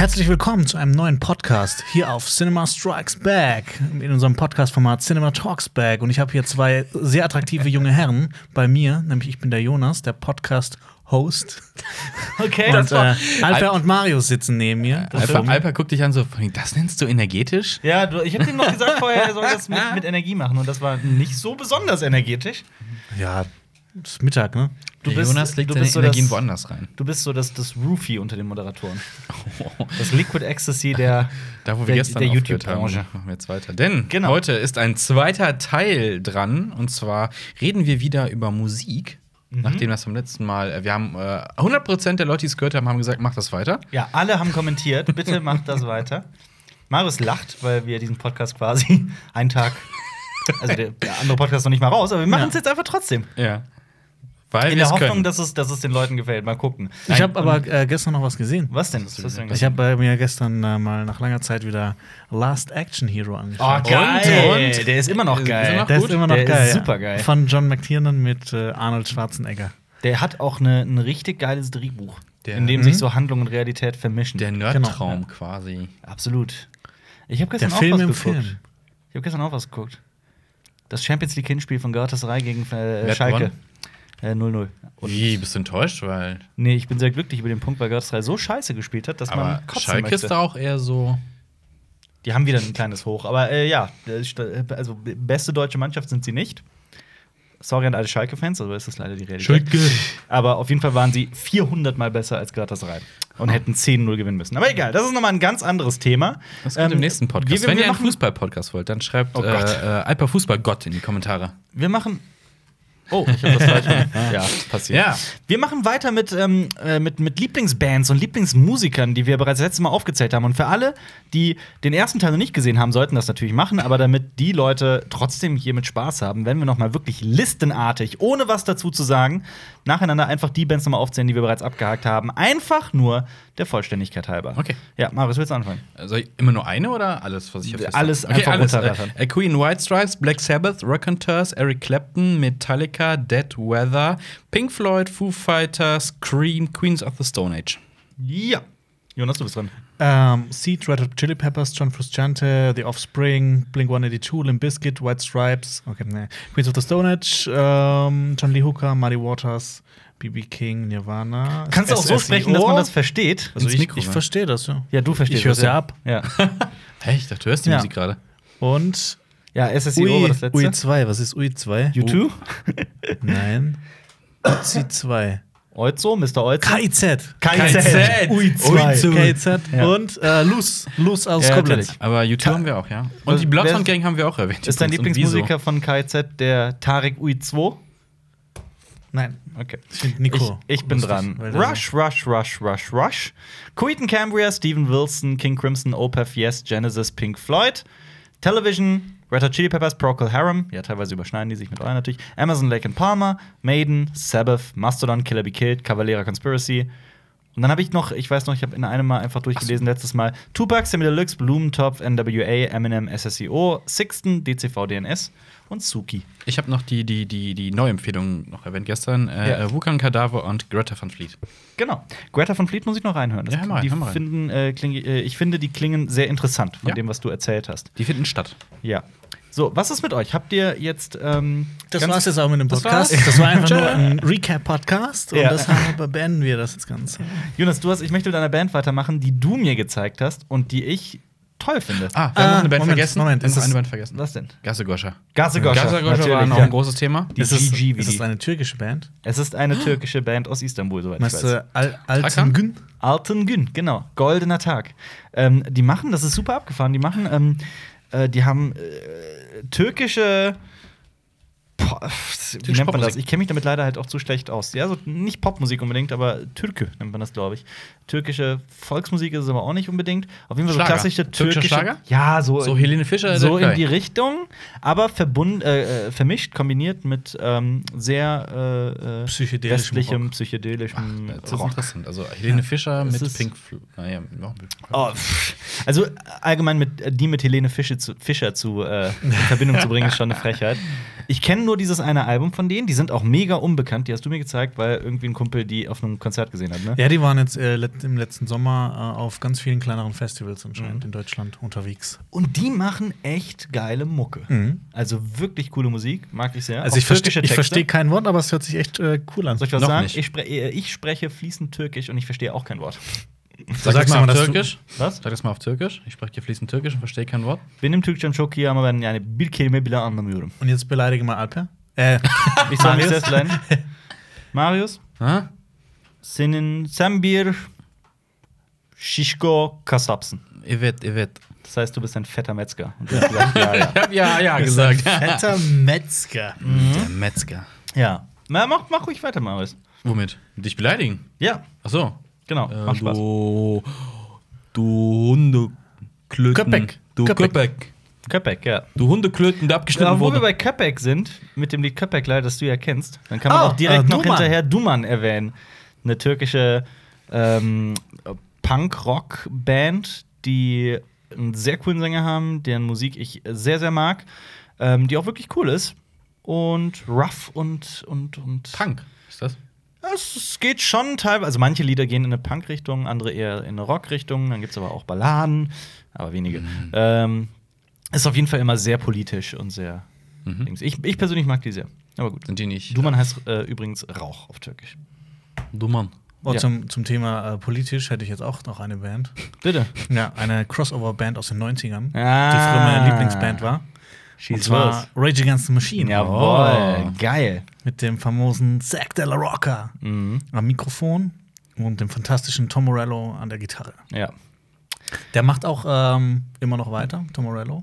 Herzlich willkommen zu einem neuen Podcast hier auf Cinema Strikes Back, in unserem Podcast-Format Cinema Talks Back. Und ich habe hier zwei sehr attraktive junge Herren bei mir, nämlich ich bin der Jonas, der Podcast-Host. Okay, und Alper und Marius sitzen neben mir. Alper guckt dich an so, das nennst du energetisch? Ja, ich habe ihm noch gesagt vorher, er soll das mit Energie machen. Und das war nicht so besonders energetisch. Ja, es ist Mittag, ne? Jonas legt seine Energien woanders rein. Du bist so das Roofie unter den Moderatoren. Das Liquid Ecstasy der YouTube-Branche. Machen wir jetzt weiter. Denn heute ist ein zweiter Teil dran. Und zwar reden wir wieder über Musik. Nachdem das vom letzten Mal, wir haben 100% der Leute, die es gehört haben, haben gesagt, mach das weiter. Ja, alle haben kommentiert, bitte macht das weiter. Marius lacht, weil wir diesen Podcast quasi einen Tag, also der andere Podcast ist noch nicht mal raus, aber wir machen es jetzt einfach trotzdem. Ja. Weil in der Hoffnung, dass es den Leuten gefällt. Mal gucken. Ich habe aber gestern noch was gesehen. Was denn? Ich habe mir gestern mal nach langer Zeit wieder Last Action Hero angeschaut. Oh, geil! Und? Der ist immer noch geil. Der ist immer noch geil. Ist super geil. Von John McTiernan mit Arnold Schwarzenegger. Der hat auch ein richtig geiles Drehbuch, in dem sich so Handlung und Realität vermischen. Der Nerdtraum quasi. Absolut. Ich habe gestern auch was geguckt. Das Champions League Hinspiel von Galatasaray gegen Schalke. 0-0. Wie, bist du enttäuscht? Weil nee, ich bin sehr glücklich über den Punkt, weil Galatasaray so scheiße gespielt hat, dass man kotzen Schalke möchte. ist da auch eher so. Die haben wieder ein kleines Hoch. Aber ja, also beste deutsche Mannschaft sind sie nicht. Sorry an alle Schalke-Fans, aber ist das leider die Realität. Schalke. Aber auf jeden Fall waren sie 400 Mal besser als Galatasaray und hätten 10-0 gewinnen müssen. Aber egal, das ist nochmal ein ganz anderes Thema. Das kommt im nächsten Podcast. Wenn ihr einen Fußball-Podcast wollt, dann schreibt Alper Fußballgott in die Kommentare. Wir machen. Oh, ich hab das falsch. Ja, passiert. Ja. Wir machen weiter mit Lieblingsbands und Lieblingsmusikern, die wir bereits letztes Mal aufgezählt haben. Und für alle, die den ersten Teil noch nicht gesehen haben, sollten das natürlich machen. Aber damit die Leute trotzdem hier mit Spaß haben, werden wir noch mal wirklich listenartig, ohne was dazu zu sagen, nacheinander einfach die Bands nochmal aufzählen, die wir bereits abgehakt haben. Einfach nur der Vollständigkeit halber. Okay. Ja, Marius, willst du anfangen? Soll ich immer nur eine oder alles, was ich auf Alles einfach runterrattern. Queen, White Stripes, Black Sabbath, Raconteurs, Eric Clapton, Metallica, Dead Weather, Pink Floyd, Foo Fighters, Cream, Queens of the Stone Age. Ja. Jonas, du bist dran. Seed, Red Hot Chili Peppers, John Frusciante, The Offspring, Blink-182, Limp Bizkit, White Stripes, Queens of the Stone Age, John Lee Hooker, Muddy Waters, B.B. King, Nirvana. Kannst du auch so sprechen, dass man das versteht? Also ich verstehe das, ja. Ja, du verstehst Ich hör's ja ab. Ja. Hey, ich dachte, du hörst die Musik gerade. Und ja, SSIO war das letzte. UI2, was ist UI2? U2? Nein. UC2. Oizo, Mr. Oizo. KIZ. UI2. KIZ. Ja. Und Luz aus Koblenz. Aber U2 haben wir auch, ja. Und die Bloodhound Gang haben wir auch erwähnt. Ist dein Lieblingsmusiker von KIZ der Tarek UI2? Nein. Okay. Nico. Ich bin dran. Rush. Creedence Cambria, Steven Wilson, King Crimson, Opeth, Yes, Genesis, Pink Floyd. Television, Red Hot Chili Peppers, Procol Harum. Ja, teilweise überschneiden die sich mit euren natürlich. Amazon, Lake & Palmer, Maiden, Sabbath, Mastodon, Killer Be Killed, Cavalera Conspiracy. Und dann habe ich noch, ich habe in einem Mal einfach durchgelesen, letztes Mal, Tupac, Semi Deluxe, Blumentopf, NWA, Eminem, SSIO, Sixten, DCV, DNS und Suki. Ich habe noch die Neuempfehlung noch erwähnt gestern. Wukan Kadaver und Greta Van Fleet. Genau. Greta Van Fleet muss ich noch reinhören. Ich finde, die klingen sehr interessant von dem, was du erzählt hast. Die finden statt. Ja. So, was ist mit euch? Habt ihr jetzt das war's jetzt auch mit dem Podcast. Das war einfach nur ein Recap-Podcast und deshalb beenden wir das jetzt Ganze. Jonas, ich möchte mit einer Band weitermachen, die du mir gezeigt hast und die ich toll finde. Wir haben noch eine Band vergessen. Moment, ist eine Band vergessen. Was denn? Gassegoscha. Gassegoscha war noch ein großes Thema. Die GG, ist es eine türkische Band? Es ist eine türkische Band aus Istanbul, soweit ich weiß. Altın Gün, genau. Goldener Tag. Die machen, das ist super abgefahren, die haben türkische wie nennt man das? Ich kenne mich damit leider halt auch zu schlecht aus. Ja, so nicht Popmusik unbedingt, aber Türke nennt man das, glaube ich. Türkische Volksmusik ist es aber auch nicht unbedingt. Auf jeden Fall so klassische türkische Schlager? Ja, so Helene Fischer. So in die Richtung, aber vermischt, kombiniert mit sehr westlichem, psychedelischem das ist interessant. Also Helene Fischer mit Pink Floyd. Naja, also allgemein mit Helene Fischer in Verbindung zu bringen, ist schon eine Frechheit. Ich kenne nur dieses eine Album von denen. Die sind auch mega unbekannt. Die hast du mir gezeigt, weil irgendwie ein Kumpel die auf einem Konzert gesehen hat, ne? Ja, die waren jetzt im letzten Sommer auf ganz vielen kleineren Festivals anscheinend in Deutschland unterwegs. Und die machen echt geile Mucke. Mhm. Also wirklich coole Musik, mag ich sehr. Also Auch ich türkische Texte. verstehe kein Wort, aber es hört sich echt cool an. Soll ich was Noch sagen? nicht. Ich spreche fließend Türkisch und ich verstehe auch kein Wort. Sag das mal auf Türkisch. Was? Sag das mal auf Türkisch. Ich spreche hier fließend Türkisch und verstehe kein Wort. Benim Türkçem çok iyi ama ben yani bir kelime bile anlamıyorum. Und jetzt beleidige mal Alper. Ich soll mich selbst leiden. Marius, Ha? sen bir şişko kasapsın. Evet. Das heißt, du bist ein fetter Metzger. Und du hast gesagt, ja, ja. Ich hab ja gesagt. Fetter Metzger. Der Metzger. Ja. Na, mach ruhig weiter, Marius. Womit? Dich beleidigen? Ja, Ach so. genau. Mach Spaß. Du Hundeklöten. Köpek. Du Köpek. Köpek. Köpek, ja. Du Hundeklöten, der abgeschnitten Ja, wo wir wurde. bei Köpek sind, mit dem Lied Köpekler, das du ja kennst, dann kann man Oh, auch direkt noch Duman. hinterher Duman erwähnen. Eine türkische Punk-Rock-Band, die einen sehr coolen Sänger haben, deren Musik ich sehr, sehr mag, die auch wirklich cool ist. Und rough und Punk. Ist das? Es geht schon teilweise, also manche Lieder gehen in eine Punk-Richtung, andere eher in eine Rock-Richtung, dann gibt es aber auch Balladen, aber wenige. Ist auf jeden Fall immer sehr politisch und sehr. Ich persönlich mag die sehr. Aber gut. Sind die nicht? Duman heißt übrigens Rauch auf Türkisch. Duman. Und Ja. zum Thema politisch hätte ich jetzt auch noch eine Band. Bitte. Ja, eine Crossover-Band aus den 90ern, Ah. die früher meine Lieblingsband war. Und Schieß zwar los. Rage Against the Machine. Jawohl, Oh. geil. Mit dem famosen Zack de la Rocca am Mikrofon und dem fantastischen Tom Morello an der Gitarre. Ja. Der macht auch immer noch weiter, Tom Morello,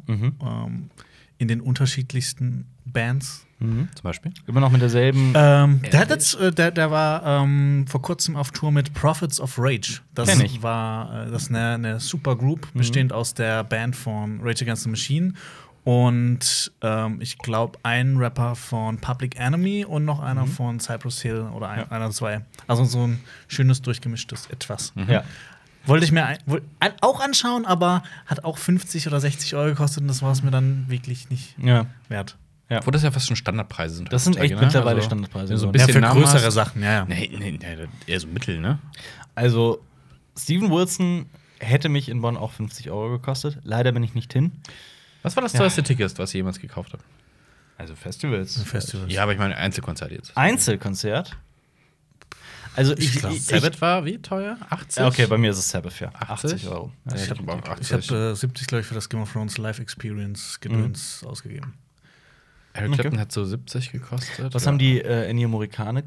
in den unterschiedlichsten Bands. Zum Beispiel? Immer noch mit derselben. Der hat jetzt, der war vor kurzem auf Tour mit Prophets of Rage. Das Kenn ich. das ist eine Supergroup, bestehend aus der Band von Rage Against the Machine und ich glaube ein Rapper von Public Enemy und noch einer von Cypress Hill oder einer zwei. Also so ein schönes durchgemischtes Etwas. Ja. Wollte ich mir auch anschauen, aber hat auch 50 oder 60 Euro gekostet und das war es mir dann wirklich nicht Ja. wert. Wo das ja fast schon Standardpreise sind. Das sind echt heutzutage, mittlerweile Also, Standardpreise wenn du so ein geworden. bisschen für Namen größere hast. Sachen, ja. Nee, eher so Mittel, ne? Also, Steven Wilson hätte mich in Bonn auch 50 Euro gekostet. Leider bin ich nicht hin. Was war das teuerste Ticket, was ihr jemals gekauft habt? Also, Festivals. Festivals. Ja, aber ich meine Einzelkonzert jetzt. Einzelkonzert. Also, ich Sabbath war wie teuer? 80? Ja, okay, bei mir ist es Sabbath, ja. 80? 80 Euro. Ja, Ich ich hab auch habe 80. 70, glaube ich, für das Game of Thrones Live Experience Gedöns ausgegeben. Eric Clapton hat so 70 gekostet. Was haben die Ennio Morricone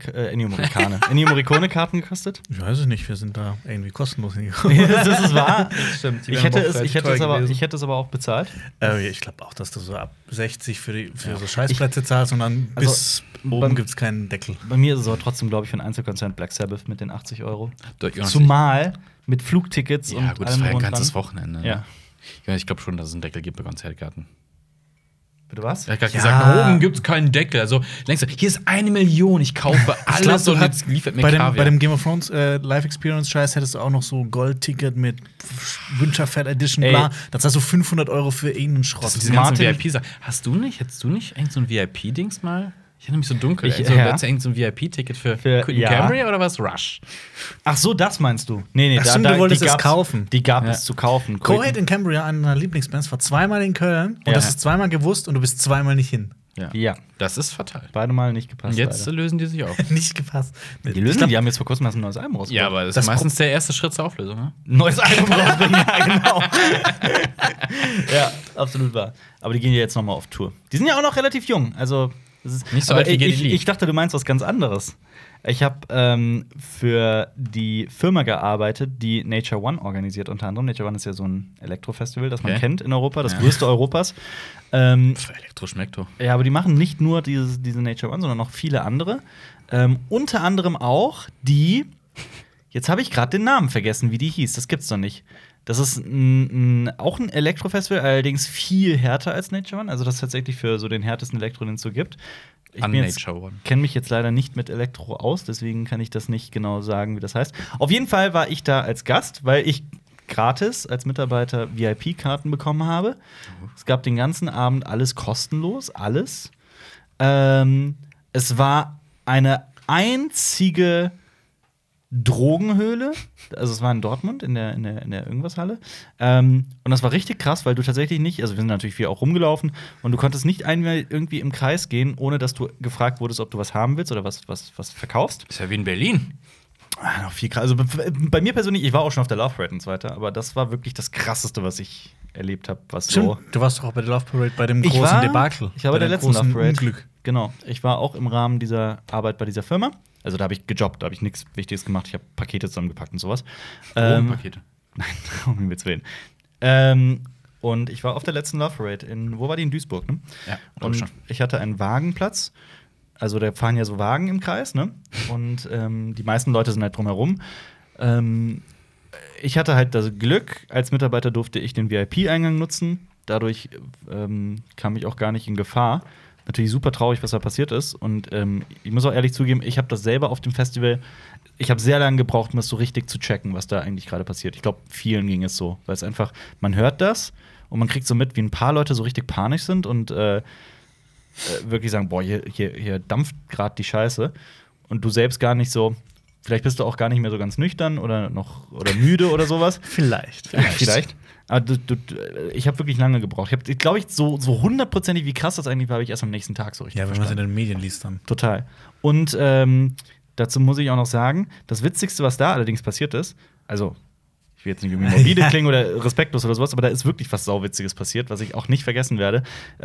Karten gekostet? Ich weiß es nicht, wir sind da irgendwie kostenlos hingekommen. Das ist wahr. Stimmt, Ich hätte es aber auch bezahlt. Ich glaube auch, dass du so ab 60 für so Scheißplätze zahlst und dann Also, bis oben gibt es keinen Deckel. Bei mir ist es aber trotzdem, glaube ich, für ein Einzelkonzert Black Sabbath mit den 80 Euro. Jonas, Zumal mit Flugtickets Ja, und gut, das allem war ja ein drum und ganzes dran. Wochenende. Ja. Ja, ich glaube schon, dass es einen Deckel gibt bei Konzertkarten. Bitte was? Er hat gerade Ja. gesagt, nach oben gibt es keinen Deckel. Also, denkst du, hier ist 1 Million, ich kaufe alles du und hast jetzt liefert mir bei Kaviar. dem Game of Thrones Live Experience Scheiß hättest du auch noch so Gold-Ticket mit Winterfell Edition, Ey. bla. Das hast du 500 Euro für irgendeinen Schrott. Das sind diese ganzen Martin- VIP-Sachen. Hättest du nicht eigentlich so ein VIP-Dings mal? Ich erinnere mich so dunkel. Ich- So, ja. Hättest du eigentlich so ein VIP-Ticket für Quentin ja. Camry oder was? Rush? Ach so, das meinst du? Nee, Ach stimmt, du wolltest die es gab's- kaufen. Die gab Ja. es zu kaufen. Coheed in Cambria, einer meiner Lieblingsbands, war zweimal in Köln und Ja. das ist zweimal gewusst und du bist zweimal nicht hin. Ja. Das ist fatal. Beide Mal nicht gepasst. Und jetzt leider. lösen die sich auf. Nicht gepasst. Die haben jetzt vor kurzem erst ein neues Album rausgebracht. Ja, aber das Das ist meistens der erste Schritt zur Auflösung, ne? Neues Album rausbringen, ja, genau. Ja, absolut wahr. Aber die gehen ja jetzt noch mal auf Tour. Die sind ja auch noch relativ jung. Also, das ist Nicht so aber alt wie Geddy Lee. ich dachte, du meinst was ganz anderes. Ich habe für die Firma gearbeitet, die Nature One organisiert unter anderem. Nature One ist ja so ein Elektrofestival, das man Okay. kennt in Europa, das Ja. größte Europas. Elektroschmeckto. Ja, aber die machen nicht nur diese Nature One, sondern noch viele andere. Unter anderem auch die, jetzt habe ich gerade den Namen vergessen, wie die hieß. Das gibt's doch nicht. Das ist auch ein Elektrofestival, allerdings viel härter als Nature One. Also das ist tatsächlich für so den härtesten Elektro, den es so gibt. Ich An bin jetzt- Nature One. kenne mich jetzt leider nicht mit Elektro aus, deswegen kann ich das nicht genau sagen, wie das heißt. Auf jeden Fall war ich da als Gast, weil ich gratis als Mitarbeiter VIP-Karten bekommen habe. Es gab den ganzen Abend alles kostenlos, alles. Es war eine einzige Drogenhöhle. Also es war in Dortmund, in der Irgendwas-Halle. Und das war richtig krass, weil du tatsächlich nicht, also wir sind natürlich viel auch rumgelaufen und du konntest nicht einmal irgendwie im Kreis gehen, ohne dass du gefragt wurdest, ob du was haben willst oder was verkaufst. Ist ja wie in Berlin. Noch viel krass. Also bei mir persönlich, ich war auch schon auf der Love Parade und so weiter, aber das war wirklich das Krasseste, was ich erlebt habe. Stimmt, du warst doch auch bei der Love Parade bei dem großen Debakel. Ich war bei der letzten Love Parade. Unglück. Genau. Ich war auch im Rahmen dieser Arbeit bei dieser Firma. Also da habe ich gejobbt, da habe ich nichts Wichtiges gemacht. Ich habe Pakete zusammengepackt und sowas. Pakete. Nein, um Himmels Willen. Und ich war auf der letzten Love Parade wo war die? In Duisburg, ne? Ja, und ich hatte einen Wagenplatz. Also da fahren ja so Wagen im Kreis, ne? Und die meisten Leute sind halt drumherum. Ich hatte halt das Glück, als Mitarbeiter durfte ich den VIP-Eingang nutzen. Dadurch kam ich auch gar nicht in Gefahr. Natürlich super traurig, was da passiert ist. Und ich muss auch ehrlich zugeben, ich habe das selber auf dem Festival, ich habe sehr lange gebraucht, um das so richtig zu checken, was da eigentlich gerade passiert. Ich glaube, vielen ging es so. Weil es einfach, man hört das und man kriegt so mit, wie ein paar Leute so richtig panisch sind und wirklich sagen, boah, hier dampft gerade die Scheiße. Und du selbst gar nicht so, vielleicht bist du auch gar nicht mehr so ganz nüchtern oder müde oder sowas. Vielleicht. Aber ich habe wirklich lange gebraucht. Ich glaube, so hundertprozentig, wie krass das eigentlich war, habe ich erst am nächsten Tag so richtig Ja, wenn man es in den Medien liest dann. Total. Und dazu muss ich auch noch sagen, das Witzigste, was da allerdings passiert ist, also ich will jetzt nicht irgendwie morbide klingen oder respektlos oder sowas, aber da ist wirklich was Sauwitziges passiert, was ich auch nicht vergessen werde.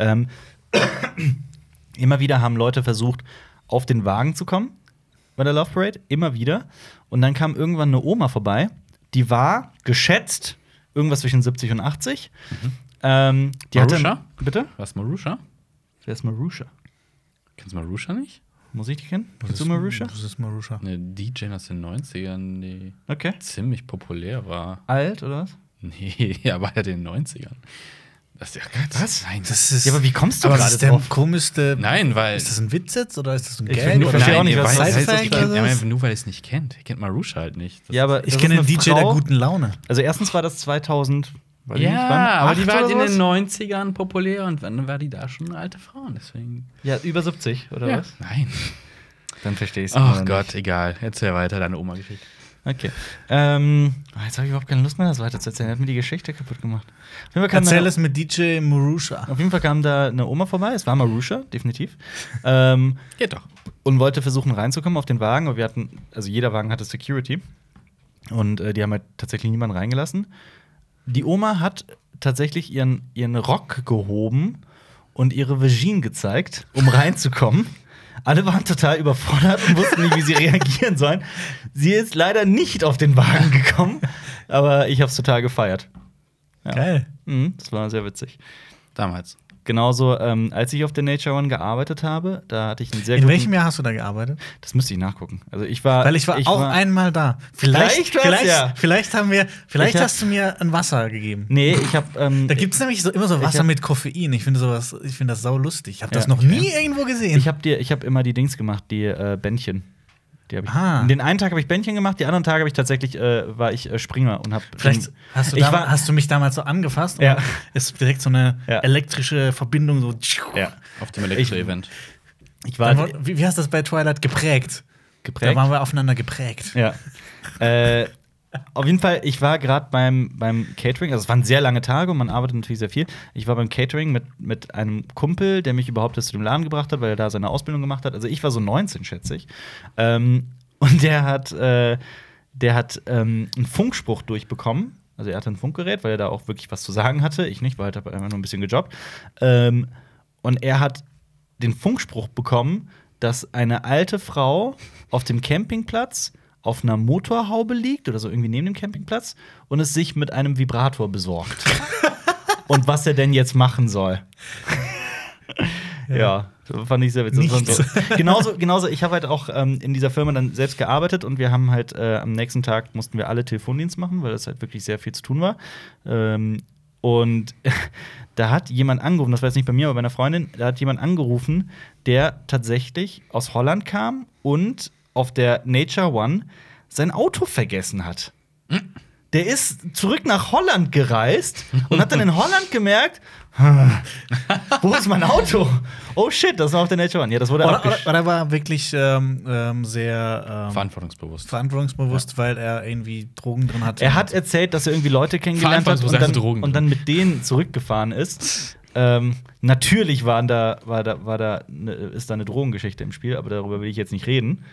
Immer wieder haben Leute versucht, auf den Wagen zu kommen bei der Love Parade. Immer wieder. Und dann kam irgendwann eine Oma vorbei, die war geschätzt irgendwas zwischen 70 und 80. Die Marusha? Bitte? Was, Marusha? Wer ist Marusha? Kennst du Marusha nicht? Muss ich die kennen? Kennst du Marusha? Was ist Marusha? Eine DJ aus den 90ern, die ziemlich populär war. Alt, oder was? Nee, aber halt in den 90ern. Das ist ja was? Nein, Das ist, ja, aber wie kommst du aber gerade das ist der drauf? komischste. Nein, weil. Ist das ein Witz jetzt oder ist das ein Ich Gag? verstehe auch nicht, ihr was weiß- das ihr heißt. kennt- Oder was? ja, nur weil ihr es nicht kennt. Ihr kennt Marusha halt nicht. Das Ja, aber Ich das kenne ist den eine DJ der Frau. guten Laune. Also erstens war das 2000. Weiß ich nicht, wann? aber die 8 war halt oder in den sowas? 90ern populär und dann war die da schon eine alte Frau. Und deswegen. Ja, über 70, oder Ja. was? Nein. Dann verstehe ich es. Ach Gott, egal. Erzähl weiter deine Oma-Geschichte. Okay. Jetzt habe ich überhaupt keine Lust mehr, das weiter zu erzählen. Er hat mir die Geschichte kaputt gemacht. Auf jeden Fall kam Erzähl da- es mit DJ Marusha. Auf jeden Fall kam da eine Oma vorbei. Es war Marusha, definitiv. Geht doch. Und wollte versuchen reinzukommen auf den Wagen. Aber wir hatten, also jeder Wagen hatte Security. Und die haben halt tatsächlich niemanden reingelassen. Die Oma hat tatsächlich ihren Rock gehoben und ihre Vagine gezeigt, um reinzukommen. Alle waren total überfordert und wussten nicht, wie sie reagieren sollen. Sie ist leider nicht auf den Wagen gekommen, aber ich habe es total gefeiert. Ja. Geil. Das war sehr witzig. Damals. Genauso, als ich auf der Nature One gearbeitet habe, da hatte ich einen sehr In guten. welchem Jahr hast du da gearbeitet? Das müsste ich nachgucken. Also ich war. Weil ich war auch einmal da. Vielleicht Ich hab- hast du mir ein Wasser gegeben. Nee, ich habe. Da gibt es nämlich immer so Wasser hab- mit Koffein. Ich finde das sau lustig. Ich habe das Ja. noch nie irgendwo gesehen. Ich habe immer die Dings gemacht, die Bändchen. Die hab ich. Ah. Den einen Tag habe ich Bändchen gemacht, die anderen Tage habe ich tatsächlich war ich Springer und habe. Vielleicht hast du mich damals so angefasst und Ja. dann ist direkt so eine Ja. elektrische Verbindung so. Ja. Auf dem Elektro-Event. Ich war Wie hast du das bei Twilight geprägt? Da geprägt. waren wir aufeinander geprägt. Ja. Auf jeden Fall, ich war gerade beim Catering, also es waren sehr lange Tage und man arbeitet natürlich sehr viel. Ich war beim Catering mit einem Kumpel, der mich überhaupt erst zu dem Laden gebracht hat, weil er da seine Ausbildung gemacht hat. Also ich war so 19, schätze ich. Und der hat einen Funkspruch durchbekommen. Also er hatte ein Funkgerät, weil er da auch wirklich was zu sagen hatte. Ich nicht, weil ich habe einfach nur ein bisschen gejobbt. Und er hat den Funkspruch bekommen, dass eine alte Frau auf dem Campingplatz auf einer Motorhaube liegt oder so irgendwie neben dem Campingplatz und es sich mit einem Vibrator besorgt. Und was er denn jetzt machen soll. Ja, das fand ich sehr witzig. Nichts. Genauso, ich habe halt auch in dieser Firma dann selbst gearbeitet und wir haben halt am nächsten Tag mussten wir alle Telefondienst machen, weil das halt wirklich sehr viel zu tun war. Und da hat jemand angerufen, das war jetzt nicht bei mir, aber bei einer Freundin, da hat jemand angerufen, der tatsächlich aus Holland kam und auf der Nature One sein Auto vergessen hat. Der ist zurück nach Holland gereist und hat dann in Holland gemerkt, wo ist mein Auto? Oh shit, das war auf der Nature One. Ja, das wurde abgeschleppt. Oder er war wirklich sehr Verantwortungsbewusst, weil er irgendwie Drogen drin hatte. Er hat erzählt, dass er irgendwie Leute kennengelernt hat und dann mit denen zurückgefahren ist. Natürlich ist da eine Drogengeschichte im Spiel, aber darüber will ich jetzt nicht reden.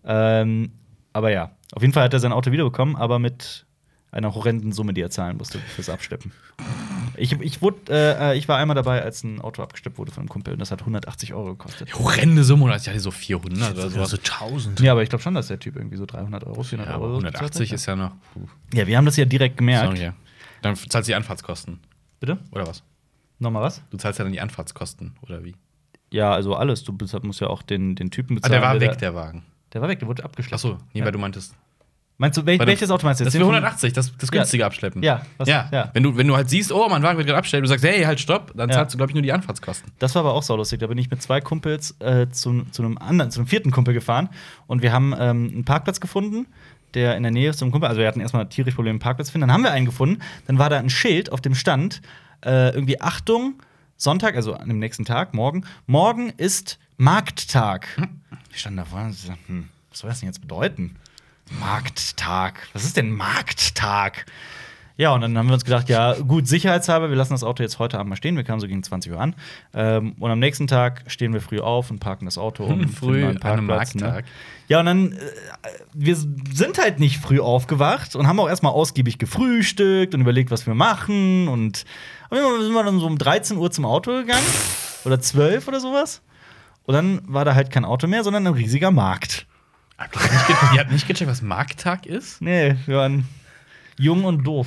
Aber ja, auf jeden Fall hat er sein Auto wiederbekommen, aber mit einer horrenden Summe, die er zahlen musste fürs Abschleppen. Ich war einmal dabei, als ein Auto abgeschleppt wurde von einem Kumpel und das hat 180 € gekostet. Horrende Summe, oder? Ich hatte so 400 oder so. Also 1000. Ja, aber ich glaube schon, dass der Typ irgendwie so 300 €, 400 Ja, € aber 180 ist ja noch. Ja, wir haben das ja direkt gemerkt. Sorry, ja. Dann zahlst du die Anfahrtskosten. Bitte? Oder was? Nochmal was? Du zahlst ja dann die Anfahrtskosten, oder wie? Ja, also alles. Du musst ja auch den Typen bezahlen. Der war weg, der Wagen. Der war weg, der wurde abgeschleppt. Achso, nee, weil du meintest. Meinst du, welches Auto meinst du jetzt? Das für 180, das günstige Abschleppen. Ja, ja. Wenn du halt siehst, oh, mein Wagen wird gerade abgestellt, du sagst, hey, halt, stopp, dann zahlst du, glaube ich, nur die Anfahrtskosten. Das war aber auch saulustig. Da bin ich mit 2 Kumpels zu einem vierten Kumpel gefahren und wir haben einen Parkplatz gefunden, der in der Nähe ist zum Kumpel. Also wir hatten erstmal tierisch Probleme, einen Parkplatz zu finden. Dann haben wir einen gefunden. Dann war da ein Schild auf dem Stand, irgendwie Achtung, Sonntag, also an dem nächsten Tag, morgen ist Markttag. Ich stand da vorne und so, was soll das denn jetzt bedeuten? Markttag. Was ist denn Markttag? Ja, und dann haben wir uns gedacht, ja, gut, sicherheitshalber, wir lassen das Auto jetzt heute Abend mal stehen. Wir kamen so gegen 20 Uhr an. Und am nächsten Tag stehen wir früh auf und parken das Auto um. Früh an einem Markttag. Ne? Ja, und dann, wir sind halt nicht früh aufgewacht und haben auch erstmal ausgiebig gefrühstückt und überlegt, was wir machen. Und sind wir dann so um 13 Uhr zum Auto gegangen. Oder 12 oder sowas. Und dann war da halt kein Auto mehr, sondern ein riesiger Markt. Ihr habt nicht gecheckt, was Markttag ist? Nee, wir waren jung und doof.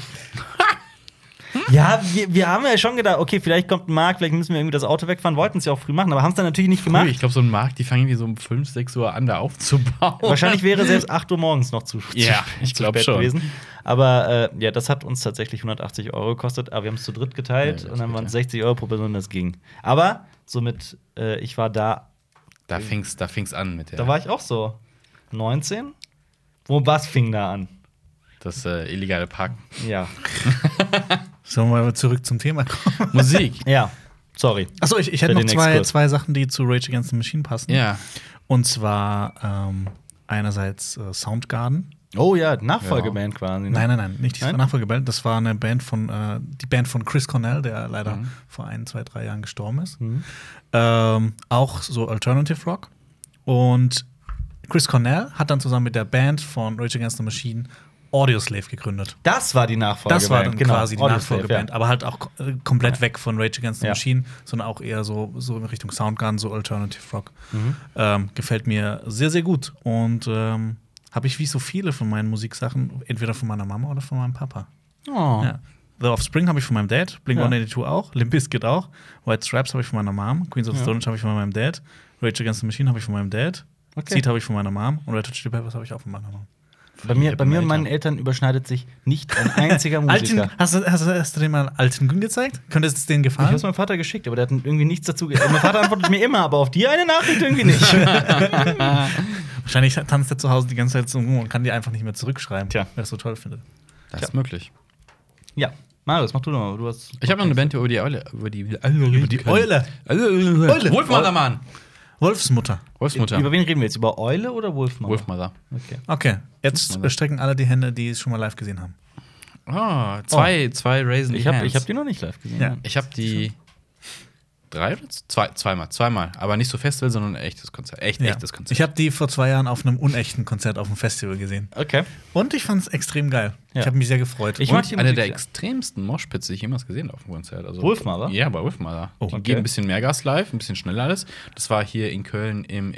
Ja, wir haben ja schon gedacht, okay, vielleicht kommt ein Markt, vielleicht müssen wir irgendwie das Auto wegfahren, wollten es ja auch früh machen, aber haben es dann natürlich nicht gemacht. Ich glaube, so ein Markt, die fangen irgendwie so um 5, 6 Uhr an, da aufzubauen. Wahrscheinlich wäre selbst 8 Uhr morgens noch zu spät schon gewesen. Aber ja, das hat uns tatsächlich 180 € gekostet, aber wir haben es zu dritt geteilt und dann waren es 60 € pro Person, das ging. Aber somit, ich war da. Da fing's an mit der. Da war ich auch so 19. Was fing da an? Das illegale Parken. Ja. Sollen wir mal zurück zum Thema kommen? Musik. Ja, sorry. Achso, ich hätte noch zwei Sachen, die zu Rage Against the Machine passen. Ja. Und zwar einerseits Soundgarden. Oh ja, Nachfolgeband quasi. Ne? Nein, nicht die Nachfolgeband. Das war eine Band die Band von Chris Cornell, der leider vor 1, 2, 3 Jahren gestorben ist. Auch so Alternative Rock. Und Chris Cornell hat dann zusammen mit der Band von Rage Against the Machine Audioslave gegründet. Das war die Nachfolgeband. Das war dann quasi die Nachfolgeband, ja. Aber halt auch komplett weg von Rage Against the Machine, sondern auch eher so in Richtung Soundgarden, so Alternative Rock. Gefällt mir sehr, sehr gut. Und habe ich wie so viele von meinen Musiksachen entweder von meiner Mama oder von meinem Papa. Oh. Ja. The Offspring habe ich von meinem Dad, Blink-182 auch, Limp Bizkit auch, White Stripes habe ich von meiner Mom, Queens of the Stone Age habe ich von meinem Dad, Rage Against the Machine habe ich von meinem Dad, Seed habe ich von meiner Mom und Red Hot Chili Peppers habe ich auch von meiner Mom. Bei mir und meinen Eltern überschneidet sich nicht ein einziger Musiker. Hast du dem mal Alten Gün gezeigt? Könnte es denen gefallen? Ich habe es meinem Vater geschickt, aber der hat irgendwie nichts dazu gesagt. Mein Vater antwortet mir immer, aber auf die eine Nachricht irgendwie nicht. Wahrscheinlich tanzt er zu Hause die ganze Zeit so und kann die einfach nicht mehr zurückschreiben, weil er es so toll findet. Das ist möglich. Ja. Marius, mach du doch mal. Ich habe noch eine Band über die Eule. Über die Eule. Wolfmother, Mann. Wolfsmutter. Über wen reden wir jetzt? Über Eule oder Wolfmother? Wolfmother. Okay. Jetzt strecken alle die Hände, die es schon mal live gesehen haben. Zwei Raisen Ich hab die noch nicht live gesehen. Ja. Ich habe die 3 oder zweimal. Aber nicht so Festival, sondern ein echtes Konzert. Echtes Konzert. Ich habe die vor 2 Jahren auf einem unechten Konzert auf dem Festival gesehen. Okay. Und ich fand es extrem geil. Ja. Ich habe mich sehr gefreut. Ich mag die eine Musik der sehr. extremsten Moshpits, die ich jemals gesehen habe auf dem Konzert. Also, Wolfmother? Ja, bei Wolfmother. Die okay. geben ein bisschen mehr Gas live, ein bisschen schneller alles. Das war hier in Köln im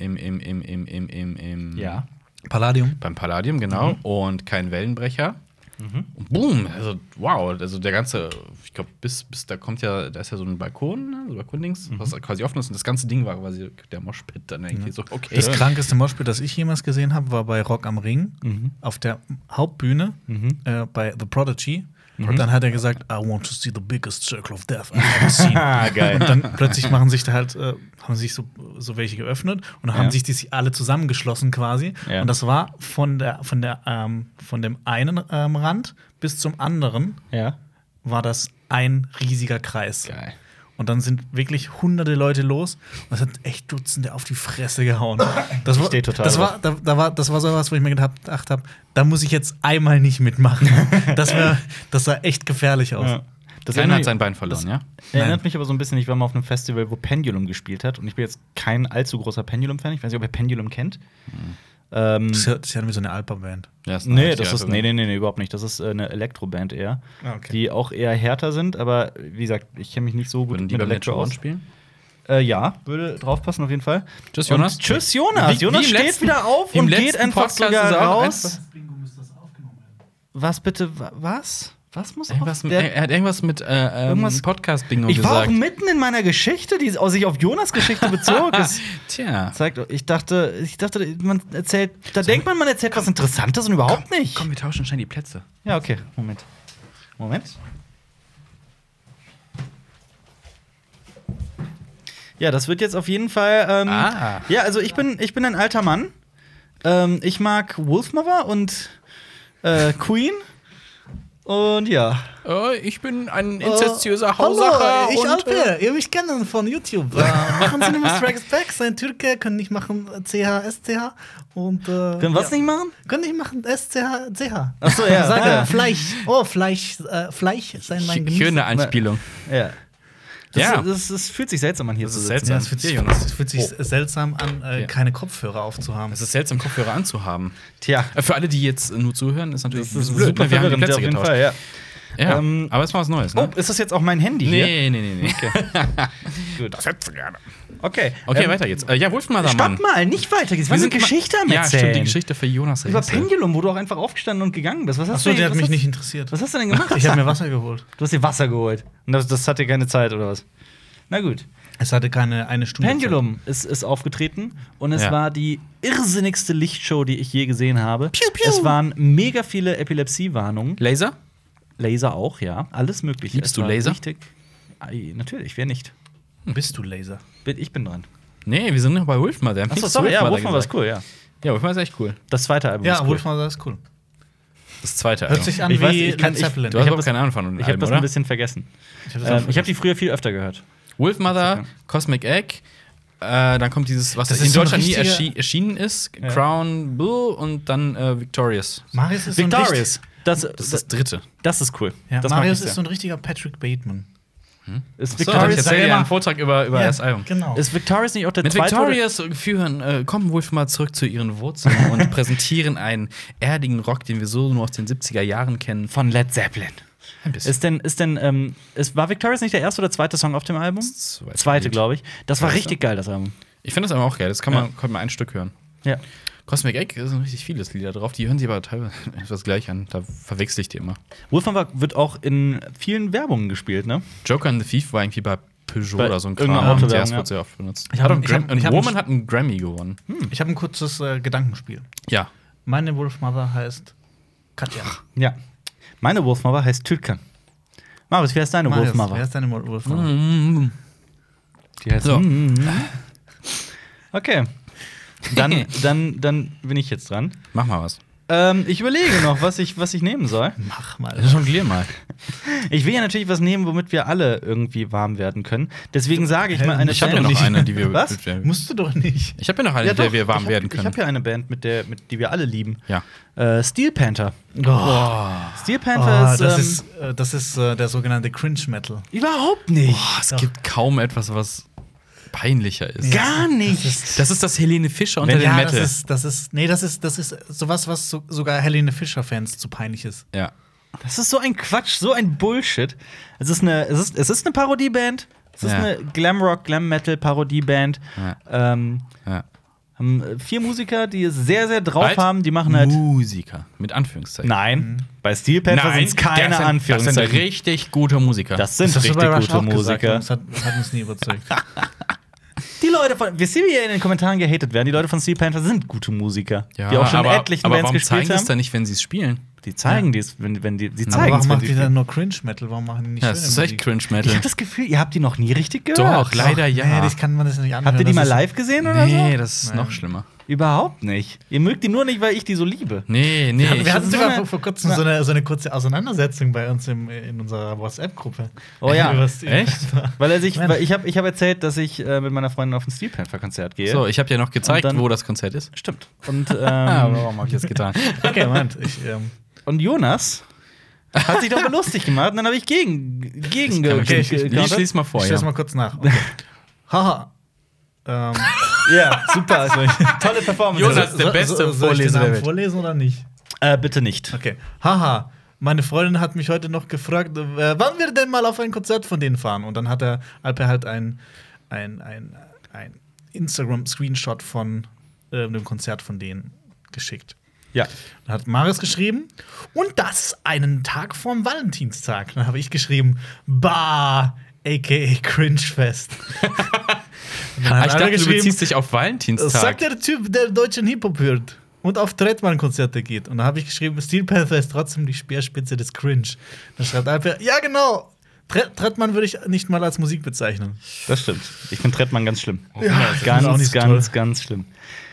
Palladium. Beim Palladium, genau. Und kein Wellenbrecher. Und boom, also wow, also der ganze, ich glaube, bis da kommt ja, da ist ja so ein Balkon, ne, so Balkondings, was quasi offen ist. Und das ganze Ding war quasi der Moshpit dann irgendwie so, okay. Das krankeste Moshpit, das ich jemals gesehen habe, war bei Rock am Ring auf der Hauptbühne bei The Prodigy. Und dann hat er gesagt, I want to see the biggest circle of death I've ever seen. Geil. Und dann plötzlich machen sich da halt, haben sich so welche geöffnet und dann haben sich die alle zusammengeschlossen quasi. Ja. Und das war von dem einen Rand bis zum anderen Ja. war das ein riesiger Kreis. Geil. Und dann sind wirklich hunderte Leute los und es hat echt Dutzende auf die Fresse gehauen. Das war, stehe total das war sowas, wo ich mir gedacht habe, da muss ich jetzt einmal nicht mitmachen. Das sah echt gefährlich aus. Ja. Das Keiner hat erinnert, sein Bein verloren, ja? erinnert mich aber so ein bisschen, ich war mal auf einem Festival, wo Pendulum gespielt hat. Und ich bin jetzt kein allzu großer Pendulum-Fan. Ich weiß nicht, ob ihr Pendulum kennt. Das ist ja wie so eine Alpa-Band. Ja, ist Nee, eine das ist, richtige nee, überhaupt nicht. Das ist eine Elektroband eher, Okay. die auch eher härter sind. Aber wie gesagt, ich kenne mich nicht so gut Würden die mit beim Elektro Metro aus. spielen? Ja, würde draufpassen auf jeden Fall. Tschüss, Jonas. Und tschüss, Jonas. Wie Jonas im steht letzten- wieder auf im und geht letzten einfach Podcast sogar ist er auch raus. Was bitte? Was? Was muss Irgendwas, auf er hat irgendwas mit Irgendwas- Podcast-Bingo Ich war auch gesagt. mitten in meiner Geschichte, die sich auf Jonas Geschichte bezog. Es Tja. zeigt, ich dachte, man erzählt, da denkt man erzählt was Interessantes und überhaupt nicht. Komm, wir tauschen schnell die Plätze. Ja, okay, Moment. Ja, das wird jetzt auf jeden Fall. Ja, also ich bin ein alter Mann. Ich mag Wolfmother und Queen. Und ja. Ich bin ein inzestiöser Haussacher. Hallo, ich und, Alper, ihr mich kennen von YouTube. Machen Sie nämlich Strikes Back, sein Türke, können nicht machen CH, SCH. Und, Können was nicht machen? Können nicht machen SCH, CH. Achso, ja. Sag ja. Fleisch. Oh, Fleisch sein mein Genuss. Schöne Anspielung. Ja. Ja. Das fühlt sich seltsam an, hier zu ist sitzen. seltsam. Ja, es fühlt sich seltsam an, Ja. keine Kopfhörer aufzuhaben. Es ist seltsam, Kopfhörer anzuhaben. Tja, Für alle, die jetzt nur zuhören, ist natürlich das ist blöd, super ne? Wir haben die verwirrend, Plätze auf jeden getauscht. Fall, ja. Ja, Ähm, aber es war was Neues, ne? Oh, ist das jetzt auch mein Handy hier? Nee. Gut. Das hättest du gerne. Okay. Okay, weiter jetzt. Ja, Wolfmother, Mann. Stopp mal, nicht weiter. Das war eine Geschichte am Ja, Erzählen. stimmt, die Geschichte für Jonas. Über Rehse. Pendulum, wo du auch einfach aufgestanden und gegangen bist. Was hast Achso, du der hat was mich hast- nicht interessiert. Was hast du denn gemacht? Ich habe mir Wasser geholt. Du hast dir Wasser geholt. Und das hat dir keine Zeit, oder was? Na gut. Es hatte keine eine Stunde. Pendulum ist aufgetreten und es Ja. war die irrsinnigste Lichtshow, die ich je gesehen habe. Piu, piu. Es waren mega viele Epilepsiewarnungen. Laser? Laser auch, ja. Alles mögliche. Liebst Es du war Laser? Richtig. Natürlich, wer nicht? Bist du Laser? Ich bin dran. Nee, wir sind noch bei Wolfmother. Achso, sorry, ja, Wolfmother war cool, ja. Ja, Wolfmother ist echt cool. Das zweite Album ist Ja, cool. Wolfmother ist cool. Das zweite Hört sich an Ich wie weiß, ich kann- Led Zeppelin. Du hast Ich hab aber das- keine Ahnung von den Ich habe Alben, das oder? ein bisschen vergessen. Ich hab Ich habe die früher viel öfter gehört. Wolfmother, Okay. Cosmic Egg, dann kommt dieses, was Das in ist so ein Deutschland nie richtiger- erschienen ist, Ja. Crown Bull und dann Victorious. Marius ist so ein Victorious. Das ist das dritte. Das ist cool. Ja, das mag Marius ich ist so sehr. ein richtiger Patrick Bateman. Ist So, ich Victorious, erzähle dir immer- einen Vortrag über das Album. Genau. ist Victorious nicht auch der Mit zweite? Victorious kommen Wolfmother zurück zu ihren Wurzeln und präsentieren einen erdigen Rock, den wir so nur aus den 70er Jahren kennen. Von Led Zeppelin. Ein bisschen. War Victorious nicht der erste oder zweite Song auf dem Album? Zweite, glaube ich. Das war Zweite. richtig geil, das Album. Ich finde das aber auch geil. Das konnte man ein Stück hören. Ja. Cosmic Egg, da sind richtig viele Lieder drauf. Die hören sich aber teilweise etwas gleich an. Da verwechsel ich die immer. Wolfmother wird auch in vielen Werbungen gespielt, ne? Joker and the Thief war irgendwie bei Peugeot Bei oder so ein irgendeiner Kram. Autowerbung, Das ja. wird sehr oft benutzt. Ich hab- Hat auch ich hab- und ich hab- Woman hat einen Grammy gewonnen. Ich habe ein kurzes Gedankenspiel. Ja. Meine Wolfmother heißt Katja. Ja. Meine Wolfmother heißt Türkan. Marius, wer ist deine Marius, Wolfmother? wer ist deine Wolfmother? Die heißt So. Okay. Dann bin ich jetzt dran. Mach mal was. Ich überlege noch, was ich nehmen soll. Mach mal. Jonglier mal. Ich will ja natürlich was nehmen, womit wir alle irgendwie warm werden können. Deswegen sage ich mal eine Ich habe ja Band. noch eine, die wir. Was? mit der- Musst du doch nicht. Ich habe ja noch eine, Ja, mit der doch, wir warm ich hab- werden Ich können. habe ja eine Band, die wir alle lieben. Ja. Steel Panther. Oh, Steel Panther das ist der sogenannte Cringe Metal. überhaupt nicht. Es gibt kaum etwas, was peinlicher ist. Gar nicht. Das ist das Helene Fischer unter Wenn- den Ja, Metal. das ist sowas, was sogar Helene Fischer-Fans zu peinlich ist. Ja. Das ist so ein Quatsch, so ein Bullshit. Es ist eine Parodieband. Es ist Ja. eine Glamrock, Glam-Metal-Parodieband. Ja. Haben 4 Musiker, die es sehr, sehr drauf haben. Die machen halt. Musiker. Mit Anführungszeichen. Nein, bei Steel Panther sind es keine Das sind Anführungszeichen. richtig gute Musiker. Das sind Das hast du richtig bei Rush gute auch gesagt, Musiker. Das hat uns nie überzeugt. Die Leute von, wir sehen, wie in den Kommentaren gehatet werden, die Leute von Steel Panther sind gute Musiker, Ja, die auch schon in aber etlichen warum Bands zeigen gespielt die es haben. dann nicht, wenn sie es spielen? Die zeigen dies, wenn die Aber zeigen warum es, wenn macht sie die dann spielen. nur Cringe-Metal? Warum machen die nicht Ja, schöne das ist echt Musik? Cringe-Metal. Ich habe das Gefühl, ihr habt die noch nie richtig gehört. Doch, leider ja. Nee, das kann man das nicht anhören. Habt ihr die Das mal ist- live gesehen oder so? Nee, das ist Nein. noch schlimmer. Überhaupt nicht. Ihr mögt die nur nicht, weil ich die so liebe. Nee. Wir hatten so sogar eine- vor kurzem so eine kurze Auseinandersetzung bei uns in unserer WhatsApp-Gruppe. Oh ja. Über Steel Echt? Panther. Weil er sich, Mensch. weil ich habe erzählt, dass ich mit meiner Freundin auf ein Steel Panther Konzert gehe. So, ich habe dir noch gezeigt, Und dann- wo das Konzert ist. Stimmt. Und, Warum habe ich das getan? Okay, Moment. und Jonas hat sich darüber lustig gemacht und dann habe ich gegen Okay, Ich schließ mal vor, Ich lese ja. mal kurz nach. Okay. Haha. Ja, super. Also, tolle Performance. Jonas, der beste soll ich den Vorleser der Namen Welt. vorlesen oder nicht? Bitte nicht. Okay. Haha. Meine Freundin hat mich heute noch gefragt, wann wir denn mal auf ein Konzert von denen fahren. Und dann hat Alper halt ein Instagram-Screenshot von einem Konzert von denen geschickt. Ja. Dann hat Marius geschrieben, und das einen Tag vorm Valentinstag. Dann habe ich geschrieben, bah, a.k.a. Cringefest. Und dann hat Ich Alper dachte, du beziehst dich auf Valentinstag. sagt der Typ, der deutschen Hip-Hop hört und auf Trettmann-Konzerte geht. Und da habe ich geschrieben, Steel Panther ist trotzdem die Speerspitze des Cringe. Dann schreibt Alper, ja genau, Trettmann würde ich nicht mal als Musik bezeichnen. Das stimmt. Ich finde Trettmann ganz schlimm. Ja, das ganz, ist auch nicht so ganz, toll. ganz schlimm.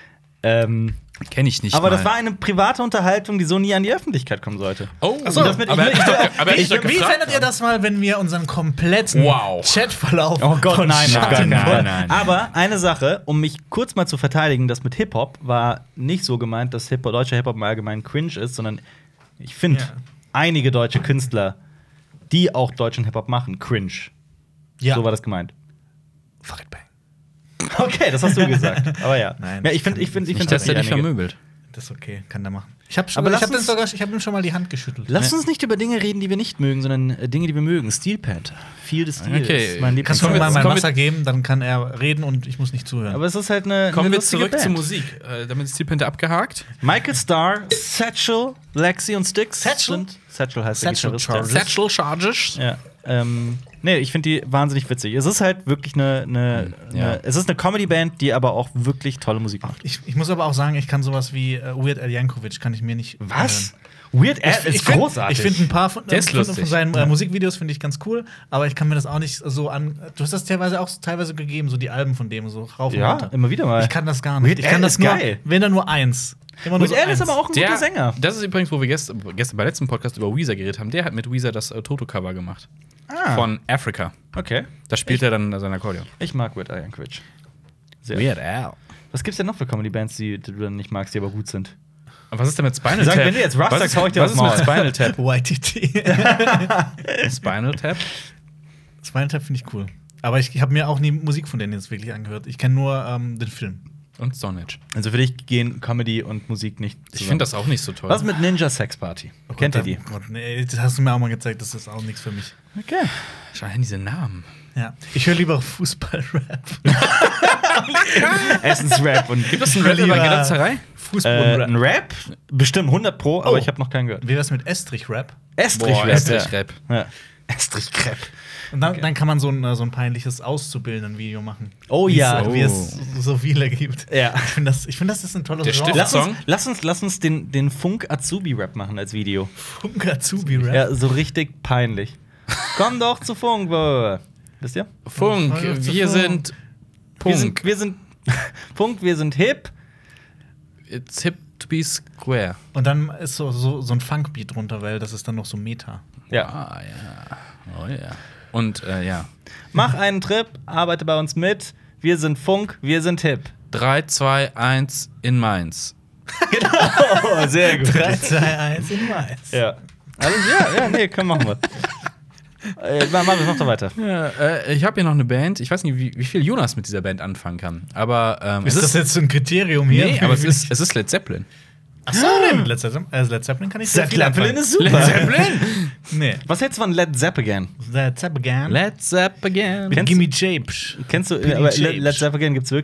Kenn ich nicht Aber mal. das war eine private Unterhaltung, die so nie an die Öffentlichkeit kommen sollte. Oh, so, das mit- aber ich will- aber Wie ich doch fändet gefragt ihr das mal, wenn wir unseren kompletten Wow. Chatverlauf Oh Gott, von nein, auf gar Schatten keinen Fall. nein. Aber eine Sache, um mich kurz mal zu verteidigen, das mit Hip-Hop war nicht so gemeint, dass deutscher Hip-Hop im Allgemeinen cringe ist, sondern ich finde Ja. einige deutsche Künstler, die auch deutschen Hip-Hop machen, cringe. Ja. So war das gemeint. Fuck it, bang. Okay, das hast du gesagt. Aber ja. Nein, Ja, ich finde, Nicht, dass er dich tatsächlich einige. vermöbelt. Das ist okay, kann der machen. Ich habe Aber lass ihm schon mal die Hand geschüttelt. Lass uns nicht über Dinge reden, die wir nicht mögen, sondern Dinge, die wir mögen. Steel Panther. Viel des Stils. Okay. Mein Kannst du mir Kommen mal wir- mein kommen wir- Wasser geben, dann kann er reden und ich muss nicht zuhören. Aber es ist halt eine Kommen wir lustige zurück Band. zur Musik. Damit ist Steel Panther abgehakt. Michael Starr, Satchel, Lexi und Styx. Satchel? Satchel heißt der Satchel Gitarrist. Charges. Satchel Charges. Ja. Nee, ich finde die wahnsinnig witzig. Es ist halt wirklich Ja. es ist eine Comedy-Band, die aber auch wirklich tolle Musik macht. Ich muss aber auch sagen, ich kann sowas wie Weird Al Yankovic kann ich mir nicht Was? Weird Al ist großartig. Ich finde ein paar von, Der ist von lustig. seinen Musikvideos finde ich ganz cool, aber ich kann mir das auch nicht so an. Du hast das teilweise gegeben, so die Alben von dem so rauf und ja, runter. immer wieder mal. Ich kann das gar nicht. Weird Ich kann Al das ist nur, geil. wenn dann nur eins. Immer nur Weird Al ist eins. aber auch ein guter Sänger. Das ist übrigens, wo wir gestern beim letzten Podcast über Weezer geredet haben. Der hat mit Weezer das Toto-Cover gemacht. Ah. Von Africa. Okay. Da spielt er dann sein Akkordeon. Ich mag Weird Al Yankovic. Sehr. Al. Was gibt's denn noch für Comedy-Bands, die du dann nicht magst, die aber gut sind? Und was ist denn mit Spinal Sag, Tap? wenn du jetzt Rush was sagst, ist, hau ich dir was aufs ist mit Maul. Spinal Tap? YTT. Spinal Tap? Spinal Tap finde ich cool. Aber ich habe mir auch nie Musik von denen jetzt wirklich angehört. Ich kenne nur den Film. Und Stone Age. Also für dich gehen Comedy und Musik nicht zusammen. Ich finde das auch nicht so toll. Was mit Ninja Sex Party? Kennt ihr die? Oh Gott, nee, das hast du mir auch mal gezeigt, das ist auch nichts für mich. Okay. Schau hin, diese Namen. Ja. Ich höre lieber Fußball-Rap. Essensrap und Gibt es einen Rap über Gelatzerei? Fußball-Rap. ein Rap? Bestimmt 100 Pro, aber Oh. ich habe noch keinen gehört. Wie wär's mit Estrich-Rap? Estrich-Rap. Estrich-Rap. Ja. Estrich-Rap. Und dann kann man so ein peinliches Auszubildenden-Video machen. Oh Wie ja. es, wie es so viele gibt. Ja. Ich find, das ist ein tolles Der Genre. Stift- Lass uns den Funk-Azubi-Rap machen als Video. Funk Azubi-Rap. Ja, so richtig peinlich. Komm doch zu Funk. Wisst ihr? Funk, Funk. wir sind Punk. Wir sind Funk, wir sind hip. It's hip to be square. Und dann ist so ein Funk-Beat drunter, weil das ist dann noch so Meta. Ja. Ah, ja. Oh ja. Und ja. Mach einen Trip, arbeite bei uns mit. Wir sind Funk, wir sind hip. 3, 2, 1 in Mainz. Oh, sehr gut. 3, 2, 1 in Mais. Ja. Also, ja, nee, komm, machen wir. Marius, mach doch weiter. Ja, ich habe hier noch eine Band. Ich weiß nicht, wie viel Jonas mit dieser Band anfangen kann. Aber Ist das jetzt so ein Kriterium hier? Nee, aber es ist Led Zeppelin. Achso, nee, mit Led Zeppelin kann ich sehr Led viel Zeppelin anfangen. ist super. Led Zeppelin? Nee. Was hältst du von Led Zeppelin? Led Zeppelin. Led Zeppelin. Mit Kennst Gimme Japes. Kennst du, Billy aber James. Led Zeppelin gibt's wirklich.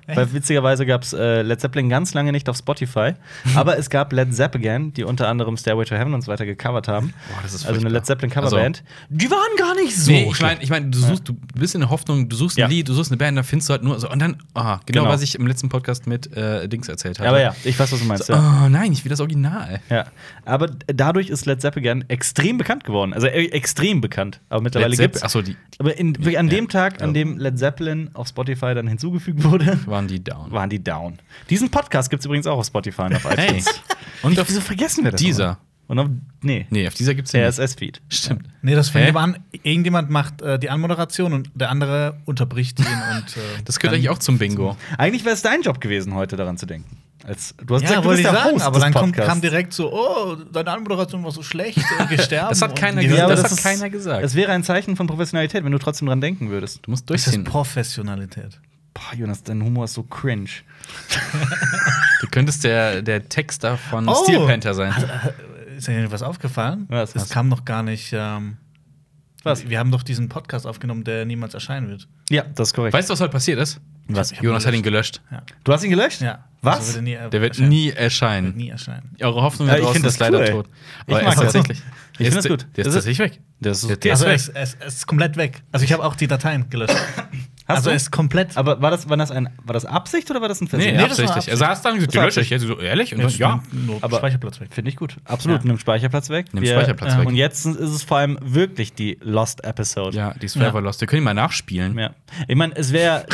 Weil witzigerweise gab es Led Zeppelin ganz lange nicht auf Spotify. Aber es gab Led Zeppelin, die unter anderem Stairway to Heaven und so weiter gecovert haben. Boah, das ist also eine furchtbar. Led Zeppelin Coverband. Die waren gar nicht so. Nee, schlecht. ich meine, du bist in der Hoffnung, du suchst ein Ja. Lied, du suchst eine Band, da findest du halt nur so. Und dann, genau, Genau. was ich im letzten Podcast mit Dings erzählt hatte. Aber ja, ich weiß, was du meinst. So, Ja. oh nein, ich will das Original. Ja, aber dadurch ist Led Zeppelin extrem bekannt geworden. Also extrem bekannt. Aber mittlerweile gibt's. Achso, die Aber an dem Tag, an dem Led Zeppelin auf Spotify dann hinzugefügt wurde, waren die down. waren die down. Diesen Podcast gibt's übrigens auch auf Spotify und auf iTunes. Und Wieso vergessen wir das? dieser. immer? Und auf, nee, Nee, auf dieser gibt's ja nicht. RSS-Feed. Stimmt. Nee, das fängt Hä? aber an, irgendjemand macht die Anmoderation und der andere unterbricht ihn und Das gehört eigentlich auch zum Bingo. Eigentlich wäre es dein Job gewesen, heute daran zu denken. Du hast Ja, gesagt, du wollte bist ich der sagen, Host aber des dann Podcasts. kam direkt so, oh, deine Anmoderation war so schlecht, gesterben. Das hat keiner und die- gesagt. aber Das das hat ist- keiner gesagt. Es wäre ein Zeichen von Professionalität, wenn du trotzdem dran denken würdest. Du musst Das ist durchziehen. Professionalität. Boah, Jonas, dein Humor ist so cringe. Du könntest der Texter von Oh. Steel Panther sein. Ist dir was aufgefallen? Was? Das kam noch gar nicht. Was? Wir haben doch diesen Podcast aufgenommen, der niemals erscheinen wird. Ja, das ist korrekt. Weißt du, was heute passiert ist? Was? Ich hab Jonas hat ihn gelöscht. Ja. Du hast ihn gelöscht? Ja. Was? Also wird Der wird erscheinen. nie erscheinen. Wird nie erscheinen. Eure Hoffnung Ja, da ich draußen find das ist leider cool, ey. tot. Ich Aber mag er ist das. tatsächlich. Ich find das gut. Der ist Das ist- tatsächlich weg. Das ist Der okay. ist Also weg. es ist komplett weg. Also ich habe auch die Dateien gelöscht. Also du? es ist komplett. Aber war das Absicht oder war das ein Versehen? Nee, Nee, das war absichtlich. Er saß da und gesagt, Das war gelöscht. Ich so, ehrlich? Und dann, ja. Nur Aber- Speicherplatz weg. Finde ich gut. Absolut, Ja. nimm Speicherplatz weg. Nimm Speicherplatz weg. Und jetzt ist es vor allem wirklich die Lost Episode. Ja, die ist forever Ja. lost. Wir können ihn mal nachspielen. Ja. Ich meine, es soll ja.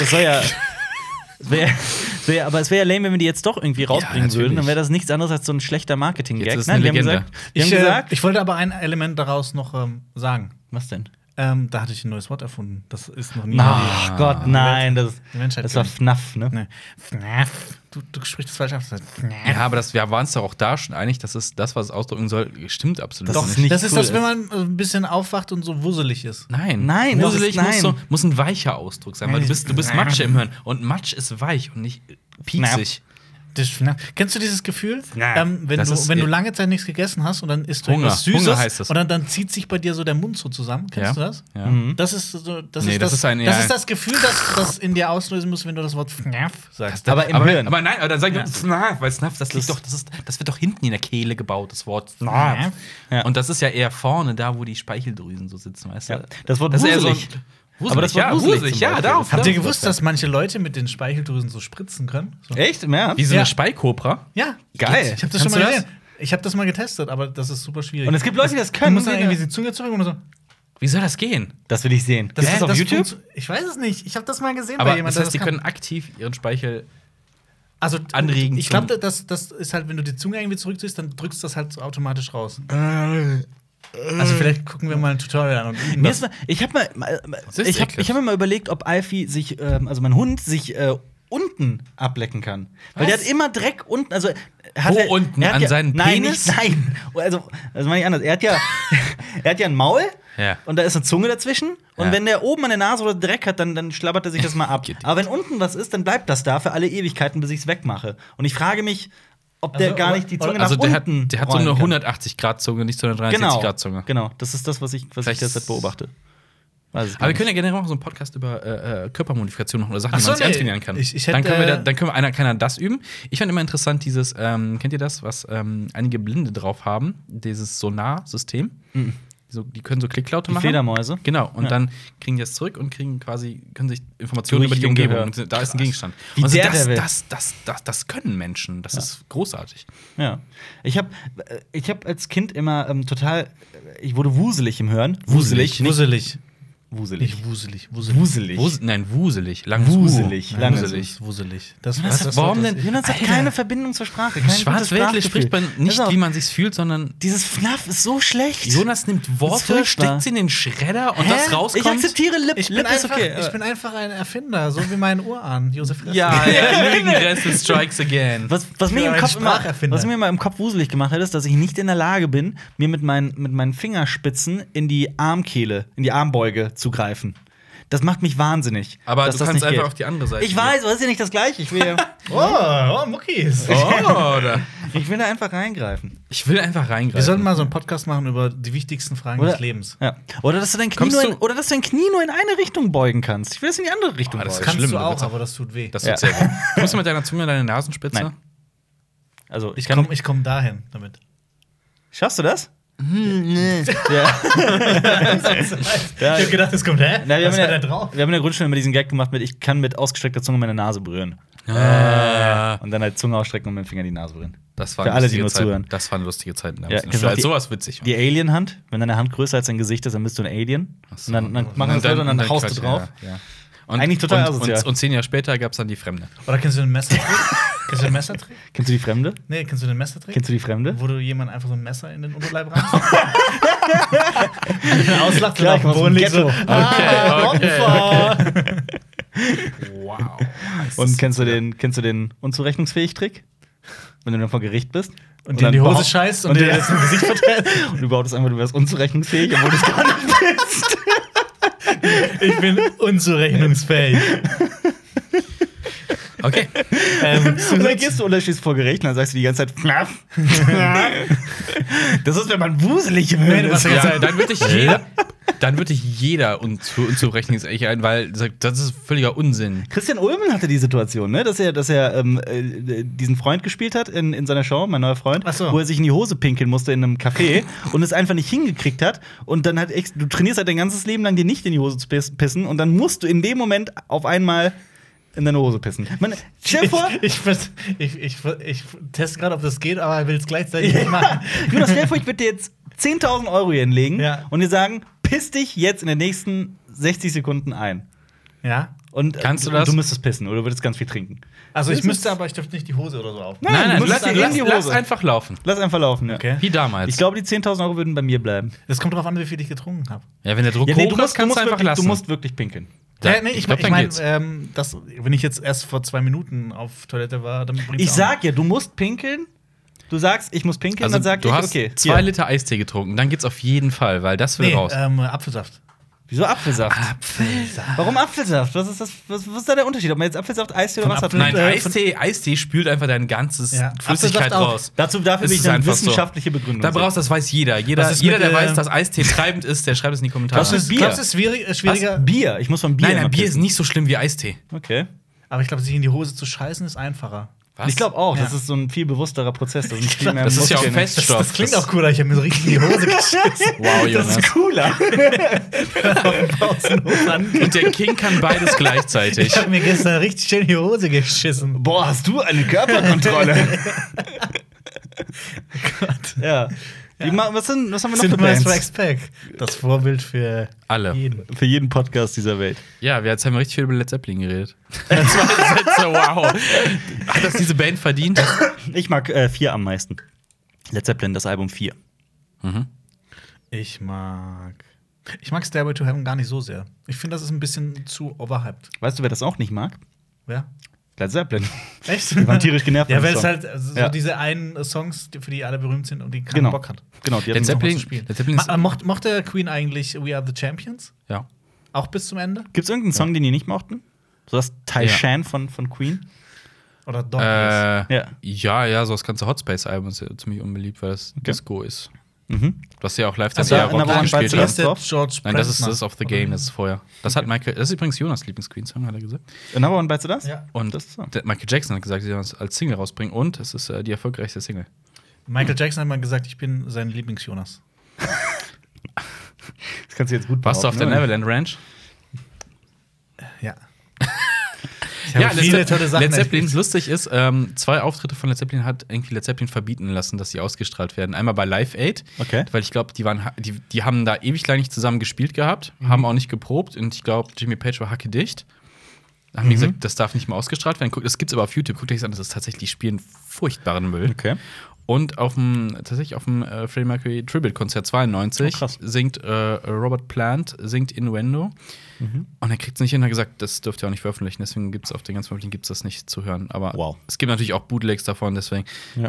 Aber es wäre ja lame, wenn wir die jetzt doch irgendwie rausbringen natürlich. würden. Dann wäre das nichts anderes als so ein schlechter Marketing-Gag. Jetzt ist Nein, eine wir haben Legende. gesagt, Ich wollte aber ein Element daraus noch sagen. was denn? Da hatte ich ein neues Wort erfunden. Das ist noch nie. Ach Gott, nein, das Die Menschheit war kennt. FNAF, ne? Nee. FNAF. Du sprichst das falsch aus. Das heißt FNAF. Ja, aber wir waren uns doch auch da schon einig, dass es das, was es ausdrücken soll, stimmt absolut Das nicht. ist nicht Das ist cool das, wenn man ein bisschen aufwacht und so wusselig ist. Nein, Nein, das Wuselig ist- nein. muss ein weicher Ausdruck sein, weil du bist Matsche im Hören. Und Matsch ist weich und nicht pieksig. Das FNAF. Kennst du dieses Gefühl, FNAF. wenn Das ist- du lange Zeit nichts gegessen hast und dann isst du Hunger. irgendwas Süßes Hunger heißt das. und dann zieht sich bei dir so der Mund so zusammen. Kennst du das? Ja. Mhm. Das ist so, das Nee, ist das das, ist ein- das ja. ist das Gefühl, das in dir auslösen muss, wenn du das Wort FNAF sagst. Aber im aber, Hirn. aber nein, aber dann sag ich Ja. Snaf, weil Snaf, das wird doch hinten in der Kehle gebaut, das Wort FNAF. Snaf. Ja. Und das ist ja eher vorne, da wo die Speicheldrüsen so sitzen, weißt du? Ja. Das Wort Das ist eher so wuselig. Wuselig, Aber das Wort ja, wuselig wuselig, zum ja, Beispiel. darauf. Habt ihr darauf- gewusst, dass manche Leute mit den Speicheldrüsen so spritzen können? So. Echt? Ja. Wie so Ja. eine Speikobra? Ja. Geil. Ich habe das schon Kannst mal du das? gesehen. Ich habe das mal getestet, aber das ist super schwierig. Und es gibt Leute, die das Du können. musst dann irgendwie die Zunge zurück und so. Wie soll das gehen? Das will ich sehen. Gibt es das auf YouTube? Ich weiß es nicht. Ich habe das mal gesehen Aber bei jemandem. das heißt, die kann. können aktiv ihren Speichel. Also anregen Ich zum- glaube, das ist halt, wenn du die Zunge irgendwie zurückziehst, dann drückst du das halt so automatisch raus. Also vielleicht gucken wir mal ein Tutorial an. Und üben Mir das. ist mal, ich habe Das ist eklig. hab mir mal überlegt, ob Alfie sich, also mein Hund, sich unten ablecken kann. Weil der Was? hat immer Dreck unten. Also, Wo unten? er hat An ja, seinen nein, Penis? Nicht, nein. Also meine ich anders. Er hat ja, er hat ja ein Maul. Ja. Und da ist eine Zunge dazwischen. Und Ja. wenn der oben an der Nase oder Dreck hat, dann schlabbert er sich das mal ab. Aber wenn unten was ist, dann bleibt das da für alle Ewigkeiten, bis ich es wegmache. Und ich frage mich, ob der Also, gar nicht die Zunge Also nach der hat unten so eine rollen kann. 180-Grad-Zunge, nicht so eine Genau, 360-Grad-Zunge. genau. Das ist das, was ich Vielleicht- derzeit beobachte. Weiß ich Aber wir gar können ja generell auch so einen Podcast über Körpermodifikation machen oder Sachen, Ach die so, man sich nee. antrainieren kann. Ich hätte, dann können wir kann er das üben. Ich fand immer interessant, dieses, kennt ihr das, was einige Blinde drauf haben? Dieses Sonar-System. Die können so Klicklaute Die machen. Fledermäuse. Genau. Und Ja. dann kriegen die das zurück und können sich Informationen Durch über die den Umgebung. Gehör. Und da ist ein Gegenstand. Wie Und so, Daredevil. das können Menschen. Das ist großartig. Ja. Ich hab als Kind immer ich wurde wuselig im Hören. Wuselig. Wuselig. Wuselig. Nicht wuselig. Wuselig. Wuselig. Nein, wuselig. Langes Wuselig. U. Langes Wuselig. Wuselig. Das, warum denn? Jonas hat Alter. keine Verbindung zur Sprache. Kein Schwarzwäldisch spricht man nicht, Pass auf, wie man sich's fühlt, sondern Dieses FNAF ist so schlecht. Jonas nimmt Worte, furchtbar. steckt sie in den Schredder und Hä? das rauskommt. Ich akzeptiere Lip. Ich bin, Lip ist einfach, okay. ich bin einfach ein Erfinder, so wie mein Urahn, Josef Ressler. ja, Lügenreste strikes again. Was mir ein Spracherfinder. was mir mal im Kopf wuselig gemacht hat, ist, dass ich nicht in der Lage bin, mir mit meinen Fingerspitzen in die Armkehle, in die Armbeuge zu greifen. Das macht mich wahnsinnig. Aber dass du das kannst nicht einfach geht. auf die andere Seite. Ich weiß, aber das ist ja nicht das Gleiche. Ich will, Muckis. Oder? ich will da einfach reingreifen. Ich will einfach reingreifen. Wir sollten mal so einen Podcast machen über die wichtigsten Fragen Oder- des Lebens. Ja. Oder dass du dein Knie Kommst nur du- in, oder dass du dein Knie nur in eine Richtung beugen kannst. Ich will das in die andere Richtung das beugen. ist Kannst schlimm, du da auch, wird's auch- aber das tut weh. Das tut sehr weh. Kommst du mit deiner Zunge in deine Nasenspitze? Nein. Also, Ich komm dahin damit. Schaffst du das? Ja. Ich hab gedacht, das kommt, hä? Na, wir, Was haben war da ja, drauf? wir haben in der Grundschule immer diesen Gag gemacht mit, ich kann mit ausgestreckter Zunge meine Nase berühren. Und dann halt Zunge ausstrecken und mit dem Finger die Nase berühren. Das Für waren alle, die lustige nur Zeiten. zuhören. Das waren lustige Zeiten. Ja, Ja, kennst du noch als die- sowas witzig. Die Alien-Hand, wenn deine Hand größer als dein Gesicht ist, dann bist du ein Alien. So. Und dann machen das Leute und dann haust du drauf. Ja. Eigentlich total asozial. und 10 Jahre später gab es dann die Fremde. Oder kennst du den Messertrick? Kennst du den Messertrick? Kennst du die Fremde? Nee, kennst du den Messertrick? Kennst du die Fremde? Wo du jemand einfach so ein Messer in den Unterleib rammst? Auslacht und Klar, auf dem ich komm aus Boden dem liegt so. Ghetto. Okay. Wow. Und kennst du den Unzurechnungsfähig-Trick? Wenn du dann vor Gericht bist? Und dir in die Hose behauptest- scheißt und und dir dir- das im Gesicht verteilt. Und du behauptest einfach, du wärst unzurechnungsfähig, obwohl du es gar nicht bist. Ich bin unzurechnungsfähig. Okay. Und dann gehst du unterschiedlich vor Gericht und dann sagst du die ganze Zeit Fnaff. Das ist, wenn man wuselig wird. was- Ja, dann wird dich jeder unzurechnungsfähig ein, weil das ist völliger Unsinn. Christian Ulmen hatte die Situation, ne? dass er diesen Freund gespielt hat in seiner Show, mein neuer Freund, Ach so. wo er sich in die Hose pinkeln musste in einem Café und es einfach nicht hingekriegt hat. Und dann du trainierst halt dein ganzes Leben lang, dir nicht in die Hose zu pissen und dann musst du in dem Moment auf einmal in deine Hose pissen. Stell dir vor, Ich teste gerade, ob das geht, aber will es gleichzeitig nicht machen. Jonas, stell dir vor, ich würde dir jetzt 10.000 Euro hier hinlegen Ja. und dir sagen, piss dich jetzt in den nächsten 60 Sekunden ein. Ja? Und Kannst du das? Du müsstest pissen oder du würdest ganz viel trinken. Also ich Das müsste, ist- aber ich dürfte nicht die Hose oder so auf. Nein, du musst in die lass Hose. einfach laufen. Lass einfach laufen, ja. Okay. Wie damals. Ich glaube, die 10.000 Euro würden bei mir bleiben. Das kommt drauf an, wie viel ich getrunken habe. ja, wenn der Druck Ja, nee, hoch ist, kannst du einfach wirklich, lassen. du musst wirklich pinkeln. Ja, nee, ich glaub, dann geht's. wenn ich jetzt erst vor 2 Minuten auf Toilette war, dann bringt's Ich auch sag ja, du musst pinkeln. Du sagst, ich muss pinkeln, Also, dann sag du ich, hast okay. 2 hier. Liter Eistee getrunken, dann geht's auf jeden Fall, weil das will Nee, raus. Apfelsaft. Wieso Apfelsaft? Warum Apfelsaft? Was ist das? Was ist da der Unterschied? Ob man jetzt Apfelsaft, Eistee oder Von was hat? Apfel- Nein, Eistee spült einfach dein ganzes Ja, Flüssigkeit Apfelsaft auch. raus. Dafür Es will ich ist eine einfach so. wissenschaftliche Begründung. Da brauchst, das weiß jeder. Jeder, Was ist der mit, weiß, dass Eistee treibend ist, der schreibt es in die Kommentare. Was ist Bier? Glaubst du, es ist schwieriger? Was? Bier. Ich muss von Bier. Nein, immer Bier ist pissen. nicht so schlimm wie Eistee. Okay. Aber ich glaube, sich in die Hose zu scheißen, ist einfacher. Was? Ich glaube auch, Ja. das ist so ein viel bewussterer Prozess. Das, sind viel mehr Das ist ja auch Muskeln. Feststoff. Das klingt auch cooler. Ich habe mir so richtig in die Hose geschissen. Wow, Jonas. cooler. Und der King kann beides gleichzeitig. Ich habe mir gestern richtig schön in die Hose geschissen. Boah, hast du eine Körperkontrolle? Ja. Was haben wir noch für Cinema Bands? Strikes Back. Das Vorbild für Alle. jeden. Für jeden Podcast dieser Welt. Ja, jetzt haben wir richtig viel über Led Zeppelin geredet. 2 Sätze, wow. Hat das diese Band verdient? Ich mag 4 am meisten. Led Zeppelin, das Album 4. Ich mag Stairway to Heaven gar nicht so sehr. Ich finde, das ist ein bisschen zu overhyped. Weißt du, wer das auch nicht mag? Wer? Led Zeppelin. Echt? Die waren tierisch genervt. Ja, von dem weil es Song. halt so Ja. diese einen Songs, für die alle berühmt sind und die keinen Genau. Bock hat. Genau, die Led hatten Zeppelin- Nochmal zu spielen. Led Zeppelin ist- Mochte Queen eigentlich We Are the Champions? Ja. Auch bis zum Ende? Gibt's irgendeinen Song, den die nicht mochten? So das Tai Ja. Shan von Queen? Oder Dog Ja. Ja, so das ganze Hotspace-Album ist ja ziemlich unbeliebt, weil das Disco ist. Mhm. Du hast ja auch live Also, ja in der auch Woche gespielt. bei Ja. Zuerst drauf? George Nein, das ist Prince, of the Game, das ist vorher. Das hat Michael, das ist übrigens Jonas Lieblings-Queen-Song, hat er gesagt. Another One Bites the Dust? Ja. Und Das ist so. der Michael Jackson hat gesagt, sie sollen es als Single rausbringen und es ist die erfolgreichste Single. Michael Jackson hat mal gesagt, ich bin sein Lieblings-Jonas. Das kannst du jetzt gut Warst du auf der behaupten, Neverland Ranch? Ja. Ich habe viele tolle Sachen. Led Zeppelin, erlebt. lustig ist, 2 Auftritte von Led Zeppelin hat irgendwie Led Zeppelin verbieten lassen, dass sie ausgestrahlt werden. Einmal bei Live Aid, Okay. weil ich glaube, die haben da ewig lang nicht zusammen gespielt gehabt, haben auch nicht geprobt und ich glaube, Jimmy Page war hackedicht. Da haben die gesagt, das darf nicht mehr ausgestrahlt werden. Das gibt's aber auf YouTube. Guckt euch das an, das ist tatsächlich, die spielen furchtbaren Müll. Okay. Und tatsächlich auf dem Freddie Mercury Tribute-Konzert 92 Oh, krass. singt Robert Plant singt Innuendo. Und er kriegt es nicht hin, hat gesagt, das dürft ihr auch nicht veröffentlichen. Deswegen gibt es auf den ganzen Veröffentlichungen gibt's das nicht zu hören. Aber Wow. es gibt natürlich auch Bootlegs davon, deswegen. Ja.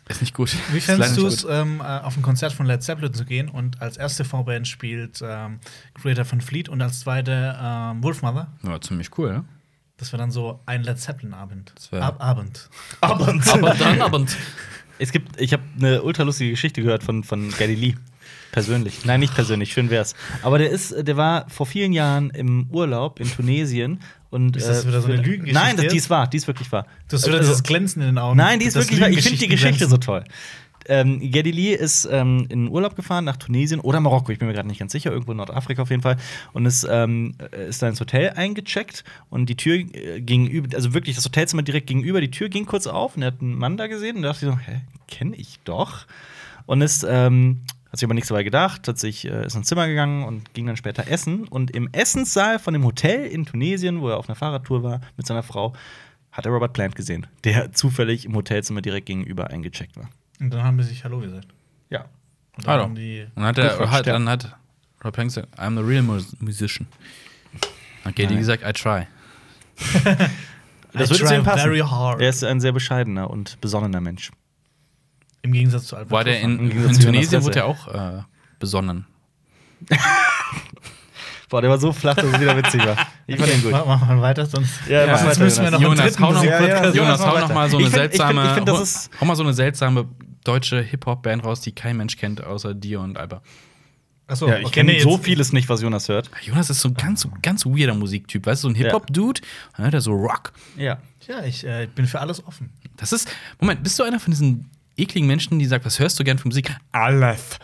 Ist nicht gut. Wie Ist leider fändest du nicht es, gut. auf ein Konzert von Led Zeppelin zu gehen und als erste Vorband spielt Greta Van Fleet und als zweite Wolfmother? Ja, ziemlich cool, ne? Das wäre dann so ein Led Zeppelin-Abend. wär- Abend. Aber dann, Ich habe eine ultra lustige Geschichte gehört von Geddy Lee. Persönlich. Nein, nicht persönlich, schön wär's. Aber der war vor vielen Jahren im Urlaub in Tunesien. Und, Ist das wieder so eine Lügengeschichte Nein, jetzt? die ist wahr, die ist wirklich wahr. Du hast wieder Also- dieses Glänzen in den Augen. Nein, die ist Das wirklich wahr. Ich finde die Geschichte Lügengeschichten-Glänzen. so toll. Geddy Lee ist in den Urlaub gefahren nach Tunesien oder Marokko, ich bin mir gerade nicht ganz sicher, irgendwo in Nordafrika auf jeden Fall. Und ist da ins Hotel eingecheckt und die Tür gegenüber, also wirklich das Hotelzimmer direkt gegenüber, die Tür ging kurz auf und er hat einen Mann da gesehen und dachte so, hä, kenne ich doch. Und hat sich aber nichts dabei gedacht, ist ins Zimmer gegangen und ging dann später essen. Und im Essenssaal von dem Hotel in Tunesien, wo er auf einer Fahrradtour war mit seiner Frau, hat er Robert Plant gesehen, der zufällig im Hotelzimmer direkt gegenüber eingecheckt war. Und dann haben wir sich Hallo gesagt. Ja. Und dann Hallo. haben die Und dann hat Rob Plank gesagt, I'm the real musician. Dann hat Geddy Nein. gesagt, I try. Das I würde zu try ihm passen. very hard. Er ist ein sehr bescheidener und besonnener Mensch. Im Gegensatz zu Albert War der Im in Gegensatz zu Tunesien Jonas wurde er auch besonnen. Boah, der war so flach, dass es wieder witzig war. Ich fand den gut. Machen wir weiter, sonst Ja, mach sonst weiter, müssen wir noch Jonas, einen dritten hau noch, Musikpodcast Jonas, machen. hau noch mal so eine Ich find- seltsame, das ist- hau mal so eine seltsame deutsche Hip-Hop-Band raus, die kein Mensch kennt, außer dir und Alba. Achso, Ja, ich kenne so vieles nicht, was Jonas hört. Jonas ist so ein ganz weirder Musiktyp, weißt du, so ein Hip-Hop-Dude, und dann hört er so Rock. Ja. Ja, ich bin für alles offen. Das ist, Moment, bist du einer von diesen ekligen Menschen, die sagt, was hörst du gern für Musik? Alles.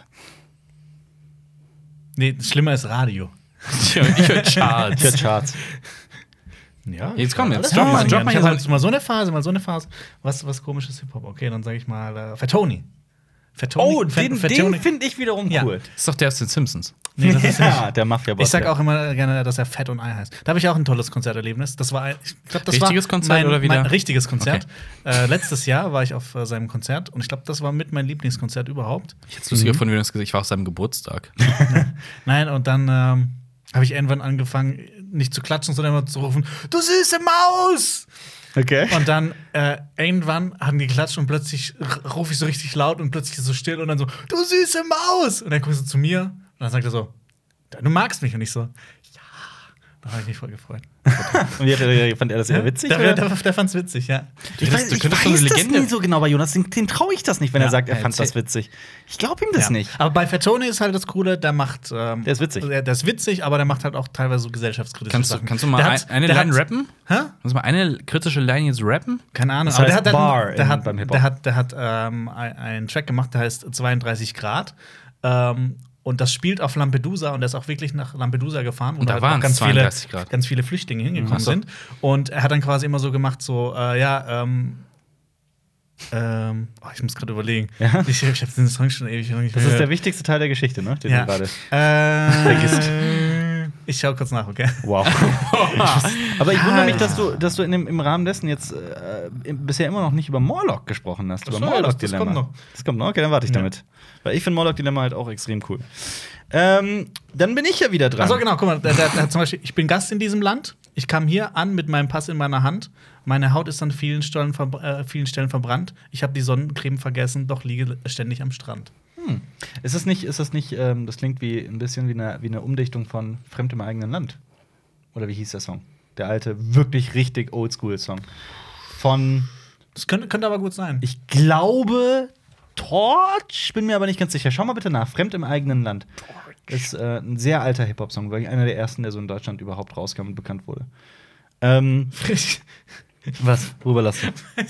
Nee, schlimmer ist Radio. Ich höre Ich höre Charts. Charts. Ja, Jetzt komm, jetzt drop drop mal ich hier habe so halt mal so eine Phase. Was komisches Hip-Hop. Okay, dann sage ich mal Fatoni. Oh, den finde ich wiederum Ja. cool. Das ist doch der aus den Simpsons. Nee, das ist Ja, der Mafia-Boss. Ich sag auch immer gerne, dass er Fett und Ei heißt. Da habe ich auch ein tolles Konzerterlebnis. Das war, ich glaube, das Richtiges war Konzert oder wieder? mein richtiges Konzert. Letztes Jahr war ich auf seinem Konzert und ich glaube, das war mit mein Lieblingskonzert überhaupt. Ich hätte es lustiger von Jonas gesagt, ich war auf seinem Geburtstag. Nein, und dann habe ich irgendwann angefangen, nicht zu klatschen, sondern immer zu rufen: Du süße Maus! Okay. Und dann irgendwann haben die geklatscht und plötzlich rufe ich so richtig laut und plötzlich ist es so still und dann so: Du süße Maus! Und dann guckst du zu mir und dann sagt er so: Du magst mich. Und ich so: Ja. Da habe ich mich voll gefreut. Und fand er das eher witzig? oder? Der fand's witzig, ja. Ich weiß, Du ich könntest so eine weiß das Legende- nie so genau bei Jonas. Den traue ich das nicht, wenn Ja, er sagt, er ja, fand das erzähl. witzig. Ich glaube ihm das Ja. nicht. Aber bei Fatoni ist halt das Coole, der macht. Der ist witzig. Der ist witzig, aber der macht halt auch teilweise so gesellschaftskritische Sachen. Kannst du mal Der hat- eine der Line hat- rappen? Hä? Kannst du mal eine kritische Line jetzt rappen? Keine Ahnung. Das aber heißt Bar beim Hip-Hop. der hat einen Track gemacht, der heißt 32 Grad. Und das spielt auf Lampedusa und der ist auch wirklich nach Lampedusa gefahren, wo Und da halt waren's auch ganz 32 Grad. ganz viele Flüchtlinge hingekommen Ach so. sind. Und er hat dann quasi immer so gemacht, so, ich muss gerade überlegen. Ja? Ich habe den Song schon ewig noch nicht Das mehr ist der gehört. wichtigste Teil der Geschichte, ne? Den Ja. du gerade. Vergisst. Ich schau kurz nach, okay? Wow. Aber ich wundere mich, dass du im Rahmen dessen jetzt bisher immer noch nicht über Morlock gesprochen hast. Ach so, Über ja, Morlock-Dilemma. das kommt noch. Das kommt noch? Okay, dann warte ich Ja. damit. Weil ich finde Morlock-Dilemma halt auch extrem cool. Dann bin ich ja wieder dran. Achso, genau, guck mal, der hat zum Beispiel, ich bin Gast in diesem Land. Ich kam hier an mit meinem Pass in meiner Hand. Meine Haut ist an vielen Stellen verbrannt. Ich habe die Sonnencreme vergessen, doch liege ständig am Strand. Ist das nicht, das klingt ein bisschen wie eine Umdichtung von Fremd im eigenen Land. Oder wie hieß der Song? Der alte, wirklich richtig Oldschool-Song. Von, Das könnte aber gut sein. ich glaube, Torch, bin mir aber nicht ganz sicher. Schau mal bitte nach. Fremd im eigenen Land. Ist ein sehr alter Hip-Hop-Song, wirklich einer der ersten, der so in Deutschland überhaupt rauskam und bekannt wurde. Was? Worüber lassen?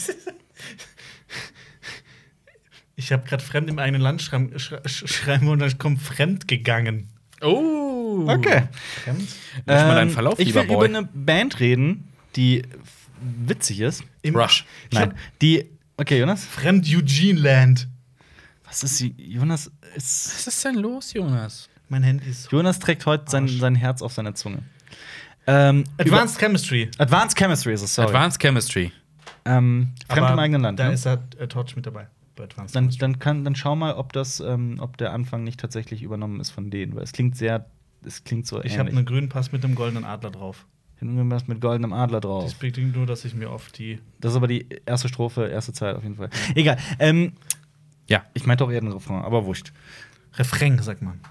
Ich habe gerade fremd im eigenen Land schreiben und dann kommt fremd gegangen. Oh. Okay. Fremd? Lass mal deinen Verlauf, ich lieber will Boy. über eine Band reden, die witzig ist. Rush. Nein, die. Okay, Jonas. Fremd Eugene Land. Was ist sie? Jonas Was ist denn los, Jonas? Mein Handy ist. Jonas trägt heute sein Herz auf seiner Zunge. Advanced Chemistry. Advanced Chemistry ist es, sorry. Advanced Chemistry. Fremd Aber im eigenen Land. Da Ne? ist Torch mit dabei. Bei Advanced Dann, Chemistry. dann schau mal, ob der Anfang nicht tatsächlich übernommen ist von denen, weil es klingt so Ich habe ähnlich. einen grünen Pass mit dem goldenen Adler drauf. Irgendwas mit goldenem Adler drauf. Das bedingt nur, dass ich mir oft die. Das ist aber die erste Strophe, erste Zeit auf jeden Fall. Egal. Ja. Ich meinte auch eher den Refrain, aber wurscht. Refrain, sagt man.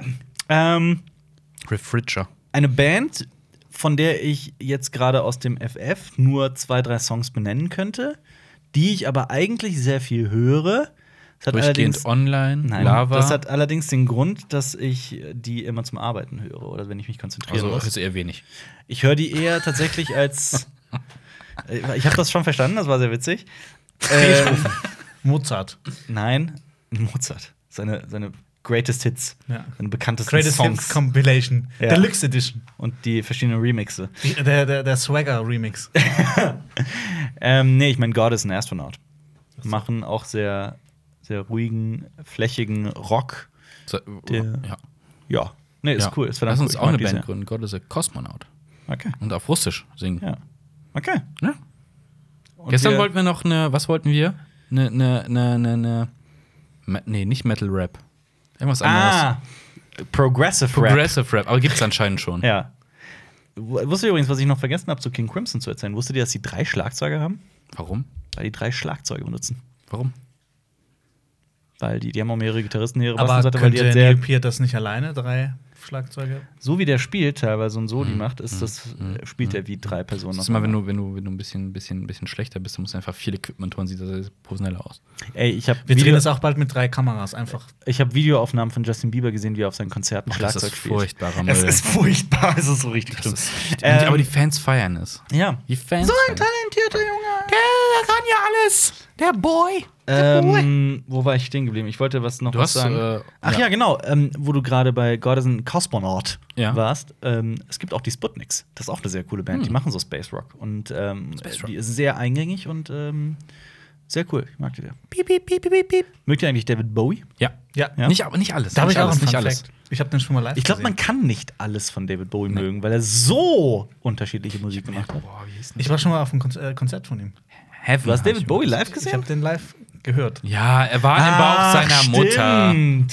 Refriger. Eine Band, von der ich jetzt gerade aus dem FF nur 2, 3 Songs benennen könnte, die ich aber eigentlich sehr viel höre. Das hat Durchgehend online, Nein, Lava. das hat allerdings den Grund, dass ich die immer zum Arbeiten höre oder wenn ich mich konzentrieren also muss. ist eher wenig. Ich höre die eher tatsächlich als ich habe das schon verstanden, das war sehr witzig. Mozart. Nein, Mozart. Seine Greatest Hits. Ja. Seine bekanntesten Greatest Songs. Hits Compilation. Ja. Deluxe Edition. Und die verschiedenen Remixe. Der Swagger-Remix. Nee, ich meine, God is an Astronaut. Machen auch sehr, sehr ruhigen, flächigen Rock. So, Der- ja. Ja. Nee, ist Ja. cool. Ist Lass verdammt uns cool. auch eine Ich mag die Band gründen. God is a Cosmonaut. sehr. Okay. Und auf Russisch singen. Ja. Okay. Ja. Und Gestern wollten wir noch was wollten wir? Nee, nicht Metal Rap. Irgendwas anderes. Progressive Rap. Progressive Rap, aber gibt's anscheinend schon. Ja. Wusstet ihr übrigens, was ich noch vergessen habe, zu King Crimson zu erzählen? Wusstet ihr, dass die 3 Schlagzeuger haben? Warum? Weil die 3 Schlagzeuge benutzen. Warum? Weil die haben auch mehrere Gitarristen ihre Aber Bassenseite, weil die könnte halt sehr. Neil Peart das nicht alleine, 3 Schlagzeuge? So wie der spielt, teilweise und so die macht, ist das, spielt er wie 3 Personen. Das ist immer, wenn du ein bisschen schlechter bist, dann musst du einfach viel Equipment holen, sieht das sehr professioneller aus. Ey, ich habe Wir drehen das auch bald mit 3 Kameras. Einfach. Videoaufnahmen von Justin Bieber gesehen, wie er auf seinen Konzerten Schlagzeug Das ist spielt. furchtbarer Müll. Es ist furchtbar, es ist so richtig Das schlimm. ist Ähm, aber die Fans feiern es. Ja. Die Fans. talentierter Junge. Der kann ja alles. Der Boy. Wo war ich stehen geblieben? Ich wollte was Du hast, sagen. Ach ja, genau. Wo du gerade bei God is a Cosmonaut Ja. warst. Es gibt auch die Sputniks. Das ist auch eine sehr coole Band. Die machen so Space Rock. Und Space Rock. die ist sehr eingängig und sehr cool. Ich mag die sehr. Piep, piep, piep, piep, piep. Mögt ihr eigentlich David Bowie? Ja. Ja. Ja. Nicht alles. Da habe nicht ich auch alles, einen nicht Fun alles. Fact. Ich habe den schon mal live Ich glaube, man gesehen. kann nicht alles von David Bowie mögen, weil er so unterschiedliche Musik gemacht hat. Boah, wie hieß denn Ich war schon mal auf einem Konzert von ihm. Heaven. Du hast hab David ich Bowie mal live Ich gesehen? habe den live gehört. Ja, er war im Bauch seiner Mutter. Stimmt.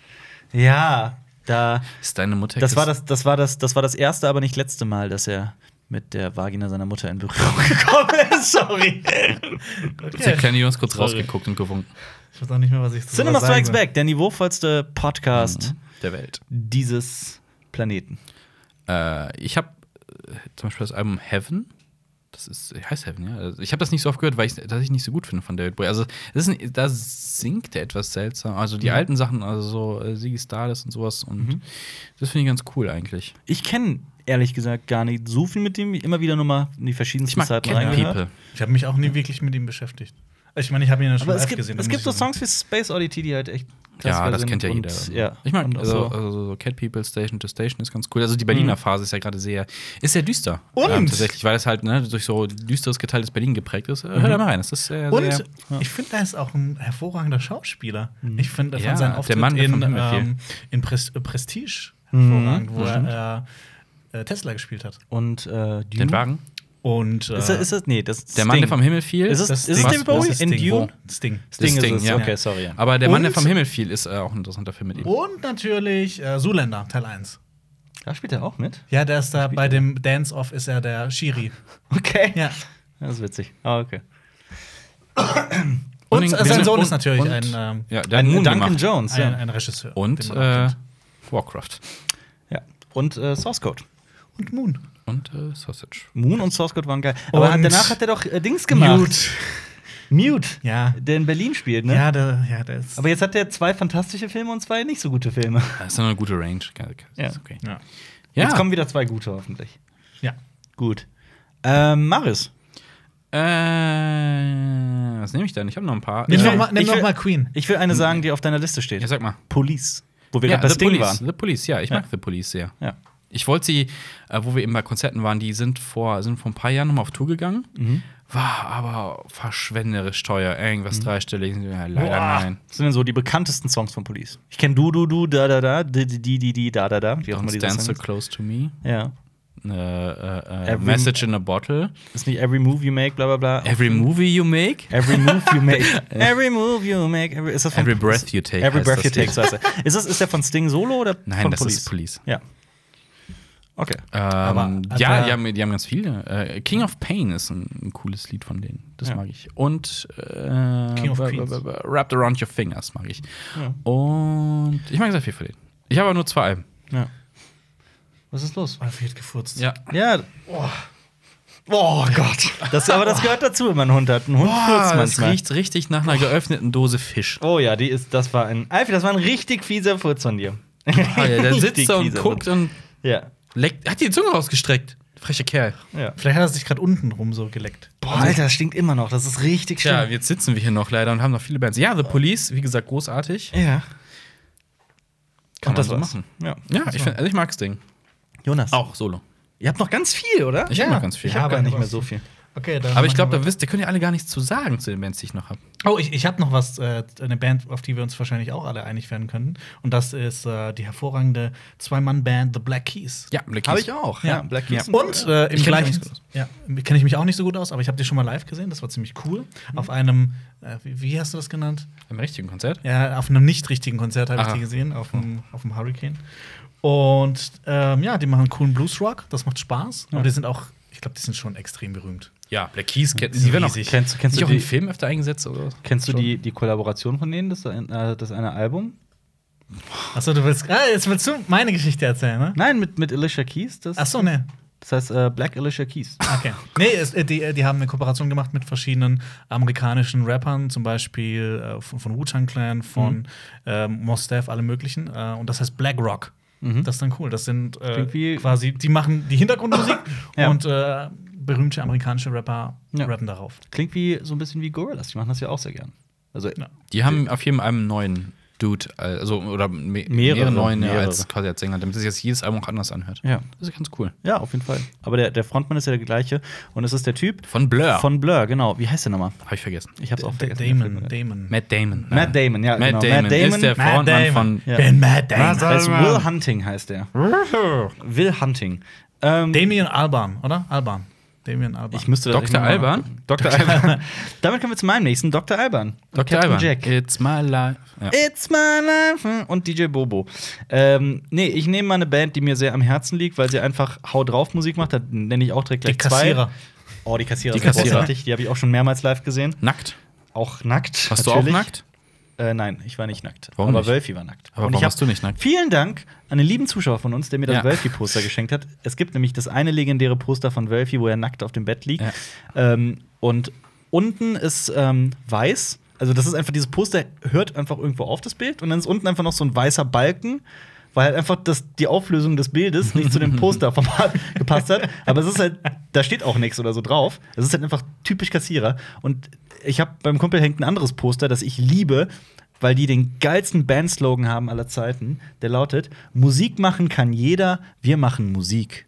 Ja, da. Ist deine Mutter Das war das erste, aber nicht letzte Mal, dass er mit der Vagina seiner Mutter in Berührung gekommen ist. Sorry. Der kleine Jungs kurz rausgeguckt und gewunken. Ich weiß auch nicht mehr, was ich Cinema sagen Strikes soll. Back, der niveauvollste Podcast Der Welt. dieses Planeten. Ich habe zum Beispiel das Album Heaven. Das heißt Heaven, ja. Also ich habe das nicht so oft gehört, weil ich nicht so gut finde von David Bowie. Also da singt er etwas seltsam. Also die alten Sachen, also so Ziggy Stardust und sowas. Und das finde ich ganz cool eigentlich. Ich kenne ehrlich gesagt gar nicht so viel mit dem, immer wieder nur mal in die verschiedensten Zeiten Cat reingehört. People. Ich habe mich auch nie wirklich mit ihm beschäftigt. Ich meine, ich habe ihn ja schon Aber es live gibt, gesehen. es gibt so Songs wie Space Oddity, die halt echt Ja, das sind kennt ja und, jeder. Ja. Ich mag Und auch so Cat People, Station to Station ist ganz cool. Also die Berliner Phase ist ja gerade sehr düster. Und? Tatsächlich, weil es halt durch so düsteres, geteiltes Berlin geprägt ist. Hör da mal rein. Das ist sehr, Und sehr, ich finde, er ist auch ein hervorragender Schauspieler. Ich finde Ja, von seinen der Auftritt Mann, der vom Himmel fiel. in Prestige hervorragend, wo er Tesla gespielt hat. Und den Dune. Wagen. Und Ist das nee, das ist Der Mann, der vom Himmel fiel. Ist es das David Bowie das in Sting. Dune? Sting. Sting ist es. ja. Okay, sorry. Ja. Aber der Mann, der Und- vom Himmel fiel, ist auch ein interessanter Film mit ihm. Und natürlich Zoolander, Teil 1. Da spielt er auch mit. Ja, der ist da bei dem Dance-Off ist er der Shiri. Okay. Ja. Das ist witzig. Ah, okay. Und sein Sohn und- ist natürlich und- ein Ja, der hat Moon Duncan gemacht. Jones, ja. ein Regisseur. Und den man auch kennt. Warcraft. Ja. Und Source Code. Und Moon. Und Sausage. Moon und Source Code waren geil. Aber Und danach hat er doch Dings gemacht. Mute. Ja. Der in Berlin spielt, ne? Ja, der ist. Aber jetzt hat er 2 fantastische Filme und 2 nicht so gute Filme. Das ist noch eine gute Range. Ja. Ist okay. ja. Ja. Jetzt kommen wieder 2 gute, hoffentlich. Ja. Gut. Marius. Was nehme ich denn? Ich habe noch ein paar. Nimm will- noch ich will- mal Queen. Ich will eine sagen, die auf deiner Liste steht. Ja, sag mal. Police. Wo wir Ja, gerade bei The Sting Police. waren. The Police, ja. Ich Ja. mag The Police sehr. Ja. Ich wollte sie, wo wir eben bei Konzerten waren, die sind vor ein paar Jahren nochmal auf Tour gegangen. War aber verschwenderisch teuer. Irgendwas dreistellig. Ja, leider Boah. nein. Was sind denn so die bekanntesten Songs von Police? Ich kenne Du, da, da, da, die, da, da, da. Wie auch immer Don't dieser Stand Song So ist. Close to Me. Ja. Message in a Bottle. Ist nicht Every Move You Make, bla, bla, bla. Every Movie You Make. Every Move You Make. Every Move You Make. Ist das von Every Breath You Take Every heißt Breath You das Take, Lied. so heißt er. Ist der von Sting Solo oder Nein, von das Police? ist Police. Ja. Okay. Aber- ja, die haben ganz viele. King of Pain ist ein cooles Lied von denen. Das Ja. mag ich. Und King of Queens. Wrapped Around Your Fingers mag ich. Ja. Und ich mag sehr viel von denen. Ich habe aber nur 2 Alben. Ja. Was ist los? Alfie hat gefurzt. Ja. Ja. Oh Gott. Das gehört dazu, wenn man einen Hund hat. Ein Hund furzt Das manchmal. riecht richtig nach einer geöffneten Dose Fisch. Oh ja, das war ein richtig fieser Furz von dir. Alter, der sitzt Richtig da und fieser guckt Furz. und Ja. leckt. Hat die Zunge rausgestreckt. Frecher Kerl. Ja. Vielleicht hat er sich gerade unten rum so geleckt. Boah, Alter, das stinkt immer noch. Das ist richtig schlimm. Tja, jetzt sitzen wir hier noch leider und haben noch viele Bands. Ja, The Police, wie gesagt, großartig. Ja. Kann Und das man war's. so machen. Ja. Ja, ich mag das Ding. Jonas. Auch solo. Ihr habt noch ganz viel, oder? Ich hab noch ganz viel. Ich hab aber gar nicht noch mehr was. so viel. Okay, dann Aber ich machen glaube, wir- da könnt ihr alle gar nichts zu sagen zu den Bands, die ich noch habe. Oh, ich habe noch was, eine Band, auf die wir uns wahrscheinlich auch alle einig werden können. Und das ist die hervorragende Zwei-Mann-Band The Black Keys. Ja, Black Habe Keys. ich auch. Ja. Black Keys. Und im Ich kenn mich gleichen, auch nicht so gut aus. ja, kenne ich mich auch nicht so gut aus, aber ich habe die schon mal live gesehen. Das war ziemlich cool. Auf einem, wie hast du das genannt? Im richtigen Konzert? Ja, auf einem nicht richtigen Konzert habe ich Aha. die gesehen, auf dem Hurricane. Und ja, die machen coolen Bluesrock. Das macht Spaß. Aber die sind auch, ich glaube, die sind schon extrem berühmt. Ja, Black Keys. Die sind werden auch, riesig. Kennst sind die du auch in die, Filmen öfter eingesetzt oder was? kennst du Schon. die Kollaboration von denen, das eine Album? Achso, du willst, jetzt willst du meine Geschichte erzählen, ne? Nein, mit Alicia Keys. Achso, ne. Das heißt Black Alicia Keys. Okay. Nee, die haben eine Kooperation gemacht mit verschiedenen amerikanischen Rappern, zum Beispiel von Wu-Tang Clan, von Mos Def, alle möglichen. Und das heißt Black Rock. Das ist dann cool. Das sind Klingt wie- quasi, die machen die Hintergrundmusik Ja. und berühmte amerikanische Rapper Ja. rappen darauf. Klingt wie so ein bisschen wie Gorillaz. Die machen das ja auch sehr gern. Also Ja. Die haben auf jedem Album einen neuen Dude, also oder mehrere neuen mehrere. als quasi als Sänger, damit es jetzt jedes Album auch anders anhört. ja. Das ist ganz cool. Ja, auf jeden Fall. Aber der Frontmann ist ja der gleiche. Und es ist der Typ Von Blur. von Blur, genau. Wie heißt der nochmal? Habe ich vergessen. Ich hab's auch vergessen. Damon. Matt Damon. Matt Damon, ja. Matt genau. Damon ist der Matt Frontmann Damon. von. Ja. Bin Matt Damon. Der ist Will Hunting, heißt der. Will Hunting. Damien Albarn, oder? Albarn. Damien Albarn. Ich müsste da Dr. echt noch mal- Alban? Dr. Alban. Damit kommen wir zu meinem nächsten, Dr. Alban. Dr. Captain Alban. Jack. It's my life. Ja. It's my life. Und DJ Bobo. Nee, ich nehme mal eine Band, die mir sehr am Herzen liegt, weil sie einfach Hau drauf Musik macht. Da nenne ich auch direkt die gleich zwei. Kassierer. Oh, die Kassierer. Die sind Kassierer. großartig. Die habe ich auch schon mehrmals live gesehen. Nackt. Auch nackt. Warst du auch natürlich. nackt? Nein, ich war nicht nackt. Warum aber nicht? Wölfi war nackt. Aber Und warum ich hab warst du nicht nackt? Vielen Dank an den lieben Zuschauer von uns, der mir das Ja. Wölfi-Poster geschenkt hat. Es gibt nämlich das eine legendäre Poster von Wölfi, wo er nackt auf dem Bett liegt. Ja. Und unten ist weiß. Also, das ist einfach, dieses Poster hört einfach irgendwo auf, das Bild. Und dann ist unten einfach noch so ein weißer Balken, weil halt einfach die Auflösung des Bildes nicht zu dem Posterformat gepasst hat. Aber es ist halt, da steht auch nichts oder so drauf. Es ist halt einfach typisch Kassierer. Und ich habe beim Kumpel hängt ein anderes Poster, das ich liebe, weil die den geilsten Bandslogan haben aller Zeiten. Der lautet: Musik machen kann jeder, wir machen Musik.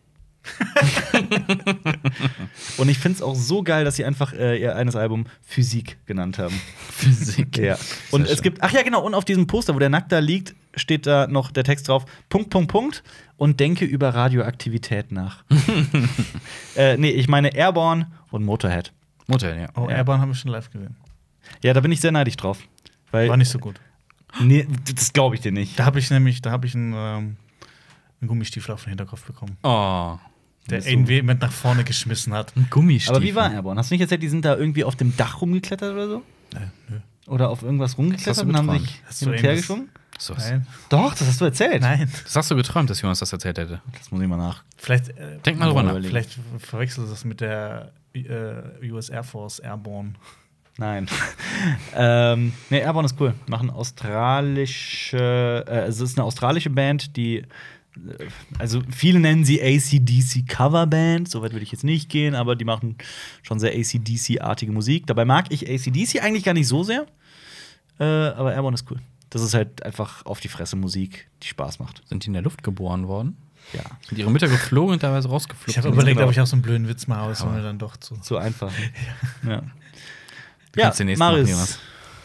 Und ich finde es auch so geil, dass sie einfach ihr eines Album Physik genannt haben. Physik. Ja. Und Sehr es gibt, ach ja, genau, und auf diesem Poster, wo der nackt da liegt, steht da noch der Text drauf: Punkt, Punkt, Punkt und denke über Radioaktivität nach. Nee, ich meine Airborne und Motorhead. Mutter, ja. Oh, Ja. Airborne habe ich schon live gesehen. Ja, da bin ich sehr neidisch drauf. Weil, War nicht so gut. nee, das glaube ich dir nicht. Da habe ich einen Gummistiefel auf den Hinterkopf bekommen, Oh. der Bist du- irgendwie mit nach vorne geschmissen hat. Ein Gummistiefel. Aber wie war Airborne? Hast du nicht erzählt, die sind da irgendwie auf dem Dach rumgeklettert oder so? Nö. Oder auf irgendwas Das rumgeklettert hast du und haben geträumt. sich Hast du hin und her irgendwas- geschwungen? So, Nein. Doch, das hast du erzählt. Nein. das hast du geträumt, dass Jonas das erzählt hätte. Das muss ich mal nach. Vielleicht, Denk mal drüber nach. vielleicht verwechselst du das mit der US Air Force Airborne. Nein. Nee, Airborne ist cool. Machen australische, es ist eine australische Band, die, also viele nennen sie AC/DC Coverband, soweit würde ich jetzt nicht gehen, aber die machen schon sehr AC/DC-artige Musik. Dabei mag ich AC/DC eigentlich gar nicht so sehr, aber Airborne ist cool. Das ist halt einfach auf die Fresse Musik, die Spaß macht. Sind die in der Luft geboren worden? Ja. Sind ihre Mütter geflogen und teilweise rausgeflogen? Ich habe überlegt, genau. ob ich auch so einen blöden Witz mal aus, Aber- mir dann doch zu. So einfach. Ja. Du kannst den nächsten machen, Marius.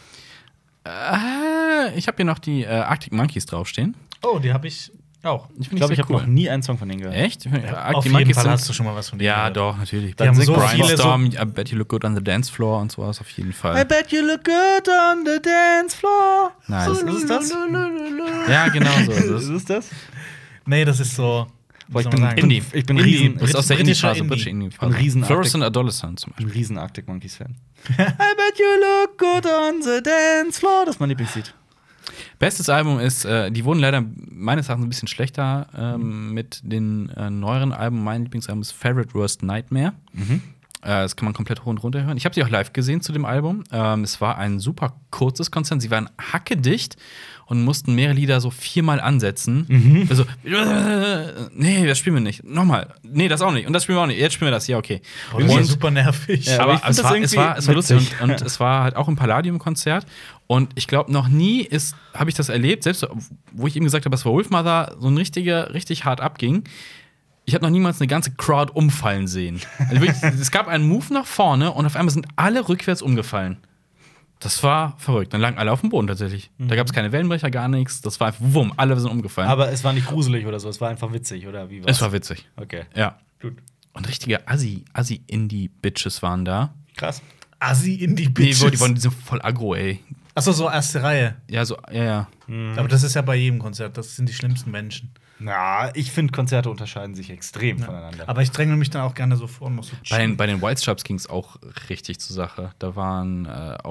Jonas. Ich habe hier noch die Arctic Monkeys draufstehen. Oh, die habe ich auch. Ich glaube, ich habe noch nie einen Song von denen gehört. Echt? Auf jeden Fall hast du schon mal was von denen Ja, gehört. doch, natürlich. Die haben so Brainstorm, I bet you look good on the dance floor und sowas auf jeden I Fall. bet you look good on the dance floor. Nice. Ist es das? Ja, genau so ist Ist es. es das? Nee, das ist so. Boah, ich soll bin man sagen? Indie. Ich bin Indie. riesen, Das ist aus der britischer Indie-Phase, Indie. britische ein Indie-Phase. riesen Fluorescent Adolescent zum ein Beispiel. riesen Arctic Monkeys Fan. I bet you look good on the dance floor. Das ist mein Lieblingslied. Bestes Album ist, die wurden leider meines Erachtens ein bisschen schlechter mit den neueren Alben. Mein Lieblingsalbum ist Favorite Worst Nightmare. Das kann man komplett hoch und runter hören. Ich habe sie auch live gesehen zu dem Album. Es war ein super kurzes Konzert. Sie waren hackedicht und mussten mehrere Lieder so 4-mal ansetzen. Also, nee, das spielen wir nicht. Nochmal. Nee, das auch nicht. Und das spielen wir auch nicht. Jetzt spielen wir das. Ja, okay. Oh, das ist super nervig. Ja, Aber ich find es das war irgendwie lustig. witzig. Und es war halt auch ein Palladium-Konzert. Und ich glaube, noch nie habe ich das erlebt, selbst wo ich eben gesagt habe, dass bei Wolfmother so ein richtig hart abging. Ich habe noch niemals eine ganze Crowd umfallen sehen. Also wirklich, es gab einen Move nach vorne und auf einmal sind alle rückwärts umgefallen. Das war verrückt. Dann lagen alle auf dem Boden tatsächlich. Da gab es keine Wellenbrecher, gar nichts. Das war einfach wumm, alle sind umgefallen. Aber es war nicht gruselig oder so, es war einfach witzig, oder wie Es war witzig. Okay. Ja. Gut. Und richtige Assi-Indie-Bitches waren da. Krass. Assi in die Nee, Bitches. die sind voll aggro, ey. Achso, so erste Reihe. Ja, so, ja. Aber das ist ja bei jedem Konzert. Das sind die schlimmsten Menschen. Na, ich finde, Konzerte unterscheiden sich extrem voneinander. Aber ich dränge mich dann auch gerne so vor und mach so Bei den White Stripes ging es auch richtig zur Sache. Da waren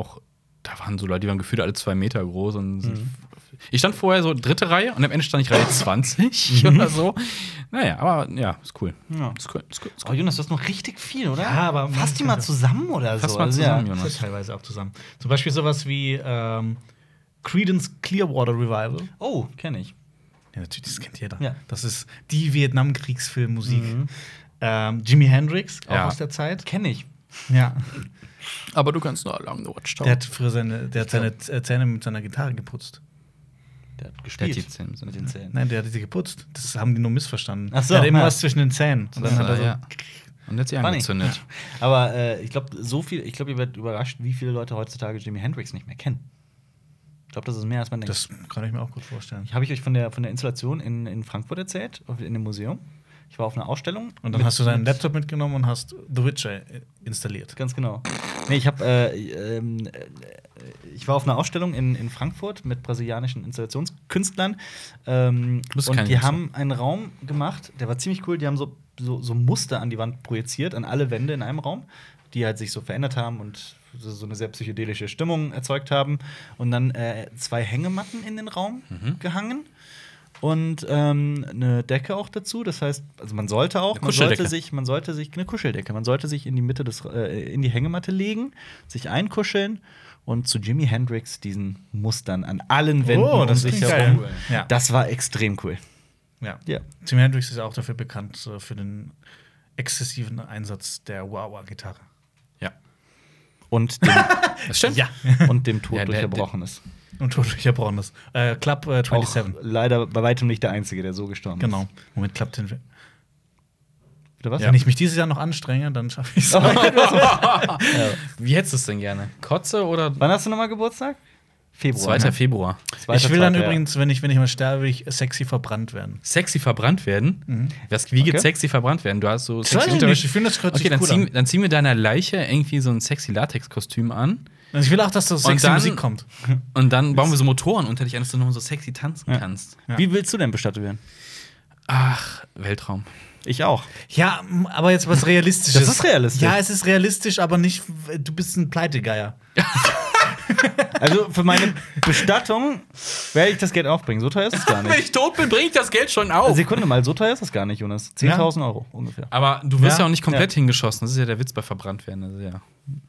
so Leute, die waren gefühlt alle 2 Meter groß. Und ich stand vorher so 3. Reihe und am Ende stand ich Reihe 20 oder so. Naja, aber ja, ist cool. Ja. Ist cool. Oh, Jonas, du hast noch richtig viel, oder? Ja, aber fass die mal zusammen oder Fass so. mal Also, zusammen, ja. Jonas. Das ist ja teilweise auch zusammen. Zum Beispiel sowas wie Creedence Clearwater Revival. Oh, kenne ich. Ja, natürlich, das kennt jeder. Ja. Das ist die Vietnamkriegsfilmmusik. Jimi Hendrix, auch Ja. aus der Zeit. Kenne ich. Ja. Aber du kannst nur Along the Watchtower. Der hat früher seine Zähne mit seiner Gitarre geputzt. Der hat Der gespielt. hat die Zähne mit den Zähnen. Nein, der hat sie geputzt. Das haben die nur missverstanden. Ach so, der hat immer ja. was zwischen den Zähnen. Und dann hat er so. ja. Und jetzt sie Funny. angezündet. Aber ich glaube, ihr werdet überrascht, wie viele Leute heutzutage Jimi Hendrix nicht mehr kennen. Ich glaube, das ist mehr, als man denkt. Das kann ich mir auch gut vorstellen. Habe ich euch von der Installation in Frankfurt erzählt, in dem Museum? Ich war auf einer Ausstellung. Und dann hast du deinen Laptop mitgenommen und hast The Witcher installiert. Ganz genau. Nee, ich war auf einer Ausstellung in Frankfurt mit brasilianischen Installationskünstlern. Und kein die Künstler. haben einen Raum gemacht, der war ziemlich cool. Die haben so Muster an die Wand projiziert, an alle Wände in einem Raum, die halt sich so verändert haben und so eine sehr psychedelische Stimmung erzeugt haben. Und dann 2 Hängematten in den Raum gehangen. Und eine Decke auch dazu. Das heißt, also man sollte sich eine Kuscheldecke. Man sollte sich in die Mitte in die Hängematte legen, sich einkuscheln und zu Jimi Hendrix diesen Mustern an allen Wänden Oh, das um sich klingt herum. geil. Ja. Das war extrem cool. Ja. Ja. Jimi Hendrix ist auch dafür bekannt, für den exzessiven Einsatz der Wah-Wah-Gitarre. Ja. Und dem, Das stimmt. Ja. und dem Tod Ja, durch der- Erbrochenes. Und Todricher Braunes. Club 27. Auch leider bei weitem nicht der Einzige, der so gestorben Genau. ist. Moment, klappt den. Oder was? Wenn ich mich dieses Jahr noch anstrenge, dann schaffe ich es. Wie hättest du es denn gerne? Kotze oder Wann hast du nochmal Geburtstag? Februar. 2. ne? Februar? Ich will dann 2., ja. übrigens, wenn ich mal sterbe, will ich sexy verbrannt werden. Sexy verbrannt werden? Wie geht Okay. sexy verbrannt werden? Du hast so Das weiß ich nicht. Ich finde, das hört Okay, sich cool an. dann zieh mir deiner Leiche irgendwie so ein sexy Latex-Kostüm an. Also ich will auch, dass so sexy dann- Musik kommt. Und dann bauen wir so Motoren unter dich an, dass du noch so sexy tanzen kannst. Ja. Wie willst du denn bestattet werden? Ach, Weltraum. Ich auch. Ja, aber jetzt was Realistisches. Das ist realistisch. Ja, es ist realistisch, aber nicht, du bist ein Pleitegeier. Also für meine Bestattung werde ich das Geld aufbringen. So teuer ist es gar Wenn nicht. ich tot bin, bring ich das Geld schon auf. Sekunde mal, so teuer ist es gar nicht, Jonas. 10.000 Euro ungefähr. Aber du wirst Ja. ja auch nicht komplett hingeschossen. Das ist ja der Witz bei verbrannt werden. Also ja.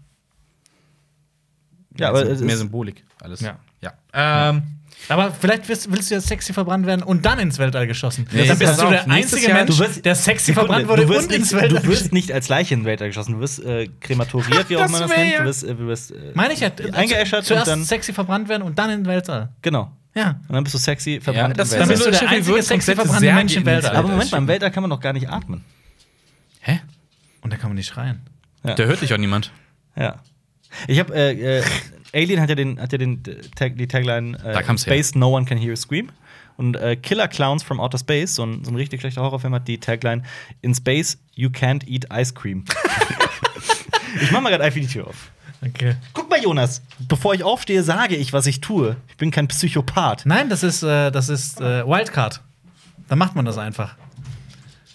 Ja, aber mehr, es mehr ist- Symbolik. Alles. Ja. Ja. Aber vielleicht willst du ja sexy verbrannt werden und dann ins Weltall geschossen. Nee, dann bist pass du auf, der nächstes einzige Jahr- Mensch, du wirst- der sexy Sekunde, verbrannt wurde du wirst und ins nicht, Weltall du wirst nicht als Leiche in den Weltall geschossen. Du wirst krematoriert, wie auch Das man das wär nennt. ja- Du wirst Meine ich ja. eingeäschert Zuerst und dann. sexy verbrannt werden und dann in den Weltall. Genau. Ja. Und dann bist du sexy verbrannt. das im Dann wär bist Weltall. du der Steffi einzige Würz sexy komplette verbrannte Mensch im Särge ins Weltall. Aber Moment, Alter, beim Weltall kann man doch gar nicht atmen. Hä? Und da kann man nicht schreien. Ja. Da hört dich auch niemand. Ja. Ich habe Alien hat ja die Tagline Da kam's her. Space, no one can hear you scream. Und Killer Clowns from Outer Space, so ein richtig schlechter Horrorfilm, hat die Tagline In Space, you can't eat ice cream. Ich mach mal gerade einfach die Tür auf. Okay. Guck mal, Jonas, bevor ich aufstehe, sage ich, was ich tue. Ich bin kein Psychopath. Nein, das ist Wildcard. Da macht man das einfach.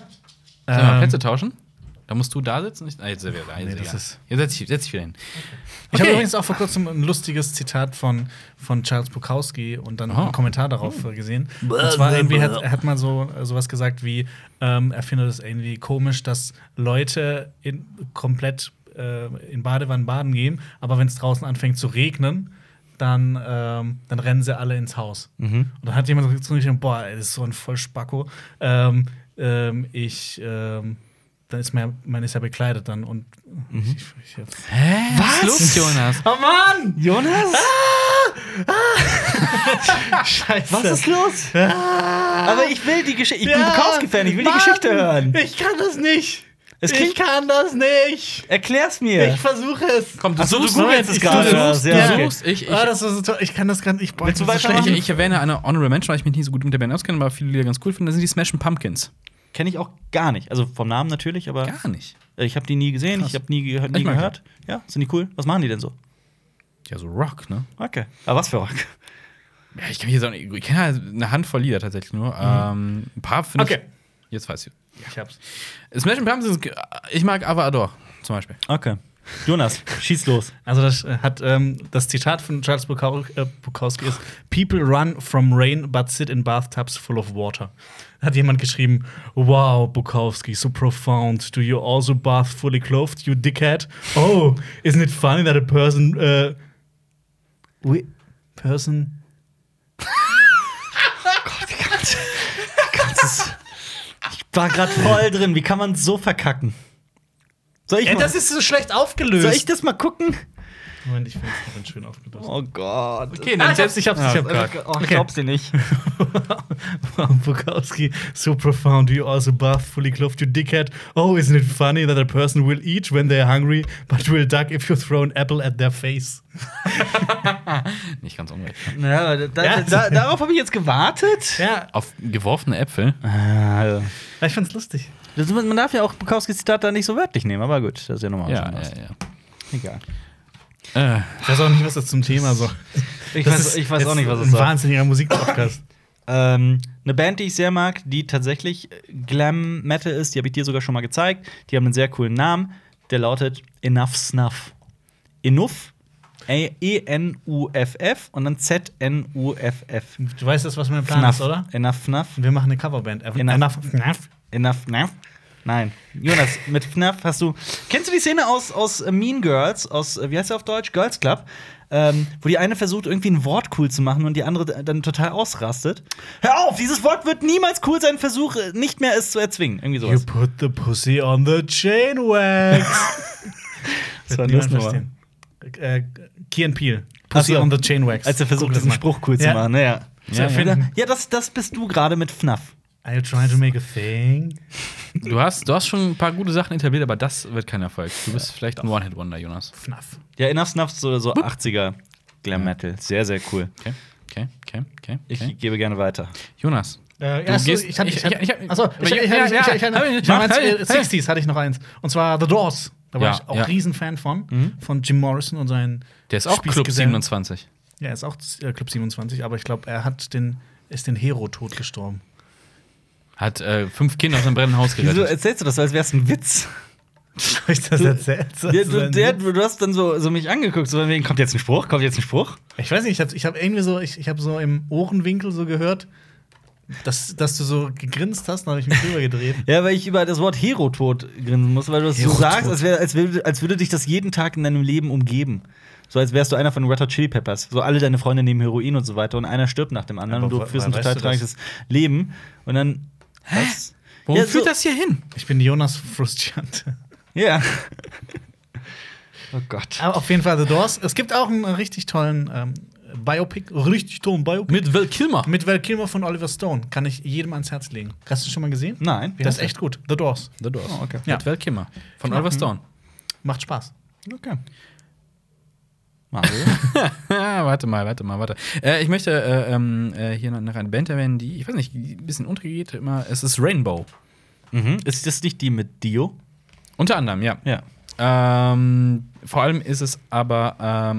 Sollen wir Plätze tauschen? Da musst du da sitzen? Jetzt sind wir da. Nee, das ist- Jetzt setz dich wieder hin. Ich habe übrigens auch vor kurzem ein lustiges Zitat von Charles Bukowski und dann einen Kommentar darauf gesehen. Und zwar irgendwie er hat mal sowas gesagt wie, er findet es irgendwie komisch, dass Leute komplett in Badewannen baden gehen, aber wenn es draußen anfängt zu regnen, dann rennen sie alle ins Haus. Und dann hat jemand so gesagt, boah, das ist so ein Vollspacko. Dann ist man ist ja bekleidet dann und Hä? Was ist los, Jonas? Oh Mann! Jonas? Scheiße. Was ist los? Aber ich will die Geschichte. Ich bin Bukowski-Fan, ich will die Geschichte hören. Ich kann das nicht. Es Ich klingt- kann das nicht. Erklär's mir. Ich versuche es. Komm, du Ach so, suchst. du googelst es gerade. Du suchst, Sehr ja. okay. Du suchst. Ich Das ist so toll. Ich kann das gerade nicht. Boah, Willst du das ist so weitermachen? schlecht. erwähne eine Honorable Mention, weil ich mich nicht so gut mit der Band auskenne, aber viele Lieder ganz cool finde. Das sind die Smashing Pumpkins. Kenne ich auch gar nicht. Also vom Namen natürlich, aber Gar nicht. ich habe die nie gesehen, ich habe nie Ich mag gehört. Ja, sind die cool? Was machen die denn so? Ja, so Rock, ne? Okay. Aber was für Rock? Ja, ich kann mich jetzt auch nicht. Ich kenne halt eine Handvoll Lieder tatsächlich nur. Ein paar finde Okay. ich. Jetzt weiß ich. Ich hab's. Smashing Pumpkins, ich mag Ava Adore zum Beispiel. Okay. Jonas, schieß los. Also das hat das Zitat von Charles Bukowski ist: People run from rain, but sit in bathtubs full of water. Hat jemand geschrieben: Wow, Bukowski, so profound. Do you also bath fully clothed, you dickhead? Oh, isn't it funny that a person Ich war gerade voll drin. Wie kann man so verkacken? Soll ich, mal, das ist so schlecht aufgelöst. soll ich das mal gucken? Moment, ich finde es noch schön aufgelöst. Oh Gott. Okay, ich hab's gerade. Oh, ich glaub's dir nicht. Bukowski, so profound. Do you also bath fully clothed, you dickhead? Oh, isn't it funny that a person will eat when they're hungry, but will duck if you throw an apple at their face? Nicht ganz unrecht. Ja, darauf habe ich jetzt gewartet. Ja, Auf geworfene Äpfel. ich fand's lustig. Man darf ja auch Bukowskis Zitat da nicht so wörtlich nehmen, aber gut, das ist ja nochmal Ja, was. ja, ja. Egal. Ich weiß auch nicht, was das zum Thema soll. Ich weiß auch nicht, was es ein soll. wahnsinniger Musikpodcast. Eine Band, die ich sehr mag, die tatsächlich Glam Metal ist, die habe ich dir sogar schon mal gezeigt. Die haben einen sehr coolen Namen, der lautet Enough Snuff. Enough, E-N-U-F-F und dann Z-N-U-F-F. Du weißt das, was mein Plan ist, oder? Enough Snuff. Wir machen eine Coverband. Enough Snuff. Nein. Jonas, mit FNAF hast du. Kennst du die Szene aus Mean Girls, aus, wie heißt sie auf Deutsch? Girls Club? Wo die eine versucht, irgendwie ein Wort cool zu machen und die andere dann total ausrastet. Hör auf, dieses Wort wird niemals cool sein, versuche nicht mehr es zu erzwingen. Irgendwie You sowas. put the pussy on the chain wax. Was war Niemand das nochmal? verstehen. Key and Peel. Pussy Ach so. on the chain wax. Als er versucht, Guck das diesen mal. Spruch cool zu Ja. machen. Ja. Zu erfinden. Ja, das bist du gerade mit FNAF. Are you trying to make a thing? Du hast schon ein paar gute Sachen etabliert, aber das wird kein Erfolg. Du bist vielleicht ein One-Hit-Wonder, Jonas. FNAF. Ja, Enough Snuff so 80er Glam Metal. Sehr, sehr cool. Okay. Ich gebe gerne weiter. Jonas. Achso, gehst- ich 60s hatte ich noch eins. Und zwar The Doors. Da war Ja, ich auch ja. Riesenfan von Jim Morrison und seinen Der ist auch Club Spießgesellen. 27. Ja, er ist auch Club 27, aber ich glaube, er ist den Hero-Tod gestorben. Hat 5 Kinder aus einem brennenden Haus Wieso gerettet. erzählst du das, als wär's ein Witz? Soll ich das erzählen? Du hast dann so mich angeguckt, so von wegen, kommt jetzt ein Spruch? Ich weiß nicht, ich hab irgendwie so, ich habe so im Ohrenwinkel so gehört, dass du so gegrinst hast, dann habe ich mich drüber gedreht. Ja, weil ich über das Wort Hero-Tod grinsen muss, weil du das so Hero-Tod. sagst, als würde dich das jeden Tag in deinem Leben umgeben. So als wärst du einer von Red Hot Chili Peppers. So alle deine Freunde nehmen Heroin und so weiter und einer stirbt nach dem anderen Aber und du führst ein woher total weißt du das? tragisches Leben. Und dann. Was? Wo Ja, führt so- das hier hin? Ich bin Jonas Frusciante. Ja. Oh Gott. Aber auf jeden Fall The Doors. Es gibt auch einen richtig tollen richtig tollen Biopic. Mit Val Kilmer. Mit Val Kilmer von Oliver Stone. Kann ich jedem ans Herz legen. Hast du schon mal gesehen? Nein. Wie Das heißt ist echt gut. The Doors. The Doors. Oh, okay. Ja. Mit Val Kilmer. Von Genau. Oliver Stone. Macht Spaß. Okay. Mario? Warte mal. Ich möchte hier noch eine Band erwähnen, die, ich weiß nicht, ein bisschen untergeht immer. Es ist Rainbow. Ist das nicht die mit Dio? Unter anderem, ja. Ja. Vor allem ist es aber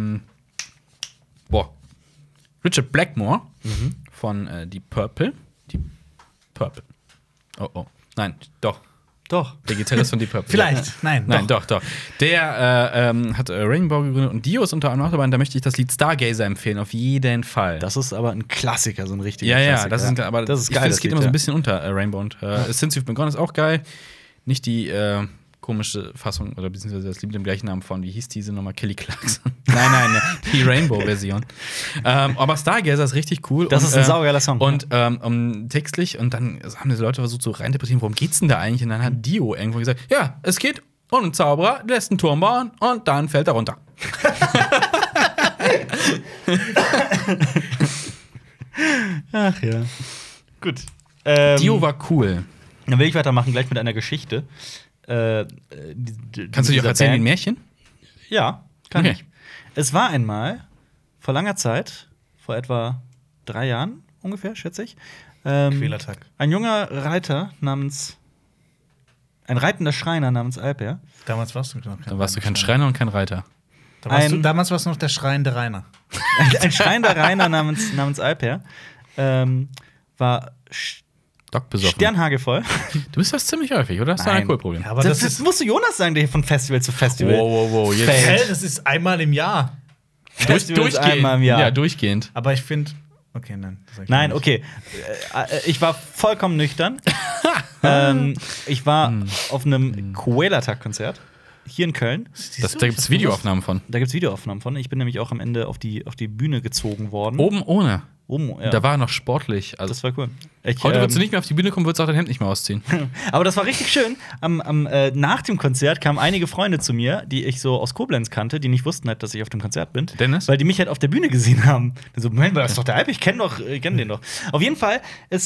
Richard Blackmore von Deep Purple. Deep Purple. Oh. Nein, doch. Doch. Der Gitarrist von Deep Purple. Vielleicht. Nein, Nein, doch. Der hat Rainbow gegründet und Dio ist unter anderem auch dabei. Und da möchte ich das Lied Stargazer empfehlen, auf jeden Fall. Das ist aber ein Klassiker, so ein richtiger ja, Klassiker. das ist geil. Ich finde, es geht immer so ein bisschen unter, Rainbow. Und Since You've Been Gone ist auch geil. Nicht die komische Fassung, oder beziehungsweise das Lied mit dem gleichen Namen von, wie hieß diese nochmal? Kelly Clarkson. nein, die Rainbow-Version. Aber Stargazer ist richtig cool. Das ist ein saugeiler Song. Und textlich, und dann haben diese Leute versucht, so reinterpretieren, worum geht's denn da eigentlich? Und dann hat Dio irgendwo gesagt, ja, es geht um einen Zauberer, der lässt einen Turm bauen und dann fällt er runter. Ach ja. Gut. Dio war cool. Dann will ich weitermachen, gleich mit einer Geschichte. Kannst du dir auch erzählen wie ein Band. Märchen? Ja, kann Okay. ich. Es war einmal, vor langer Zeit, vor etwa 3 Jahren ungefähr, schätze ich, Quälertag. ein junger Reiter ein reitender Schreiner namens Alper. Damals warst du noch Dann warst du kein Schreiner und kein Reiter. Damals warst du noch der schreiende Rainer. Ein schreiender Rainer namens Alper war Doc besoffen. sternhagelvoll. Du bist das ziemlich häufig, oder? Hast du ein Nein. Alkoholproblem? Ja, aber Das musst du Jonas sagen, der hier von Festival zu Festival. Wow. Jetzt Hä, das ist einmal im Jahr. Festivals einmal im Jahr. Ja, durchgehend. Aber ich finde. Okay, nein. das sag ich Nein, nicht. okay. Ich war vollkommen nüchtern. Ich war auf einem Quälertag-Konzert hier in Köln. Da gibt's Videoaufnahmen von. Da gibt es Videoaufnahmen von. Ich bin nämlich auch am Ende auf die Bühne gezogen worden. Oben ohne. Ja. Da war er noch sportlich. Also Das war cool. heute würdest du nicht mehr auf die Bühne kommen, würdest auch dein Hemd nicht mehr ausziehen. Aber das war richtig schön. Nach dem Konzert kamen einige Freunde zu mir, die ich so aus Koblenz kannte, die nicht wussten halt, dass ich auf dem Konzert bin. Dennis? Weil die mich halt auf der Bühne gesehen haben. So, Moment, das ist doch der Alp, ich kenne den doch. Auf jeden Fall ist,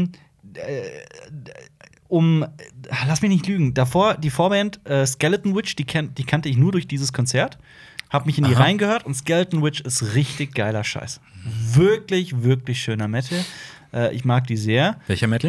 lass mich nicht lügen, davor die Vorband Skeleton Witch, die kannte ich nur durch dieses Konzert. Hab mich in die reingehört und Skeleton Witch ist richtig geiler Scheiß. Wirklich, wirklich schöner Metal. Ich mag die sehr. Welcher Metal?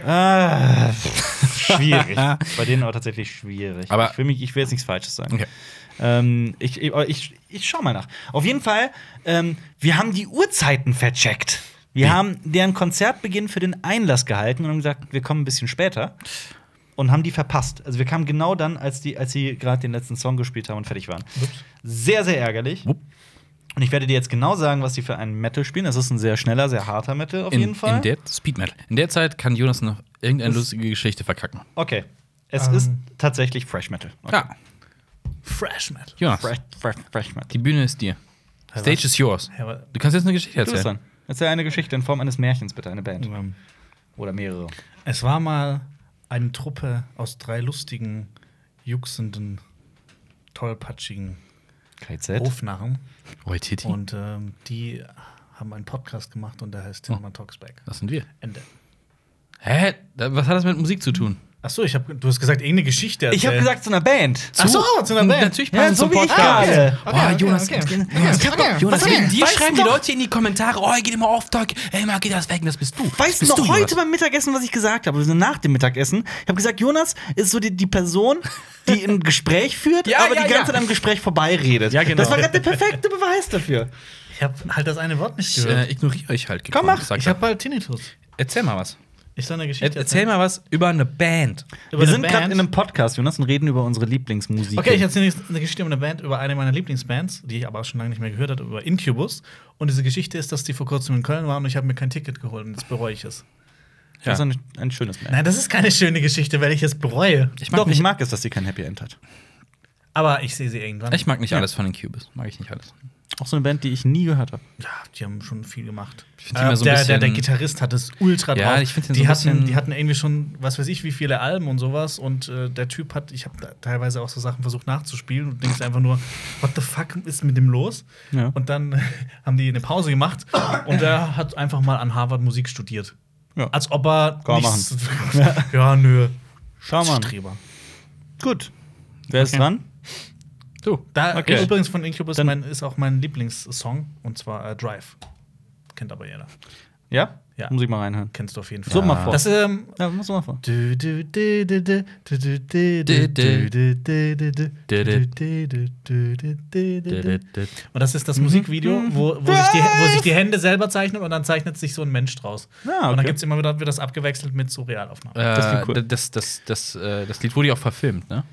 Schwierig. Bei denen aber tatsächlich schwierig. Aber ich will jetzt nichts Falsches sagen. Okay. Ich schau mal nach. Auf jeden Fall, wir haben die Uhrzeiten vercheckt. Wir haben deren Konzertbeginn für den Einlass gehalten und haben gesagt, wir kommen ein bisschen später. Und haben die verpasst. Also wir kamen genau dann, als sie gerade den letzten Song gespielt haben und fertig waren. Sehr, sehr ärgerlich. Und ich werde dir jetzt genau sagen, was sie für einen Metal spielen. Das ist ein sehr schneller, sehr harter Metal auf jeden Fall. Speed Metal. In der Zeit kann Jonas noch irgendeine lustige Geschichte verkacken. Okay. Es ist tatsächlich Fresh Metal. Okay. Ja, Fresh Metal. Jonas, Fresh Metal. die Bühne ist dir. Stage is yours. Ja, aber, Du kannst jetzt eine Geschichte Du bist erzählen. dann. Erzähl eine Geschichte in Form eines Märchens, bitte, eine Band. Oder mehrere. es war mal eine Truppe aus 3 lustigen, juchsenden, tollpatschigen KZ. Hofnarren. Titi. Und die haben einen Podcast gemacht und der heißt Tinderman Talks Back. Das sind wir. Ende. Hä? Was hat das mit Musik zu tun? Achso, du hast gesagt, irgendeine Geschichte erzählen. Ich habe gesagt, zu einer Band. Achso, zu einer Band. Natürlich Ja, passend so zum wie ich Podcast. gerade. Oh, Jonas, Jonas, wegen dir Weißt schreiben du die noch- Leute in die Kommentare, oh, geht immer auf Talk, ey, mal geht das weg, das bist du. Weißt du noch heute beim Mittagessen, was ich gesagt habe? Also nach dem Mittagessen. Ich habe gesagt, Jonas ist so die Person, die ein Gespräch führt, Ja, aber ja, die ja. ganze Zeit am Gespräch vorbeiredet. Ja, genau. Das war gerade der perfekte Beweis dafür. Ich habe halt das eine Wort nicht Ich gehört. ignoriere euch halt. Komm, mach. Sag Ich habe halt Tinnitus. Erzähl mal was. Ich soll eine Geschichte Erzähl mal was über eine Band. Über Wir eine sind gerade Band. in einem Podcast, Jonas, und reden über unsere Lieblingsmusik. Okay, ich erzähle jetzt eine Geschichte über eine Band, über eine meiner Lieblingsbands, die ich aber auch schon lange nicht mehr gehört habe, über Incubus. Und diese Geschichte ist, dass die vor kurzem in Köln waren und ich habe mir kein Ticket geholt und jetzt bereue ich es. Das ist ein schönes Band. Nein, das ist keine schöne Geschichte, weil ich es bereue. Ich Doch, ich mag es, dass sie kein Happy End hat. Aber ich sehe sie irgendwann. Ich mag nicht alles von den Cubes. Mag ich nicht alles. Auch so eine Band, die ich nie gehört habe. Ja, die haben schon viel gemacht. find die immer so ein der bisschen- Gitarrist hat es ultra Ja, drauf. ich find den die, so ein hatten, bisschen- die hatten irgendwie schon, was weiß ich, wie viele Alben und sowas. Und der Typ hat, ich habe teilweise auch so Sachen versucht nachzuspielen und denkst einfach nur, what the fuck ist mit dem los? Ja. Und dann haben die eine Pause gemacht und er hat einfach mal an Harvard Musik studiert. Ja. Als ob er Kann man nichts- Ja, nö. Schau mal. Streber. Gut. Wer ist Okay. dran? Du. Da Okay. übrigens von Incubus Dann- ist auch mein Lieblingssong und zwar Drive. Kennt aber jeder. Ja? Ja. Muss ich mal reinhören. Kennst du auf jeden Fall. So mal vor. Das, Ja, muss mal vor. Und das ist das Musikvideo, wo sich die Hände selber zeichnen und dann zeichnet sich so ein Mensch draus. Ja, okay. Und dann gibt's immer wieder wird das abgewechselt mit so Realaufnahmen. Das klingt cool. Das Lied wurde ja auch verfilmt, ne?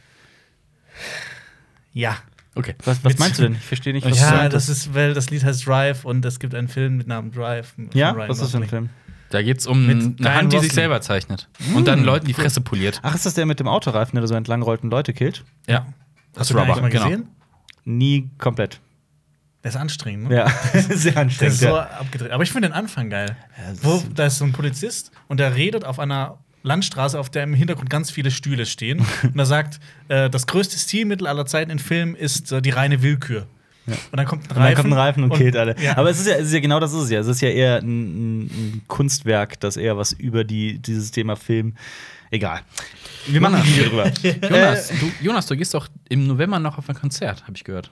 Ja. Okay. Was meinst du denn? Ich verstehe nicht, was du Ja, sagst. das ist, weil das Lied heißt Drive und es gibt einen Film mit Namen Drive. von Ja, Ryan was ist das für ein Gosling. Film? Da geht's um Mit eine Ryan Hand, die sich Gosling. selber zeichnet. Und dann Leuten die Fresse poliert. Ach, ist das der mit dem Autoreifen, der so entlang rollt und Leute killt? Ja. Hast du den eigentlich mal gesehen? Nie komplett. Der ist anstrengend, ne? Ja, sehr Der anstrengend. ist so Ja. abgedreht. Aber ich finde den Anfang geil. das Wo, ist- da ist so ein Polizist und der redet auf einer Landstraße, auf der im Hintergrund ganz viele Stühle stehen. Und er sagt, das größte Stilmittel aller Zeiten in Filmen ist die reine Willkür. Ja. Und dann kommt ein Und dann kommt ein Reifen und killt alle. Ja. Aber es ist ja genau das ist es ja. Es ist ja eher ein Kunstwerk, das eher was über dieses Thema Film. Egal. Wir machen ein Video drüber. Jonas, du gehst doch im November noch auf ein Konzert, habe ich gehört.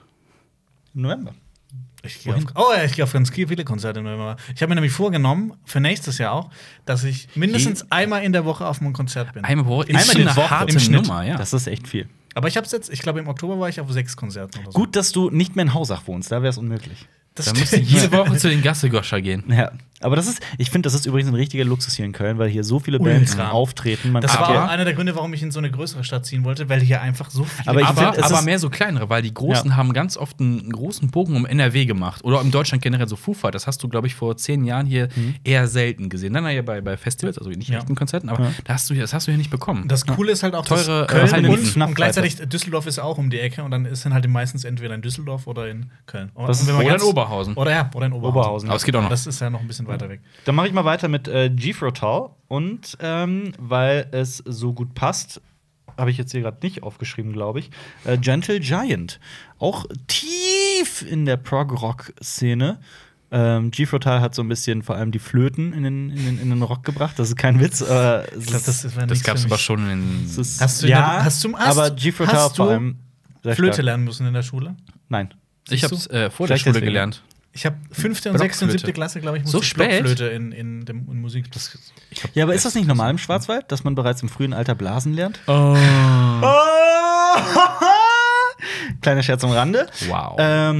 Im November. Ich gehe auf ganz viele Konzerte im November. Ich habe mir nämlich vorgenommen, für nächstes Jahr auch, dass ich mindestens einmal in der Woche auf einem Konzert bin. Einmal Im ist Schnitt. eine harte Im Schnitt. Nummer, ja. Das ist echt viel. Aber ich glaube, im Oktober war ich auf 6 Konzerten oder so. Gut, dass du nicht mehr in Hausach wohnst, da wäre es unmöglich. das Da musst du jede Woche zu den Gasse-Goscher gehen. Ja. Aber ich finde, das ist übrigens ein richtiger Luxus hier in Köln, weil hier so viele Bands Ultra. auftreten. Man Das kann war hier- auch einer der Gründe, warum ich in so eine größere Stadt ziehen wollte, weil hier einfach so viele. Aber ich find, es Aber ist- mehr so kleinere, weil die Großen Ja. haben ganz oft einen großen Bogen um NRW gemacht. Oder in Deutschland generell so Foo Fighters. Das hast du, glaube ich, vor 10 Jahren hier eher selten gesehen. Dann ja bei Festivals, also nicht Ja. echten Konzerten, aber Ja. das hast du hier nicht bekommen. Das Coole ist halt auch, Teure, dass Köln halbe und, Mieten. und gleichzeitig Düsseldorf ist auch um die Ecke und dann ist dann halt meistens entweder in Düsseldorf oder in Köln. Und Was ist- wenn man oder ganz- in Oberhausen. Oder in Oberhausen. Oberhausen. Aber es geht auch noch. Das ist ja noch ein bisschen weiter weg. Dann mache ich mal weiter mit Jethro Tull. Und weil es so gut passt, habe ich jetzt hier gerade nicht aufgeschrieben, glaube ich. Gentle Giant. Auch tief in der Prog-Rock-Szene. Jethro Tull hat so ein bisschen vor allem die Flöten in den Rock gebracht. Das ist kein Witz. Ich glaube, das ist- wäre Das nichts gab's für aber mich. schon in es ist- Hast du in ja, der- hast du- hast- aber Jethro Tull hast vor du allem sehr Flöte stark. lernen müssen in der Schule. Nein. Ich habe Siehst es vor der Vielleicht Schule deswegen. gelernt. Ich habe 5. und 6. und Blockflöte. 7. Klasse, glaube ich, So musste ich spät? Blockflöte in Musik. Ja, aber ist das nicht normal im Schwarzwald, dass man bereits im frühen Alter blasen lernt? Oh. Kleiner Scherz am Rande. Wow.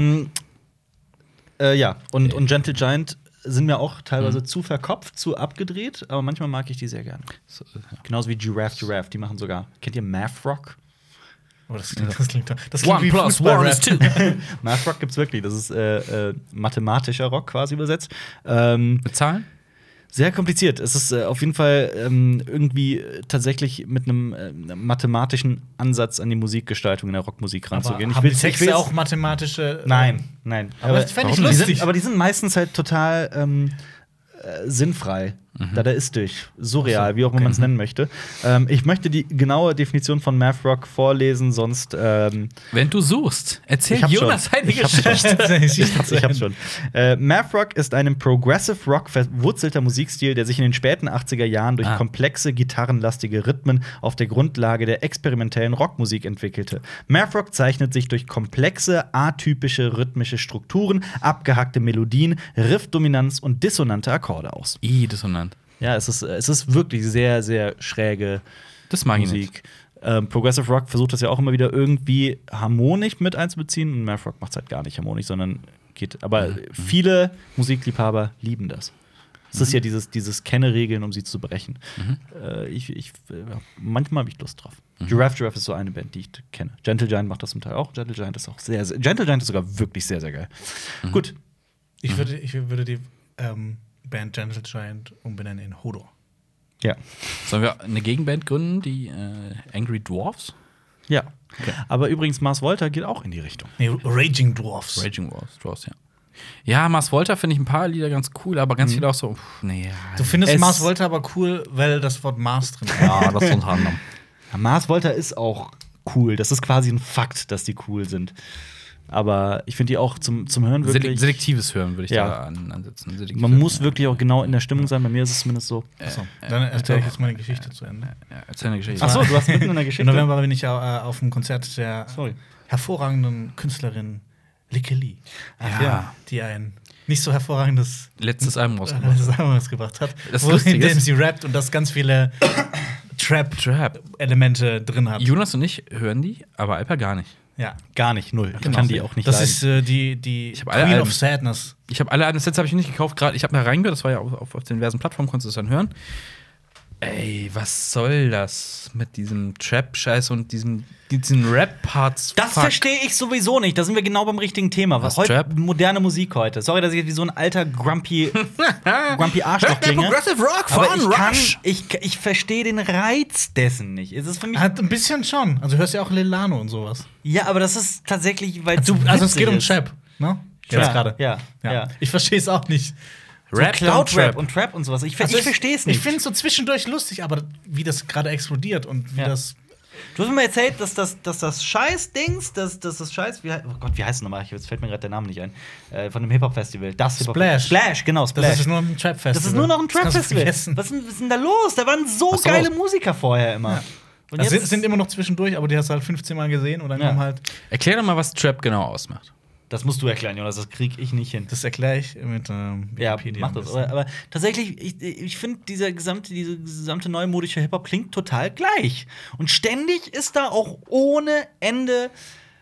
Ja, und Gentle Giant sind mir auch teilweise zu verkopft, zu abgedreht, aber manchmal mag ich die sehr gerne. Genauso wie Giraffe, die machen sogar. Kennt ihr Math Rock? Oh, das klingt One wie plus Fußball-Rap. one is two. Math Rock gibt's wirklich, das ist mathematischer Rock quasi übersetzt. Mit Zahlen? Sehr kompliziert. Es ist auf jeden Fall irgendwie tatsächlich mit einem mathematischen Ansatz an die Musikgestaltung in der Rockmusik ranzugehen. Haben die Texte auch mathematische? Nein. Aber das fänd ich warum? lustig. Die sind meistens halt total sinnfrei, dadaistisch, surreal, wie auch immer man es nennen möchte. Ich möchte die genaue Definition von Math Rock vorlesen, sonst Wenn du suchst, erzähl Ich hab Jonas schon. eine Ich hab schon. Geschichte. Ich hab's schon. Math Rock ist ein im Progressive Rock verwurzelter Musikstil, der sich in den späten 80er Jahren durch komplexe, gitarrenlastige Rhythmen auf der Grundlage der experimentellen Rockmusik entwickelte. Math Rock zeichnet sich durch komplexe, atypische rhythmische Strukturen, abgehackte Melodien, Riffdominanz und dissonante Akkorde aus. Dissonant. Ja, es ist wirklich sehr, sehr schräge Das mag ich Musik. nicht. Progressive Rock versucht das ja auch immer wieder irgendwie harmonisch mit einzubeziehen. Und Math Rock macht es halt gar nicht harmonisch, sondern geht. Aber viele Musikliebhaber lieben das. Es ist ja dieses Kenne-Regeln, um sie zu brechen. Manchmal habe ich Lust drauf. Giraffe ist so eine Band, die ich kenne. Gentle Giant macht das zum Teil auch. Gentle Giant ist auch Gentle Giant ist sogar wirklich sehr, sehr geil. Gut. Ich würde die Band Gentle Giant umbenennen in Hodor. Ja. Sollen wir eine Gegenband gründen, die Angry Dwarfs? Ja. Aber übrigens, Mars Volta geht auch in die Richtung. Nee, Raging Dwarfs. Raging Dwarfs, ja. Ja, Mars Volta finde ich ein paar Lieder ganz cool, aber ganz viele auch so, Du findest Es- Mars Volta aber cool, weil das Wort Mars drin ist. Ja, das unter anderem. Ja, Mars Volta ist auch cool. Das ist quasi ein Fakt, dass die cool sind. Aber ich finde die auch zum Hören wirklich. Selektives Hören würde ich Ja. da ansetzen. Selektiv Man hören, muss ja. wirklich auch genau in der Stimmung sein. Bei mir ist es zumindest so. So, dann erzähle ich jetzt meine Geschichte zu Ende. Ja, erzähl eine Geschichte. Ach so, du hast mitten in der Im Geschichte. November bin ich auf dem Konzert der Sorry. hervorragenden Künstlerin Likke Lee. Ach ja. Die ein nicht so hervorragendes Letztes Album rausgebracht. rausgebracht hat. Das Wo Lustige in dem ist- sie rappt und das ganz viele Trap-Elemente drin hat. Jonas und ich hören die, aber Alper gar nicht. Ja. Gar nicht, null. Ich Genau. kann die auch nicht Das leiden. ist die Ich hab alle Queen Alben. of Sadness. Ich habe alle Alben, das letzte habe ich nicht gekauft, gerade ich habe mal reingehört, das war ja auf den diversen Plattformen, konntest du es dann hören. Ey, was soll das mit diesem Trap-Scheiß und diesen Rap-Parts? Das Fuck. verstehe ich sowieso nicht. Da sind wir genau beim richtigen Thema. Was, Heute Trap? moderne Musik heute. Sorry, dass ich jetzt wie so ein alter grumpy Arschloch klinge. Progressive Rock Aber von Rush. ich verstehe den Reiz dessen nicht. Es ist für mich. Hat ein bisschen schon. Also du hörst ja auch Lil Lano und sowas. Ja, aber das ist tatsächlich, weil Also es geht um ist. Trap, ne? Ja, Jetzt gerade. ja. Ich verstehe es auch nicht. Rap Cloud-Rap und Trap und sowas. Ich Also verstehe es nicht. Ich finde es so zwischendurch lustig, aber wie das gerade explodiert und wie Ja. das. Du hast mir erzählt, dass das Scheiß-Dings, oh Gott, wie heißt es nochmal? Jetzt fällt mir gerade der Name nicht ein. Von dem Hip-Hop-Festival. Splash. Splash, genau, Splash. Das ist nur ein Trap-Festival. Das ist nur noch ein Das kannst du Trap-Festival. vergessen. Was ist denn da los? Da waren so Was ist da geile los? Musiker vorher immer. Ja. Und Also jetzt sind immer noch zwischendurch, aber die hast du halt 15 Mal gesehen und dann Ja. kommen halt. Erklär doch mal, was Trap genau ausmacht. das musst du erklären, Jonas, das krieg ich nicht hin. Das erkläre ich mit Ja, Wikipedia mach ein das. bisschen. Aber tatsächlich, ich finde, diese gesamte neumodische Hip-Hop klingt total gleich. Und ständig ist da auch ohne Ende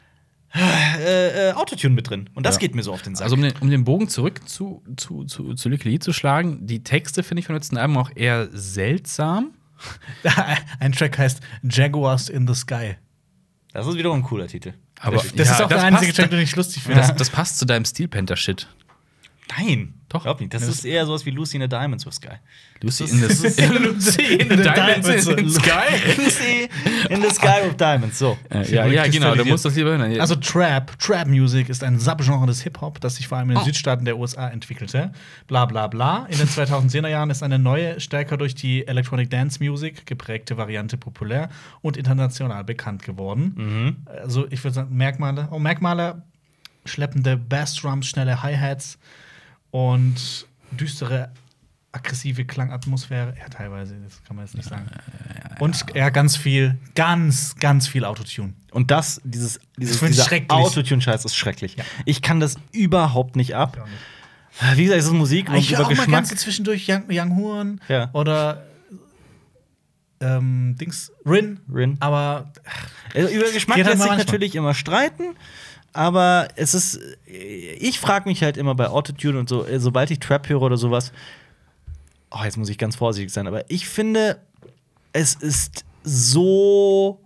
Autotune mit drin. Und das Ja. geht mir so auf den Sack. Also um den Bogen zurück zu Lykke Li zu schlagen, die Texte finde ich von letzten Album auch eher seltsam. Ein Track heißt Jaguars in the Sky. das ist wiederum ein cooler Titel. Aber Das ist auch der einzige passt- Track, den ich lustig finde. Das passt zu deinem Steel Panther-Shit. Nein, Doch. Glaub nicht. Das ist eher sowas wie Lucy in the Diamonds with Sky. Lucy Das in the ist- Lucy in the Diamonds in the Sky. Lucy in the Sky with Diamonds, so. Ja, genau, du musst das lieber hören. Also Trap Music ist ein Subgenre des Hip-Hop, das sich vor allem in den Südstaaten der USA entwickelte. Bla bla bla. In den 2010er Jahren ist eine neue, stärker durch die Electronic Dance Music geprägte Variante populär und international bekannt geworden. Also ich würde sagen, Merkmale, schleppende Bassdrums, schnelle Hi-Hats und düstere, aggressive Klangatmosphäre. Ja, teilweise, das kann man jetzt nicht sagen. Und ja, ganz viel Autotune. Und finde ich dieser schrecklich. Autotune-Scheiß ist schrecklich. Ich kann das überhaupt nicht ab. Wie gesagt, es ist Musik und Ich höre über auch mal Geschmack. ganz zwischendurch Young Horn Ja. oder Rin. Rin. Aber Also über Geschmack Geht halt lässt mal sich manchmal. natürlich immer streiten, aber es ist. Ich frage mich halt immer bei Autotune und so, sobald ich Trap höre oder sowas. Oh, jetzt muss ich ganz vorsichtig sein, aber ich finde, es ist so.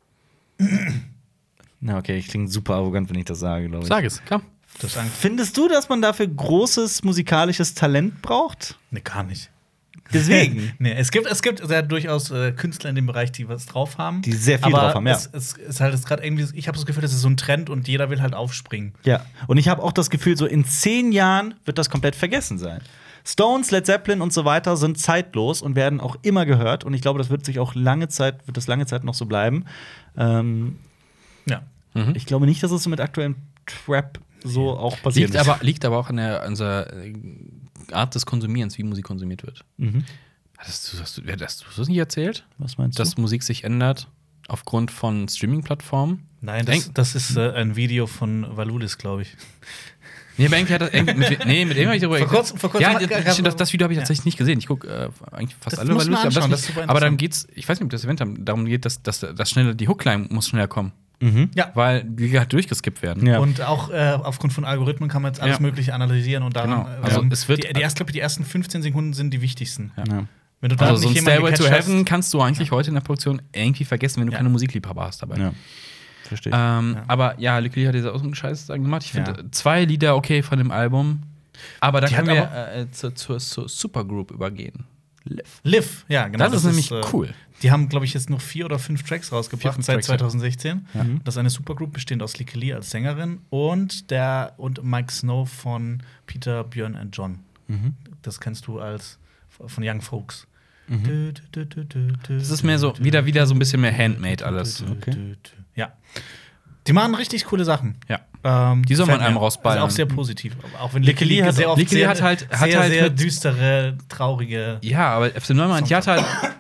Na, okay, ich klinge super arrogant, wenn ich das sage, glaube ich. Sag es, komm. das ist Findest du, dass man dafür großes musikalisches Talent braucht? nee, gar nicht. Deswegen. Nee, es gibt ja durchaus Künstler in dem Bereich, die was drauf haben. Die sehr viel aber drauf haben, ja. Es ist halt gerade irgendwie, ich habe das Gefühl, das ist so ein Trend und jeder will halt aufspringen. Ja, und ich habe auch das Gefühl, so in 10 Jahren wird das komplett vergessen sein. Stones, Led Zeppelin und so weiter sind zeitlos und werden auch immer gehört. Und ich glaube, das wird lange Zeit noch so bleiben. Ja. Ich glaube nicht, dass es so mit aktuellem Trap so auch passiert Liegt aber auch an unserer Art des Konsumierens, wie Musik konsumiert wird. Hast du das nicht erzählt? Was meinst Dass Musik sich ändert aufgrund von Streaming-Plattformen? Nein, das ist ein Video von Valulis, glaube ich. Nee, aber irgendwie hat das mit wem habe ich darüber Vor kurzem Ja, hat- das Video habe ich tatsächlich nicht gesehen. Ich gucke eigentlich fast Das alle muss man Valulis, anschauen, aber das ist super aber dann interessant. geht's, ich weiß nicht, ob wir das erwähnt haben, darum geht, dass schneller die Hookline muss schneller kommen. Ja. Weil die halt durchgeskippt werden. Ja. Und auch aufgrund von Algorithmen kann man jetzt alles Ja. Mögliche analysieren und daran. Genau. Also es wird- die ersten 15 Sekunden sind die wichtigsten. Ja. Wenn du da Also so ein nicht jemanden Stairway to gecatcht Heaven kannst du eigentlich heute in der Produktion irgendwie vergessen, wenn du Ja. keine Musikliebhaber hast dabei. Ja. Verstehe. Aber ja, Lykke Li hat diese ausgehenden Scheiß gemacht. Ich finde Ja. 2 Lieder okay von dem Album. Aber da Die können hat wir zur Supergroup übergehen. Liv, ja, genau. Das ist nämlich cool. Die haben, glaube ich, jetzt noch 4 oder 5 Tracks rausgebracht 4, 5 seit Tracks, ja. 2016. Das ist eine Supergroup bestehend aus Lykke Li als Sängerin und Mike Snow von Peter, Björn and John. Das kennst du als von Young Folks. Das ist mehr so, wieder so ein bisschen mehr Handmade alles. Okay. Ja. Die machen richtig coole Sachen. Ja. Die soll man einem rausballern. Ist auch sehr positiv. Auch wenn Lykke Li hat- sehr oft Lykke Li sehr, hat halt sehr mit- düstere, traurige. Ja, aber FC Neumann, die hat halt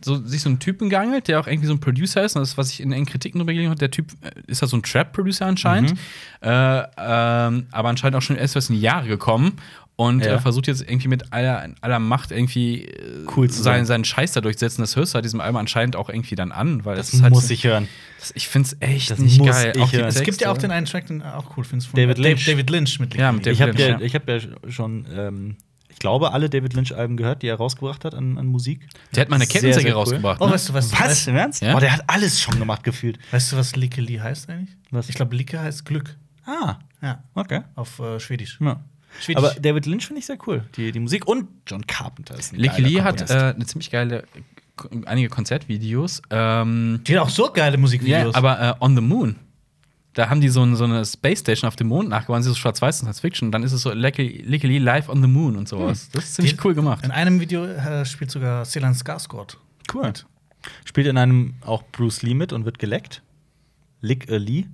sich so einen Typen geangelt, der auch irgendwie so ein Producer ist. Und das ist, was ich in engen Kritiken drüber gelesen habe. Der Typ ist halt so ein Trap-Producer anscheinend. Aber anscheinend auch schon erst was in die Jahre gekommen. Und versucht jetzt irgendwie mit aller Macht irgendwie Cool zu sein. seinen Scheiß da durchzusetzen. Das hörst du halt diesem Album anscheinend auch irgendwie dann an. Weil Das ist halt muss ich hören. Ich find's echt Das nicht muss geil. ich Auch die hören. Es gibt ja auch Texte. den einen Track, den auch cool findest. Von David Lynch. David Lynch mit Ja, mit Lick. David Lynch, Ich habe ja schon, ich glaube, alle David Lynch-Alben gehört, die er rausgebracht hat an Musik. Der hat mal eine Sehr, Kettensäge sehr cool. rausgebracht. Oh, Ne? weißt du was? Was? Im Ernst? Ja? Boah, der hat alles schon gemacht, gefühlt. Weißt du, was Likke Li heißt eigentlich? Was? Ich glaube, Likke heißt Glück. Ah, Ja, okay. auf Schwedisch. Ja. Schwedisch. Aber David Lynch finde ich sehr cool. Die Musik und John Carpenter ist ein Licky geiler Lee hat Komponist. eine ziemlich geile, einige Konzertvideos. Die hat auch so geile Musikvideos. Ja, aber On the Moon. Da haben die so eine Space Station auf dem Mond nachgebaut, sie so schwarz-weiß und Science Fiction. Dann ist es so Licky Lee live on the Moon und sowas. Das ist ziemlich cool gemacht. In einem Video spielt sogar Stellan Skarsgård. Cool. Spielt in einem auch Bruce Lee mit und wird geleckt. Lick a Lee.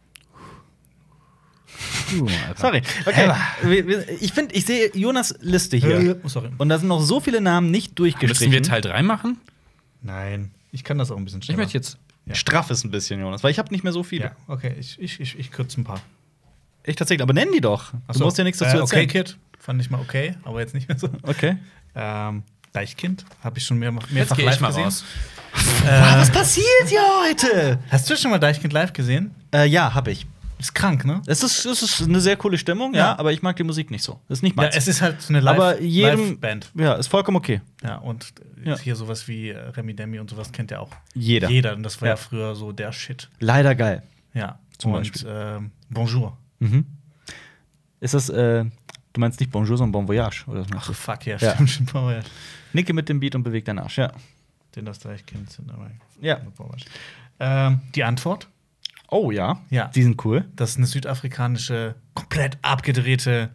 Sorry. Okay. Ich sehe Jonas Liste hier. Sorry. Und da sind noch so viele Namen nicht Müssen durchgestrichen. wir Teil 3 machen? Nein, ich kann das auch ein bisschen Ich schneller. möchte jetzt. Ja. Straff ist ein bisschen, Jonas, weil ich habe nicht mehr so viele. Ja, okay, ich kürze ein paar. Ich tatsächlich, aber nenn die doch. Ach Du so. musst ja nichts dazu Okay, erzählen. Kid, fand ich mal okay, aber jetzt nicht mehr so. Okay. Deichkind, habe ich schon mehrfach Jetzt geh ich live mal gesehen. raus. Was passiert hier heute? Hast du schon mal Deichkind live gesehen? Ja, habe ich. Ist krank, ne? Es ist eine sehr coole Stimmung, ja, Ja. aber ich mag die Musik nicht so. Das ist nicht Ja, meins. es ist halt so eine Aber jedem- Live-Band. Ja, ist vollkommen okay. Ja, und Ja. hier sowas wie Remi Demi und sowas kennt ja auch Jeder. jeder. Und das war ja, Ja. früher so der Shit. Leider geil. Ja, Zum und Beispiel. Bonjour. Ist das, du meinst nicht Bonjour, sondern Bon Voyage? Oder was meinst du? Fuck, ja, Ja. stimmt. Ja. Nicke mit dem Beat und beweg deinen Arsch, ja. Den das Deichkind sind. Aber Ja. Die Antwort? Oh ja. Ja. Die sind cool. Das ist eine südafrikanische, komplett abgedrehte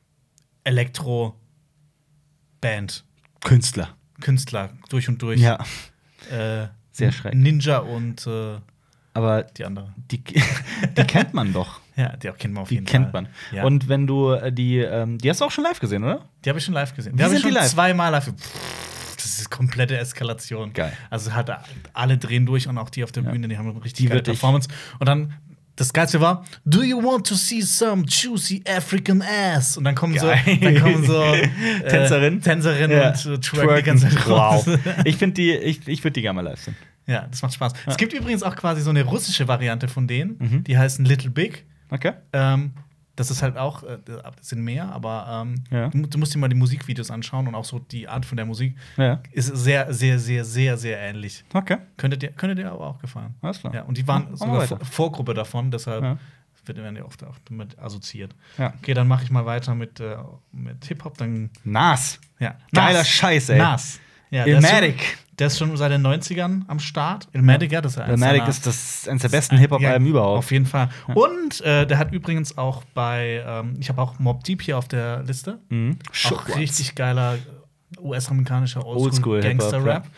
Elektro-Band. Künstler. Künstler, durch und durch. Ja. Äh, Sehr schrecklich. Ninja und Aber die andere. die kennt man doch. Ja, die auch kennt man auf Die jeden kennt Fall. man. Ja. Und wenn du die hast du auch schon live gesehen, oder? Die habe ich schon live gesehen. Wie Die habe ich sind die schon live? zweimal live. Das ist komplette Eskalation. Geil. Also hat alle drehen durch und auch die auf der Bühne, die haben eine richtig Die geile wird dich- Performance. Und dann das Geilste war, do you want to see some juicy African ass? Und dann kommen Geil. Tänzerin. Tänzerin Ja. und twerken die ganze Zeit Wow. raus. Ich würde die gerne mal live sehen. Ja, das macht Spaß. Es gibt übrigens auch quasi so eine russische Variante von denen, Mhm. die heißen Little Big. Okay. Das ist halt auch, das sind mehr, aber Ja. du musst dir mal die Musikvideos anschauen und auch so die Art von der Musik Ja. ist sehr, sehr, sehr, sehr, sehr ähnlich. Okay. Könnte dir aber auch gefallen. Alles klar. Ja, und die waren Machen wir sogar weiter. Vorgruppe davon, deshalb Ja. werden die oft auch damit assoziiert. Ja. Okay, dann mache ich mal weiter mit Hip-Hop. Dann Nas. ja. Geiler Nas. Scheiß, ey. Nas. Ja, Illmatic. der ist schon seit den 90ern am Start. Illmatic, ja, das ist eins Illmatic seiner- ist eines der besten Hip-Hop-Alben Ja, überhaupt. Auf jeden Fall. Und der hat übrigens auch bei, ich habe auch Mobb Deep hier auf der Liste. Mhm. Auch richtig geiler US-amerikanischer Oldschool-Hip-Hop, Gangster-Rap.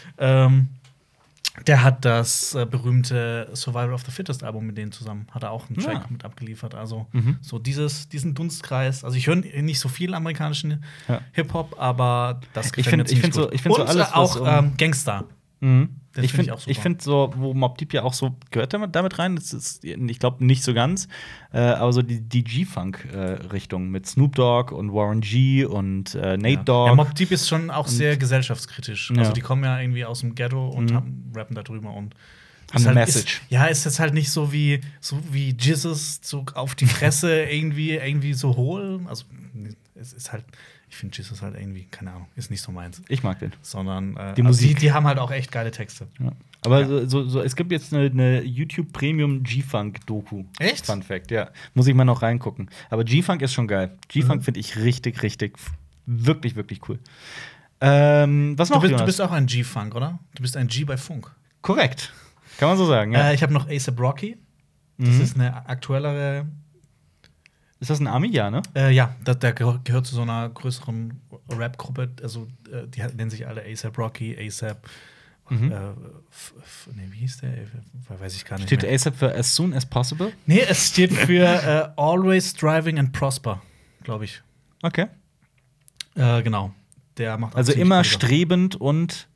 Der hat das berühmte Survival of the Fittest Album mit denen zusammen. Hat er auch einen Track Ja. mit abgeliefert. Also Mhm. so diesen Dunstkreis. Also ich höre nicht so viel amerikanischen Ja. Hip-Hop, aber das Ich gefällt mir find ziemlich so- gut. ich find so Und alles, was auch Gangster. Mhm. Den Ich find ich finde, auch super. find so, wo Mobb Deep ja auch so gehört damit rein, das ist, ich glaube nicht so ganz, aber so die G-Funk-Richtung mit Snoop Dogg und Warren G und Nate Dogg. Ja, Mobb Deep ist schon auch sehr gesellschaftskritisch. Ja. Also die kommen ja irgendwie aus dem Ghetto und Mhm. rappen da drüber und Haben ist eine halt, Message. ist jetzt halt nicht so wie Jesus so auf die Fresse irgendwie so hohl. Also es ist halt, ich finde Jesus halt irgendwie, keine Ahnung, ist nicht so meins. Ich mag den. Sondern Die also Musik. die haben halt auch echt geile Texte. Ja. Aber Ja. so, es gibt jetzt eine YouTube Premium G-Funk-Doku. Echt? Fun Fact, ja. Muss ich mal noch reingucken. Aber G-Funk ist schon geil. G-Funk finde ich richtig, wirklich, wirklich cool. Was noch? Du Jonas? bist auch ein G-Funk, oder? Du bist ein G bei Funk. Korrekt. Kann man so sagen, ja. Ich habe noch A$AP Rocky. Das Mhm. ist eine aktuellere. Ist das ein Ami? Ja, ne? Ja, der gehört zu so einer größeren Rap-Gruppe. Also, die nennen sich alle A$AP Rocky, A$AP. Mhm. Wie hieß der? Weiß ich gar nicht. Steht mehr. ASAP für As Soon As Possible? Nee, es steht für Always Striving and Prosper, glaube ich. Okay. Genau. Der macht auch Also ziemlich immer coole Sachen. strebend und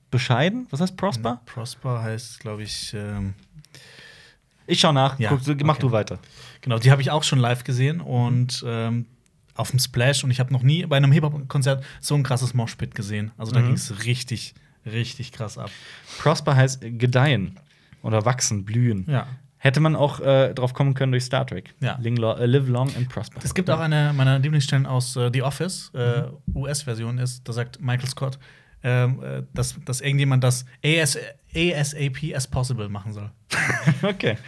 bescheiden. Was heißt Prosper? Prosper heißt, glaube ich, Ich schau nach. Ja, Guck, mach okay. du weiter. genau, die habe ich auch schon live gesehen und auf dem Splash. Und ich habe noch nie bei einem Hip-Hop-Konzert so ein krasses Moshpit gesehen. Also da ging es richtig, richtig krass ab. Prosper heißt gedeihen oder wachsen, blühen. Ja. Hätte man auch drauf kommen können durch Star Trek. Ja. Live long and prosper. Es gibt auch eine meiner Lieblingsstellen aus The Office, US-Version ist, da sagt Michael Scott, dass irgendjemand das ASAP as possible machen soll. Okay.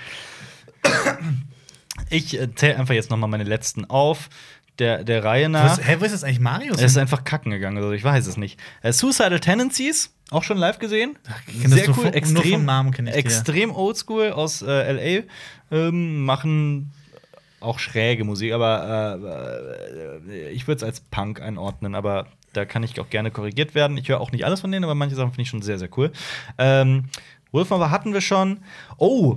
Ich zähle einfach jetzt noch mal meine letzten auf. Der Reihe nach. Wo ist jetzt eigentlich Mario? Es ist einfach kacken gegangen, also ich weiß es nicht. Suicidal Tendencies, auch schon live gesehen. Ich kenn das nur vom Namen kenn ich die, ja. Extrem oldschool aus LA. Machen auch schräge Musik, aber ich würde es als Punk einordnen, aber da kann ich auch gerne korrigiert werden. Ich höre auch nicht alles von denen, aber manche Sachen finde ich schon sehr, sehr cool. Wolfmother hatten wir schon. Oh,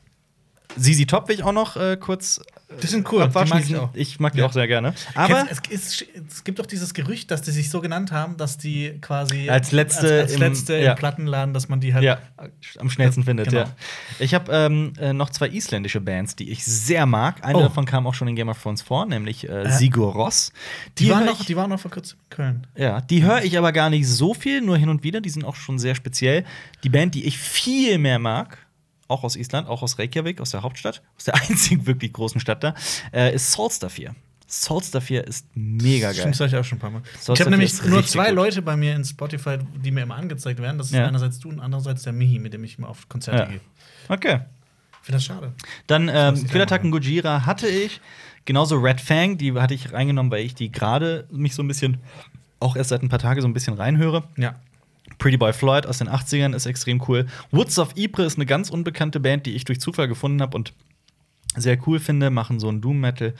ZZ Top will ich auch noch kurz. Die sind cool, abwaschen. die mag ich auch. Ich mag die auch sehr gerne. Aber es gibt doch dieses Gerücht, dass die sich so genannt haben, dass die quasi als letzte im Plattenladen, dass man die halt am schnellsten findet. Genau. Ja. Ich habe noch 2 isländische Bands, die ich sehr mag. Eine davon kam auch schon in Game of Thrones vor, nämlich Sigur Rós. Die waren noch vor kurzem in Köln. Ja, die höre ich aber gar nicht so viel, nur hin und wieder. Die sind auch schon sehr speziell. Die Band, die ich viel mehr mag, auch aus Island, auch aus Reykjavik, aus der Hauptstadt, aus der einzigen wirklich großen Stadt da, ist Solstafir. Solstafir ist mega geil. Stimmt, das sag ich auch schon ein paar Mal. Solstafir Ich habe nämlich ist nur richtig 2 gut. Leute bei mir in Spotify, die mir immer angezeigt werden. Das ist einerseits du und andererseits der Mihi, mit dem ich immer auf Konzerte gehe. Okay. Ich finde das schade. Dann muss ich Quillattacken machen. Gojira hatte ich. Genauso Red Fang, die hatte ich reingenommen, weil ich die gerade mich so ein bisschen, auch erst seit ein paar Tagen so ein bisschen reinhöre. Ja. Pretty Boy Floyd aus den 80ern ist extrem cool. Woods of Ypres ist eine ganz unbekannte Band, die ich durch Zufall gefunden habe und sehr cool finde. Machen so ein Doom Metal.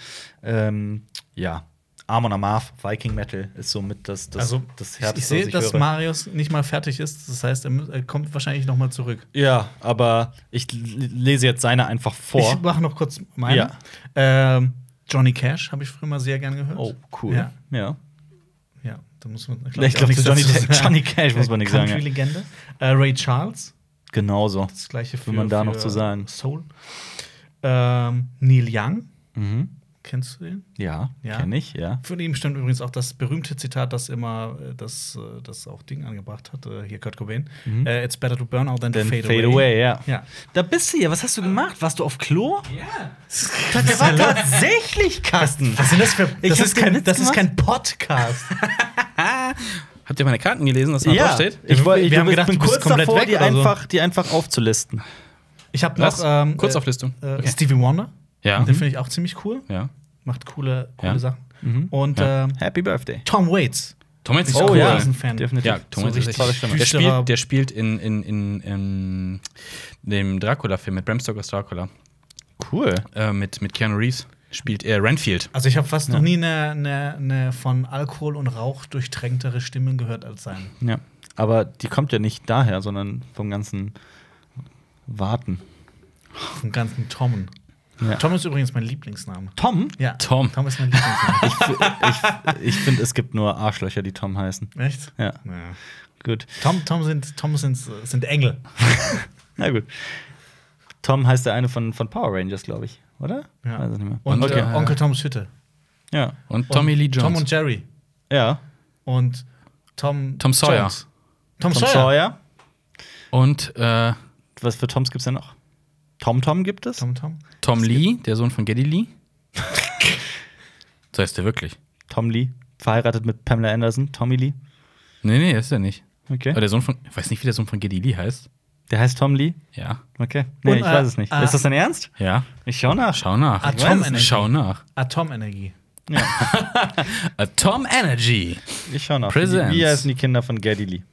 Ja, Amon Amarth, Viking Metal ist so mit das Herz. Ich sehe, dass Marius nicht mal fertig ist. Das heißt, er kommt wahrscheinlich noch mal zurück. Ja, aber ich lese jetzt seine einfach vor. Ich mache noch kurz meine. Ja. Johnny Cash habe ich früher mal sehr gern gehört. Oh, cool. Ja. Ja, da muss man. Ich glaube, Johnny Cash muss man nicht sagen. Country-Legende. Ray Charles. Genauso. Das gleiche für Will man da noch zu sagen. Soul. Neil Young. Mhm. Kennst du den? Ja, Ja. kenne ich, ja. Von ihm stimmt übrigens auch das berühmte Zitat, das immer das auch Ding angebracht hat, hier Kurt Cobain. It's better to burn out than to Then fade away. ja. Ja. Da bist du ja. Was hast du gemacht? Warst du auf Klo? Ja. Der war tatsächlich Carsten. Was sind das für. Ich hab den Witz Das ist gemacht. kein Podcast. Habt ihr meine Karten gelesen, was da drauf steht? Ich Wir haben gedacht, bin du bist kurz komplett davor, weg oder so. die einfach aufzulisten. Ich habe Was? noch Kurzauflistung. Okay. Stevie Wonder. Ja. Den finde ich auch ziemlich cool. Ja. Macht coole Ja. Sachen. Mhm. Und Ja. Happy Birthday. Tom Waits. Tom Waits ist Oh, cool. ja. Riesenfan. Definitiv. Ja, Tom Waits ist richtig tolle Stimme. düsterer- Der spielt in dem Dracula-Film mit Bram Stokers Dracula. Cool. Mit Keanu Reeves spielt er Renfield. Also ich habe fast noch nie eine von Alkohol und Rauch durchtränktere Stimme gehört als sein. Ja. Aber die kommt ja nicht daher, sondern vom ganzen Warten. Vom ganzen Tommen. Ja. Tom ist übrigens mein Lieblingsname. Tom? Ja, Tom. Tom ist mein Lieblingsname. Ich finde, es gibt nur Arschlöcher, die Tom heißen. Echt? Ja, Ja. gut. Tom sind Engel. Na gut. Tom heißt der eine von Power Rangers, glaube ich, oder? Ja. Weiß es nicht mehr. Und Okay. Onkel Toms Hütte. Ja. Und Tommy Lee Jones. Tom und Jerry. Ja. Und Tom Sawyer. Jones. Tom Tom Sawyer. Sawyer. Und Was für Toms gibt's denn noch? Tom gibt es? Tom. Lee, der Sohn von Geddy Lee. So heißt der wirklich. Tom Lee. Verheiratet mit Pamela Anderson. Tommy Lee. Nee, das ist er nicht. Okay. Aber der Sohn von, ich weiß nicht, wie der Sohn von Geddy Lee heißt. Der heißt Tom Lee? Ja. Okay. Nee, Und, ich weiß es nicht. Ist das dein Ernst? Ja. Ich schau nach. Schau nach. Atomenergie. Schau nach. Atomenergie. Atom Energy. Ich schau nach. Presents. Wie heißen die Kinder von Geddy Lee?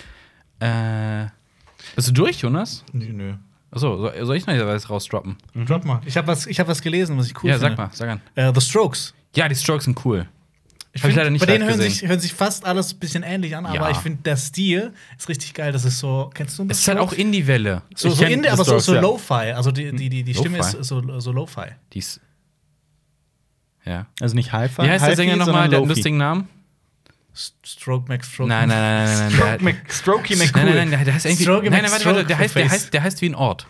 Bist du durch, Jonas? Nö. Achso, soll ich noch was rausdroppen? Drop mal. Ich hab was gelesen, was ich cool Ja, finde. sag an. The Strokes. Ja, die Strokes sind cool. Ich Hab ich find, leider nicht bei denen live hören gesehen. sich fast alles ein bisschen ähnlich an, aber Ja. ich finde, der Stil ist richtig geil. Das ist so, kennst du das? Es ist halt auch Indie-Welle. so Ich kenn Indie, The aber Strokes, so ja. Lo-Fi. Also die Stimme Lo-Fi? ist so Lo-Fi. Die ist. Ja. Also nicht Hi-Fi. Wie heißt der Hi-Fi, Sänger nochmal? sondern Der hat einen Lo-Fi. lustigen Namen. Stroke Mac Stroke. Nein. Strokey McCool. Nein, der heißt irgendwie. Stroke Nein, McStroke warte, der heißt wie ein Ort.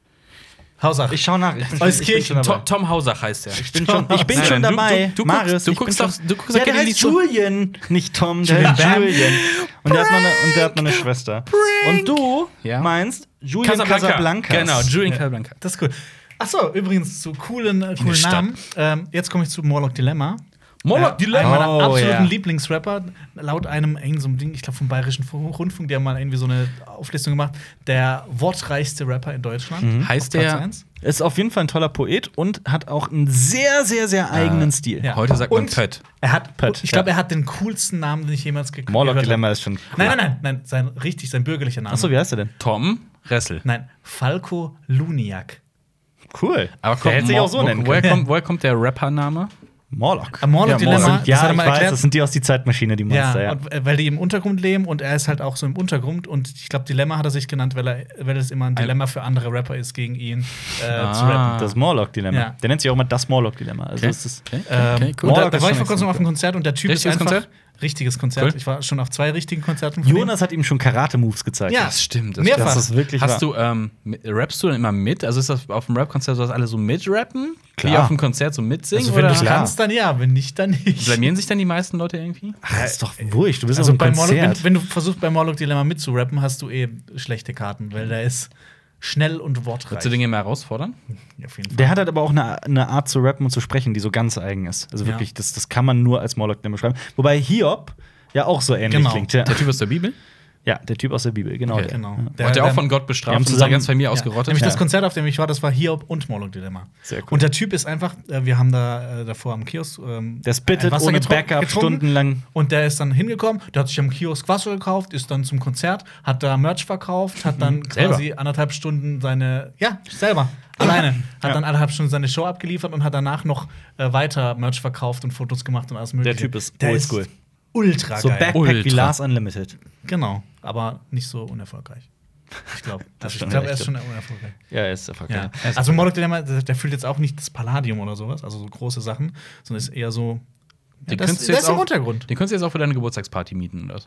Hausach. Ich schau nach. Euskirchen. Tom Hausach heißt der. Ich bin schon dabei. Du Marius, guckst ja, der heißt Julian, nicht Tom, der heißt Julian. Und der hat noch eine Schwester. Und du meinst Julian Casablancas. Genau, Julian Casablancas. Das ist cool. Achso, übrigens zu coolen Stadt. Namen. Jetzt komme ich zu Morlock Dilemma. Morlock Dilemma. Einer meiner absoluten ja. Lieblingsrapper, laut einem so einem Ding, ich glaube vom Bayerischen Rundfunk, die haben mal irgendwie so eine Auflistung gemacht, der wortreichste Rapper in Deutschland. Heißt Auf Platz der- 1. Ist auf jeden Fall ein toller Poet und hat auch einen sehr, sehr, sehr eigenen Stil. Ja. Heute sagt man Und Pött. Ich glaube, er hat den coolsten Namen, den ich jemals gehört habe. Morlock Dilemma ist schon. Nein, sein bürgerlicher Name. Achso, wie heißt er denn? Tom Ressel. Nein, Falco Luniak. Cool. Aber der hätte sich auch so nennen können. woher kommt der Rappername? Morlock. Morlock Dilemma, das Ja, hat er ich mal weiß, erklärt. das sind die aus die Zeitmaschine, die Monster, ja. Und, weil die im Untergrund leben und er ist halt auch so im Untergrund und ich glaube, Dilemma hat er sich genannt, weil es immer ein Dilemma für andere Rapper ist, gegen ihn zu rappen. Das Morlock-Dilemma. Ja. Der nennt sich auch mal das Morlock-Dilemma. Also Okay. es ist Okay, Und Morlock da ist war ich schon vor kurzem extrem auf einem Konzert und der Typ Richtiges ist einfach Konzert? richtiges Konzert. Cool. Ich war schon auf 2 richtigen Konzerten von Jonas hat ihm schon Karate-Moves gezeigt. Ja. Das stimmt. Mehrfach. Das ist wirklich Hast wahr. du, rappst du dann immer mit? Also ist das auf dem Rap-Konzert so, dass alle so mitrappen? Klar. Wie auf dem Konzert so mitsingen? Also, wenn oder du Klar. kannst, dann ja, wenn nicht, dann nicht. blamieren sich dann die meisten Leute irgendwie? Ach, das ist doch wurscht. Du bist Also auf bei einem Morlock, Konzert. wenn du versuchst, bei Morlock Dilemma mitzurappen, hast du schlechte Karten, weil der ist schnell und wortreich. Würdest du Dinge mehr herausfordern? Ja, auf jeden Fall. Der hat halt aber auch eine Art zu rappen und zu sprechen, die so ganz eigen ist. Also Ja. wirklich, das kann man nur als Morlock-Dilemma beschreiben. Wobei Hiob ja auch so ähnlich Genau. klingt. Ja. Der Typ aus der Bibel? Ja, der Typ aus der Bibel, genau. Okay. Der. Genau. Ja. Wurde der auch der- von Gott Die haben bestraft und seine zusammen- ganze Familie Ja, ausgerottet? nämlich das Ja. Konzert, auf dem ich war, das war Hiob und Morlock Dilemma. Sehr cool. Und der Typ ist einfach, wir haben da davor am Kiosk Der spittet ohne Backup stundenlang. Und der ist dann hingekommen, der hat sich am Kiosk Wasser gekauft, ist dann zum Konzert, hat da Merch verkauft, hat dann Selber? quasi 1,5 Stunden selber, alleine, hat dann 1,5 Stunden seine Show abgeliefert und hat danach noch weiter Merch verkauft und Fotos gemacht und alles mögliche. Der Typ ist Der oldschool. ultra So geil. Backpack wie Ultra. Lars Unlimited. Genau, aber nicht so unerfolgreich. Ich glaube, Das ist ich schon glaube, er recht, ist schon unerfolgreich. Ja, er ist erfolgreich. Ja. Also Morlock Dilemma, der füllt jetzt auch nicht das Palladium oder sowas, also so große Sachen, sondern ist eher so. Den das könntest du ist jetzt im auch- Untergrund. Den könntest du jetzt auch für deine Geburtstagsparty mieten, oder?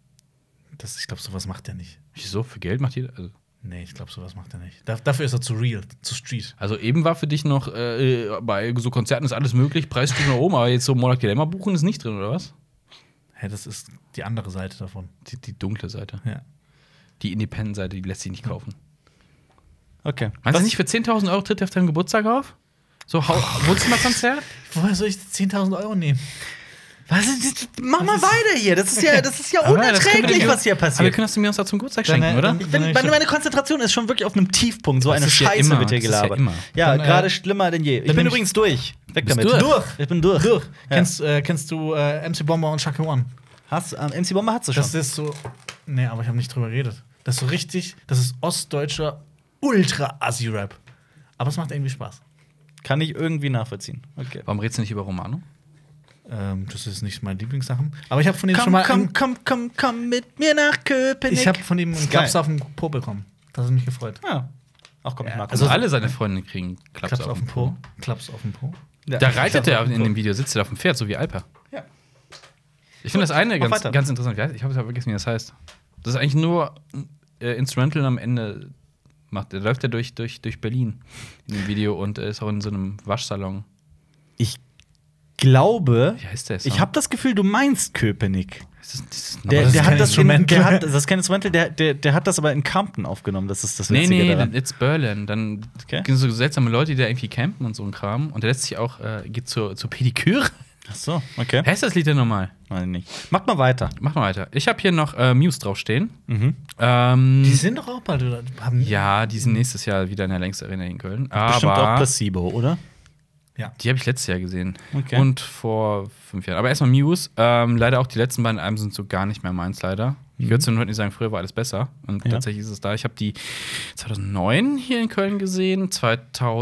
Ich glaube, sowas macht er nicht. Wieso? Für Geld macht jeder? Nee, ich glaube, sowas macht er nicht. Dafür ist er zu real, zu street. Also eben war für dich noch, bei so Konzerten ist alles möglich, Preisstufen nach oben, aber jetzt so Morlock Dilemma buchen ist nicht drin, oder was? Hä, das ist die andere Seite davon. Die dunkle Seite. Ja. Die Independent-Seite, die lässt sich nicht kaufen. Okay. Meinst du nicht, für 10.000 Euro tritt er auf deinem Geburtstag auf? So Wohnzimmerkonzert? Woher soll ich 10.000 Euro nehmen? Was ist, mach mal weiter hier. Das ist ja Aber das können wir unerträglich, dir- was hier Aber wir passiert. können das mir uns da zum Geburtstag Dann, schenken, oder? dann- Ich bin, meine Konzentration ist schon wirklich auf einem Tiefpunkt. So Das eine ist ja Scheiße immer, wird hier das ist ja gelabert. immer. Ja, Dann, gerade schlimmer denn je. Ich bin nehm ich- übrigens durch. Weg Bist damit. durch? Ich bin durch. Ja. Kennst du MC Bomber und Shaka One? MC Bomber hat sie schon. Das ist so. Nee, aber ich habe nicht drüber geredet. Das ist so richtig. Das ist ostdeutscher Ultra-Assi-Rap. Aber es macht irgendwie Spaß. Kann ich irgendwie nachvollziehen. Okay. Warum redest du nicht über Romano? Das ist nicht meine Lieblingssachen. Aber ich habe von ihm schon mal. komm mit mir nach Köpenick. Ich habe von ihm einen ist Klaps geil. auf den Po bekommen. Das hat mich gefreut. Ja. Ach komm, ich mag Also das. alle seine Freunde kriegen Klaps Klaps auf den Po. Klaps auf den Po. Ja. Da reitet er Klaps auf in dem Video, sitzt er auf dem Pferd, so wie Alper. Ja. Ich finde das eine mach ganz, weiter. ganz interessant. Ich habe vergessen, wie das heißt. Das ist eigentlich nur Instrumental am Ende macht. Der läuft ja durch Berlin in dem Video und ist auch in so einem Waschsalon. Ich glaube, Wie heißt der Song? ich habe das Gefühl, du meinst Köpenick. Das ist Der, das ist der kein hat das Instrumental. das ist kein Instrumental, der hat das aber in Compton aufgenommen. Das ist das nee, Witzige daran. it's Berlin. Dann Okay. gibt es so seltsame Leute, die da irgendwie campen und so ein Kram. Und der lässt sich auch, geht zur Pediküre. Ach so, okay. Heißt das Lied denn normal? Weiß ich nicht. Mach mal weiter. Mach mal weiter. Ich habe hier noch Muse draufstehen. Mhm. Die sind doch auch bald, oder? Ja, die sind nächstes Jahr wieder in der Längst Arena in Köln. Bestimmt auch Aber Placebo, oder? Ja. die habe ich letztes Jahr gesehen. Okay. Und vor 5 Jahren. Aber erstmal Muse. Leider auch die letzten beiden Alben sind so gar nicht mehr meins, leider. Ich würde heute nicht sagen, früher war alles besser. Und Ja. tatsächlich ist es da. Ich habe die 2009 hier in Köln gesehen,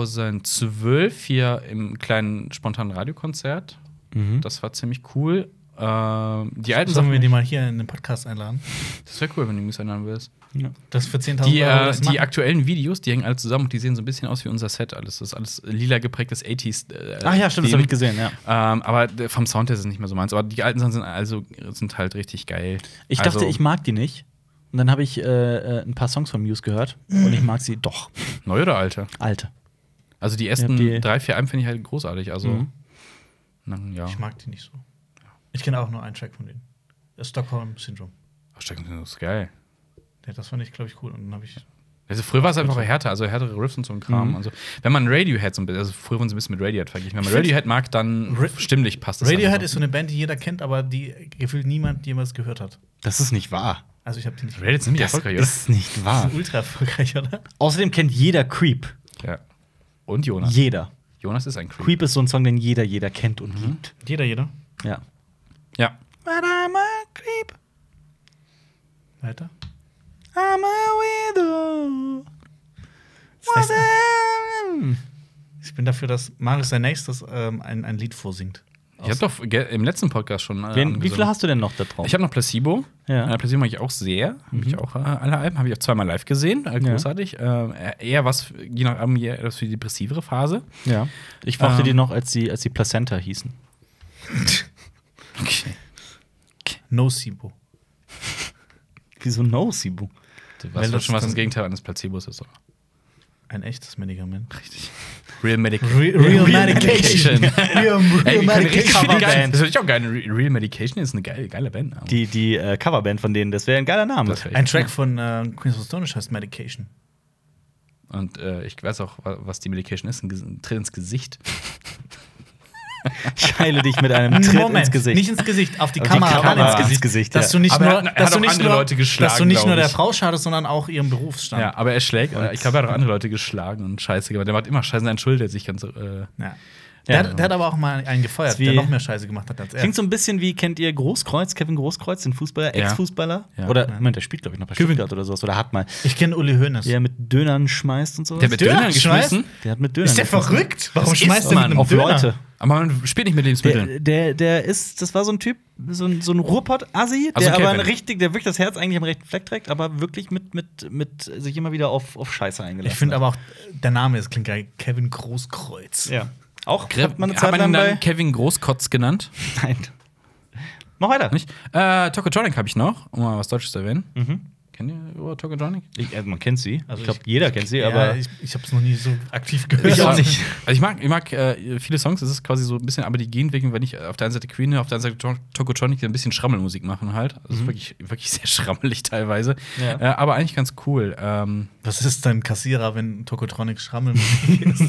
2012 hier im kleinen spontanen Radiokonzert. Mhm. Das war ziemlich cool. Die alten Sollen Sachen. wir die mal hier in den Podcast einladen? Das wäre cool, wenn du mich einladen würdest. Das für 10.000 Die, Euro das die machen? aktuellen Videos, die hängen alle zusammen und die sehen so ein bisschen aus wie unser Set alles. Das ist alles lila geprägtes 80s. Ach ja, stimmt, das habe ich gesehen, ja. Aber vom Sound her ist es nicht mehr so meins. Aber die alten Sachen sind halt richtig geil. Ich Also, dachte, ich mag die nicht. Und dann habe ich ein paar Songs von Muse gehört. Und ich mag sie doch. Neu oder alte? Alte. Also die ersten Ja, die- 3, 4 Alben finde ich halt großartig. Also, Mhm. ja. Ich mag die nicht so. Ich kenne auch nur einen Track von denen. Das Stockholm Syndrome. Das ist geil. Ja, das fand ich, glaube ich, cool. Und dann habe ich. Also früher war es einfach härter, also härtere Riffs und so ein Kram. Mhm. Also, wenn man Radiohead so ein bisschen, also früher wurden sie ein bisschen mit Radiohead verglichen. Wenn man Radiohead mag, dann stimmlich passt das. Radiohead einfach. ist so eine Band, die jeder kennt, aber die gefühlt niemand jemals gehört hat. Das ist nicht wahr. Also ich habe die nicht. Radiohead ist ziemlich erfolgreich, oder? ist nicht wahr. Ultra erfolgreich, oder? Außerdem kennt jeder Creep. Ja. Und Jonas. Jeder. Jonas ist ein Creep. Creep ist so ein Song, den jeder kennt und liebt. Jeder. Ja. Ja. But I'm a creep. Weiter. I'm a widow. Das heißt, ich bin dafür, dass Marius sein nächstes ein Lied vorsingt. Ich habe doch im letzten Podcast schon. Wie angesungen. viel hast du denn noch da drauf? Ich habe noch Placebo. Ja. Placebo mag ich auch sehr. Habe ich auch alle Alben. Habe ich auch zweimal live gesehen. Großartig. Eher was, je nach Album, eher was für die depressivere Phase. Ja. Ich mochte die noch, als die Placenta hießen. Okay. No Sibo. Wieso No, Sibu? Du weißt doch schon, was das Gegenteil eines Placebos ist, oder? Ein echtes Medikament. Richtig. Real Medication. Real Medication. Real Medication. Das finde ich auch geil. Real Medication ist eine geile Band. Die Coverband von denen, das wäre ein geiler Name. Das wär Ein Track von Queens of the Stone Age heißt Medication. Und ich weiß auch, was die Medication ist. Ein Tritt ins Gesicht. Ich heile dich mit einem Tritt ins Gesicht. Nicht ins Gesicht, auf die Auf die Kamera, Kamera ins ins Gesicht, Dass ja. du nicht Aber nur, er hat dass du auch nicht andere nur, Leute geschlagen, dass du nicht nur glaub der ich. Frau schadest, sondern auch ihrem Berufsstand. Ja, aber er schlägt. Ich glaube, er hat auch andere Leute geschlagen und Scheiße gemacht. Der macht immer Scheiße, entschuldigt sich ganz. Ja. Ja. Der hat aber auch mal einen gefeuert, Wie- der noch mehr Scheiße gemacht hat als er. Klingt so ein bisschen wie, kennt ihr Großkreuz, Kevin Großkreuz, den Fußballer, Ja. Ex-Fußballer? Ja. Oder, Moment, der spielt, glaube ich, noch bei Stuttgart oder sowas. Oder hat mal. Ich kenne Uli Hoeneß. Der mit Dönern schmeißt und sowas. Der mit Döner Dönern geschmissen. schmeißt? Der hat mit Dönern Ist der geschmissen. verrückt? Warum Das schmeißt ist der mit man einem Auf Döner? Leute. Aber man spielt nicht mit Lebensmitteln. Das war so ein Typ, so ein Ruhrpott-Assi, Also der aber Kevin. der wirklich das Herz eigentlich am rechten Fleck trägt, aber wirklich mit sich immer wieder auf Scheiße eingelassen Ich finde hat. aber auch, der Name ist klingt geil. Kevin Großkreuz. Ja. Auch Hat man eine Zeit lang ihn bei. dann Kevin Großkotz genannt? Nein. Mach weiter. Nicht? Tokotronic habe ich noch, um mal was Deutsches zu erwähnen. Mhm. Kennt ihr Tokotronic? Man kennt sie. Also ich glaube, jeder kennt sie, aber. ich habe es noch nie so aktiv gehört. Ich auch nicht. Also ich mag viele Songs, es ist quasi so ein bisschen, aber die gehen wegen, wenn ich auf der einen Seite Queen höre, auf der anderen Seite Tokotronic, die ein bisschen Schrammelmusik machen halt. Also es ist wirklich, wirklich sehr schrammelig teilweise. Ja. Aber eigentlich ganz cool. Was ist dein Kassierer, wenn Tokotronic Schrammelmusik ist?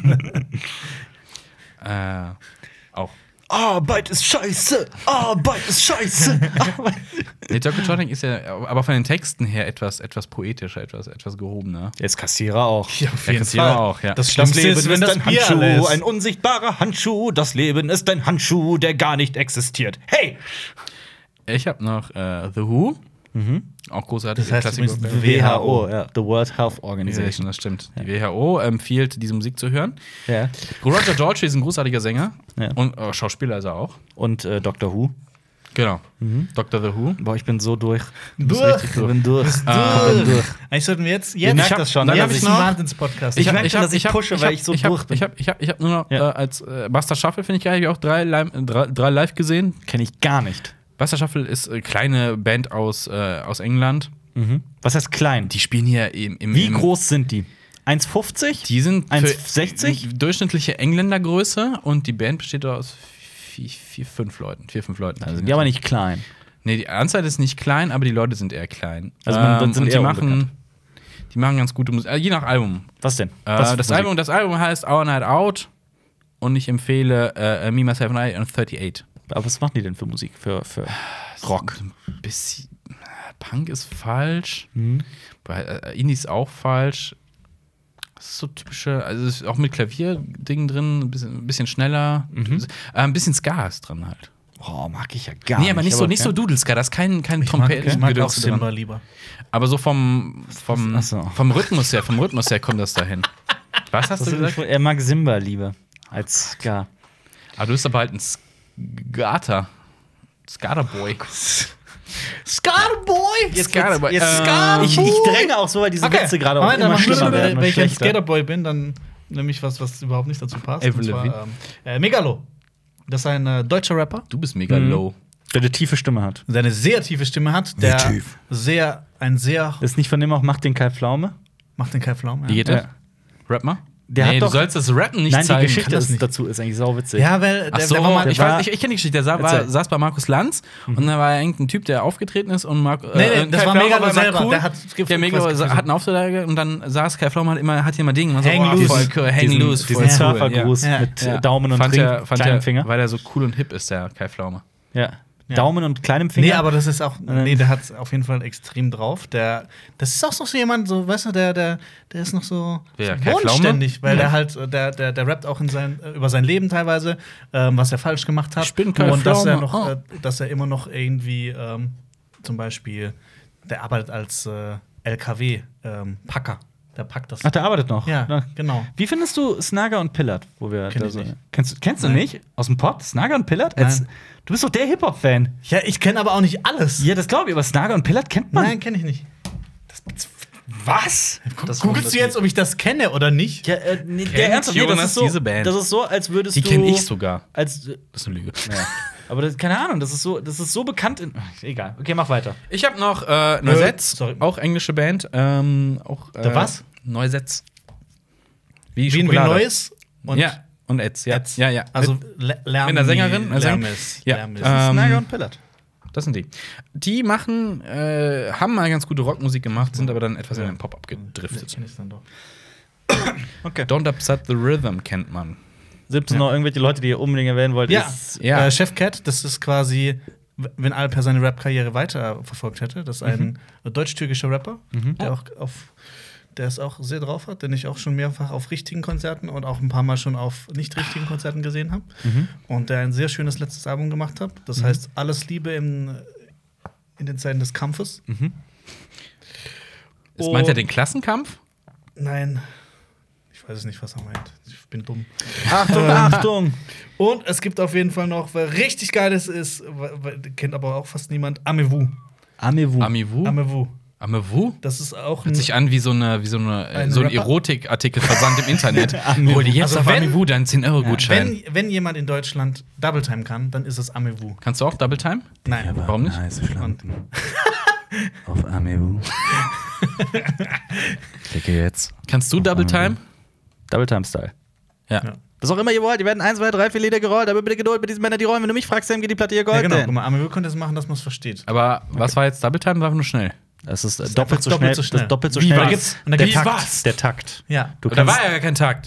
Auch. Arbeit ist scheiße! Arbeit ist scheiße! Nee, Tokotronic ist ja aber von den Texten her etwas poetischer, etwas gehobener. Jetzt Kassierer auch. Ja, auf jeden Fall. Auch, ja. Das Das Schlimmste Leben ist, wenn das ein Bier Handschuh, alle ist. ein unsichtbarer Handschuh. Das Leben ist ein Handschuh, der gar nicht existiert. Hey! Ich habe noch The Who. Auch großartig. Das heißt Klassiker. übrigens WHO, ja, the World Health Organization, Organization. das stimmt. Die WHO empfiehlt, diese Musik zu hören. Ja. Roger Daltrey ist ein großartiger Sänger. Ja. Und Schauspieler ist er auch. Und Doctor Who. Genau. Dr. The Who. Boah, ich bin so durch. Durch. Ich bin durch. Durch. Eigentlich sollten wir jetzt merkt das schon, dann ne, hab dass ich ich einen noch- Wahnsinns-Podcast. Ich merke schon, dass ich pushe, weil ich so durch bin. Ich hab nur noch Ja. als Buster Shuffle, finde ich geil, hab ich auch drei live gesehen. Kenne ich gar nicht. Buster Shuffle ist eine kleine Band aus England. Was heißt klein? Die spielen hier im Wie groß sind die? 1,50? Die sind 1,60? durchschnittliche Engländergröße und die Band besteht aus 4-5 Leuten. Also die aber nicht klein. Nee, die Anzahl ist nicht klein, aber die Leute sind eher klein. Also man sind und eher die machen ganz gute Musik, je nach Album. Was denn? Das Album heißt Our Night Out und ich empfehle Me, Myself and I und 38. Aber was machen die denn für Musik? Für Rock? Ein bisschen, Punk ist falsch. Indie ist auch falsch. Das ist so typische, also es ist auch mit Klavierdingen drin, ein bisschen schneller. Ein bisschen Ska ist dran halt. Oh, mag ich ja gar Nee, aber nicht so Dudelska, das ist kein Trompeten. Ich mag auch Gedöns Simba dran. lieber. Aber so vom Ach so. Rhythmus her kommt das dahin. Was hast du gesagt? Er mag Simba lieber als Ska. Aber du bist aber halt ein Skater. Skaterboy. Skaterboy! Jetzt Skaterboy. Ich dränge auch so, weil diese Witze gerade auch immer schlimmer werden. Wenn ich ein schlechter. Skaterboy bin, dann nehme ich was überhaupt nicht dazu passt. Avril Und zwar, Megalo. Das ist ein deutscher Rapper, Du bist mega low. Der eine tiefe Stimme hat. der eine sehr tiefe Stimme hat, der tief? sehr Ist nicht von dem auch Macht den Kai Pflaume? macht den Kai Pflaume. Wie geht Ja. das? Rap mal? Der hat du doch- sollst das Rappen nicht Nein, die zeigen. Geschichte kann das nicht. dazu ist eigentlich sauwitzig. Ja, weil Ach so, der war mal, ich kenne die Geschichte. Der Erzähl. saß bei Markus Lanz und da war irgendein Typ, der aufgetreten ist und Nee, das Kai war Pflaume Megalo immer selber. cool. Der hat Megalo was- hat einen Auftritt und dann saß Kai Pflaume hat immer Ding. Und so, Hang oh, loose. voll cool, hang loose. Diesen voll cool. Surfergruß Ja. mit Ja. Daumen und fand kleinem Finger. Weil er so cool und hip ist, der Kai Pflaume. Ja. Ja. Daumen und kleinem Finger. Nee, aber das ist auch. Nee, der hat auf jeden Fall extrem drauf. Das ist auch so jemand, so, weißt du, der ist noch so Wer, Kai Pflaume? bodenständig, weil der halt, der rappt auch über sein Leben teilweise, was er falsch gemacht hat. Ich bin Kai und dass er Pflaume. noch, dass er immer noch irgendwie, zum Beispiel, der arbeitet als LKW-Packer. Der packt das. Ach, der arbeitet noch. Ja, Na. genau. Wie findest du Snagger und Pillard? Wo wir Kenn da ich so nicht. Kennst du Nein. nicht? Aus dem Pop? Snagger und Pillard? Nein. Du bist doch der Hip-Hop-Fan. Ja, ich kenne aber auch nicht alles. Ja, das glaube ich, aber Snagger und Pillard kennt man. Nein, kenne ich nicht. Was? Googlest du jetzt, ob ich das kenne oder nicht? Ja, nee, Kennt der ernsthaft, nee, das Jonas ist so, diese Band? Das ist so, als würdest Die du. kenne ich sogar. Als, Das ist eine Lüge. ja. Aber das, keine Ahnung, das ist so bekannt in. Ach, egal. Okay, mach weiter. Ich habe noch Neusetz, sorry. auch englische Band. Auch, Der was? Neusetz. Wie Schokolade. Neues und ja, und Etz. Ja, Etz. ja, ja. Also Lärm. mit einer Sängerin, Lärmes. Ja. Lärmes. Snagger und Pillard. Das sind die. Die machen, haben mal ganz gute Rockmusik gemacht, sind aber dann etwas in den Pop abgedriftet. Kenn ich dann doch. Okay. Don't Upset the Rhythm kennt man. 17 noch irgendwelche Leute, die ihr unbedingt erwähnen wollt. Ja, Ist, Ja. Chef Cat, das ist quasi, wenn Alper seine Rap-Karriere weiter verfolgt hätte, das ist ein deutsch-türkischer Rapper, der es auch sehr drauf hat, den ich auch schon mehrfach auf richtigen Konzerten und auch ein paar Mal schon auf nicht richtigen Konzerten gesehen habe. Und der ein sehr schönes letztes Album gemacht hat. Das heißt, Alles Liebe in den Zeiten des Kampfes. Meint er den Klassenkampf? Nein, ich weiß es nicht, was er meint. Ich bin dumm. Achtung, Achtung! Und es gibt auf jeden Fall noch, wer richtig geiles ist, kennt aber auch fast niemand, Amewu. Amewu. Amivu? Amewu. Amivu? Das ist auch Hört sich an wie so ein Rapper? Erotikartikelversand im Internet. Hol dir jetzt Also auf wenn- Amivu deinen 10-Euro-Gutschein. wenn jemand in Deutschland Double Time kann, dann ist es Amewu. Kannst du auch Double Time? Nein. Warum nicht? Und Auf Amewu. Klicke jetzt. Kannst du Double Time? Double Time Style. Ja. Ja. Das auch immer ihr wollt. Die werden 1, 2, 3, 4 Lieder gerollt. Aber bitte Geduld mit diesen Männern, die rollen. Wenn du mich fragst, dann geht die Platte hier Gold. ja, genau, denn. guck mal, Amewu könnte es machen, dass man es versteht. Aber was war jetzt Double Time? War nur schnell. Das ist ist doppelt einfach so doppelt schnell. so schnell. Das doppelt so Wie schnell. was? Da gibt's- Und da der gibt's Takt. was? Der Takt. Ja. Du Da kannst, war ja gar kein Takt.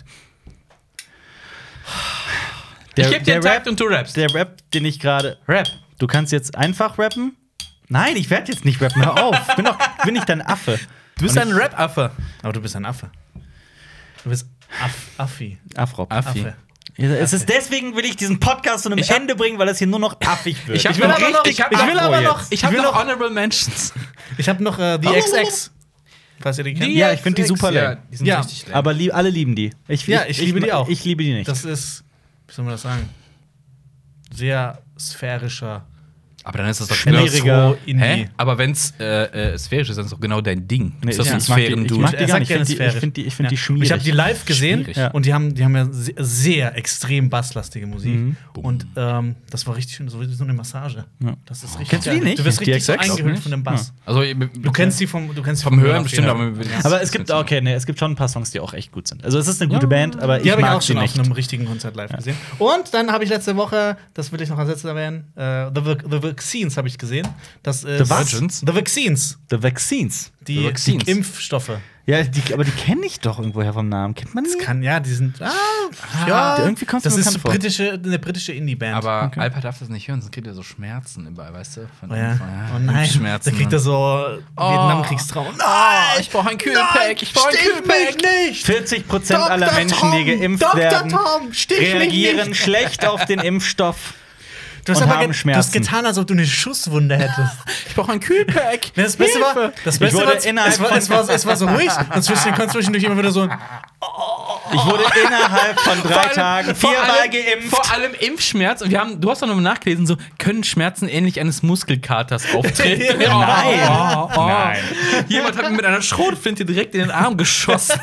der, Ich geb dir der einen Takt Rap, und du rappst. der Rap, den ich gerade rap. Du kannst jetzt einfach rappen. Nein, ich werde jetzt nicht rappen. Hör auf. Bin nicht dein Affe. Du bist ein Rap-Affe. Aber du bist ein Affe. Du bist Affi. Afrop. Affi. Affe. Es ist deswegen will ich diesen Podcast zu einem Ich hab- Ende bringen, weil das hier nur noch affig wird. Ich hab Ich will noch aber noch- richtig- ich will aber noch- Ich habe will noch noch- Honorable Mentions. Ich habe noch The XX. Falls ihr die kennt. Ja, ich find die super ja, lame. die sind Ja. richtig lame. Aber alle lieben die. Ich liebe die auch. Ich liebe die nicht. Das ist, wie soll man das sagen? Sehr sphärischer. Aber dann ist das doch Schwieriger Indie. Hä? Aber wenn's sphärisch ist, dann ist doch genau dein Ding. Nee, ist das ich ein mag die, ich Sphären-Dude? mag die Er gar sagt nicht. gerne Ich sphärisch. finde die, find die Ja. schwierig. Ich habe die live gesehen Schwierig. Ja. und die haben ja sehr extrem basslastige Musik. Mhm. Und das war richtig schön, so wie so eine Massage. Ja. Das ist richtig Kennst du die geil. nicht? Du wirst Die richtig so XX? eingehüllt Nicht? von dem Bass. Also, Du kennst sie vom vom Hören bestimmt, aber aber Aber es gibt, okay, nee, es gibt schon ein paar Songs, die auch echt gut sind. Also es ist eine gute Band, aber die ich habe ich mag auch sie schon nicht. auf einem richtigen Konzert live gesehen. Und dann habe ich letzte Woche, das will ich noch als letztes erwähnen, The Vaccines habe ich gesehen. Das ist The was? The Vaccines. The Vaccines. Die, The Vaccines. die Impfstoffe. Ja, aber die kenne ich doch irgendwoher vom Namen. Kennt man die? Die sind. Ja, irgendwie kommt's mir das ist bekannt vor. eine britische Indie-Band. Aber Alper darf das nicht hören, sonst kriegt er so Schmerzen überall, weißt du? Von Oh ja. Oh nein. Schmerzen. Da kriegt er so Vietnamkriegstraum. Nein! ich brauche ein Kühlpack, ich brauche ein Stich Kühlpack. mich nicht! 40% aller Menschen, die geimpft werden, Tom, stich reagieren mich nicht! schlecht auf den Impfstoff. Du hast und aber haben du Schmerzen. hast getan, als ob du eine Schusswunde hättest. Ich brauche ein Kühlpack. Das Beste war, wurde innerhalb es war so ruhig, sonst konntest du zwischendurch immer wieder so. Ich wurde innerhalb von 3 Tagen 4-mal geimpft. Vor allem Impfschmerz. Und du hast doch nochmal nachgelesen, so können Schmerzen ähnlich eines Muskelkaters auftreten. Nein. Nein. Jemand hat mir mit einer Schrotflinte direkt in den Arm geschossen.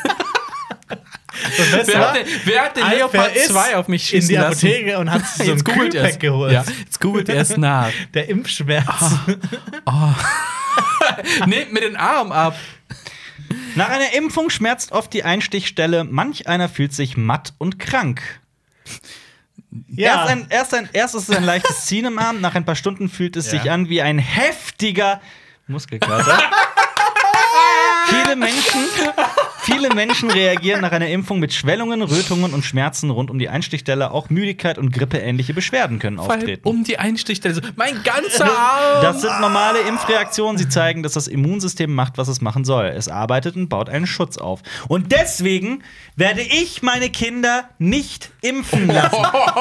Wer hat den Leopard 2 auf mich schießen in die lassen? Apotheke und hat sich so ein Jetzt googelt Kühlpack er's. geholt. Ja, jetzt googelt er es nach. Der Impfschmerz. Nehmt mir den Arm ab. Nach einer Impfung schmerzt oft die Einstichstelle. Manch einer fühlt sich matt und krank. Ja. Erst ist es ein leichtes Ziehen im Arm. Nach ein paar Stunden fühlt es sich an wie ein heftiger Muskelkater. Viele Menschen reagieren nach einer Impfung mit Schwellungen, Rötungen und Schmerzen rund um die Einstichstelle. Auch Müdigkeit und grippeähnliche Beschwerden können auftreten. Um die Einstichstelle. So, mein ganzer Arm. Das sind normale Impfreaktionen. Sie zeigen, dass das Immunsystem macht, was es machen soll. Es arbeitet und baut einen Schutz auf. Und deswegen werde ich meine Kinder nicht impfen lassen.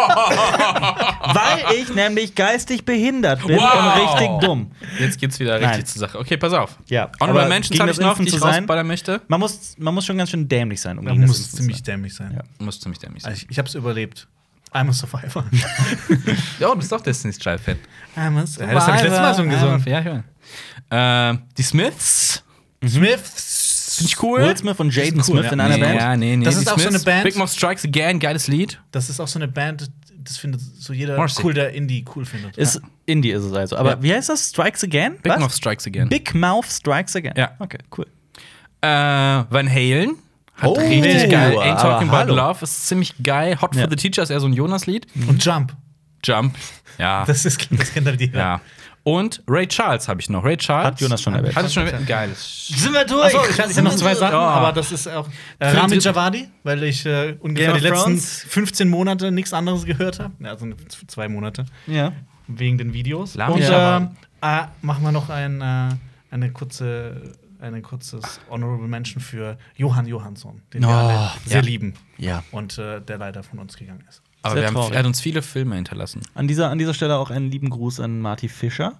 Weil ich nämlich geistig behindert bin und richtig dumm. Jetzt geht's wieder richtig zur Sache. Okay, pass auf. Ja, Honorable aber Mentions gegen habe das ich noch, Impfen die ich zu sein, rausballern möchte. Man muss schon ganz schön dämlich sein, um Da gegen das muss Impfen zu ziemlich sein. dämlich sein. Ja. Muss ziemlich dämlich sein. Also ich hab's überlebt. I'm a survivor. Ja, du bist doch Destiny's Child-Fan. I'm a survivor. Das hab ich letztes Mal schon gesungen. Ja, ich weiß. Die Smiths. Smiths. Finde ich cool. Will Smith und Jaden ist cool, Smith ja. in einer Band. Ja, nee. Das die ist auch so eine Band. Big Mouth Strikes Again, geiles Lied. Das ist auch so eine Band, das findet so jeder Morrissey. cool, der Indie cool findet. Indie ist es also. Aber Ja. wie heißt das? Strikes Again? Big Was? Mouth Strikes Again. Big Mouth Strikes Again. Ja. Okay, cool. Van Halen. Hat Oh, richtig geil. Ain't aber Talking About hallo. Love ist ziemlich geil. Hot Ja. for the Teacher ist eher so ein Jonas-Lied. Und Jump. Jump. Ja. Das kennt halt jeder. Ja. Und Ray Charles habe ich noch. Ray Charles. Hat Jonas schon erwähnt. Hat es schon erwähnt? Geiles. Sind wir durch? Achso, ich hatte noch 2 Sachen, Oh. aber das ist auch Ramin Djawadi, weil ich ungefähr Game die of letzten Thrones? 15 Monate nichts anderes gehört habe. Ja, also 2 Monate. Ja. Wegen den Videos. Ramin Und Djawadi. machen wir noch eine kurzes Honorable Mention für Johann Johansson, den wir alle sehr lieben. Ja. Und der leider von uns gegangen ist. Aber Sehr er traurig. hat uns viele Filme hinterlassen. An dieser Stelle auch einen lieben Gruß an Marty Fischer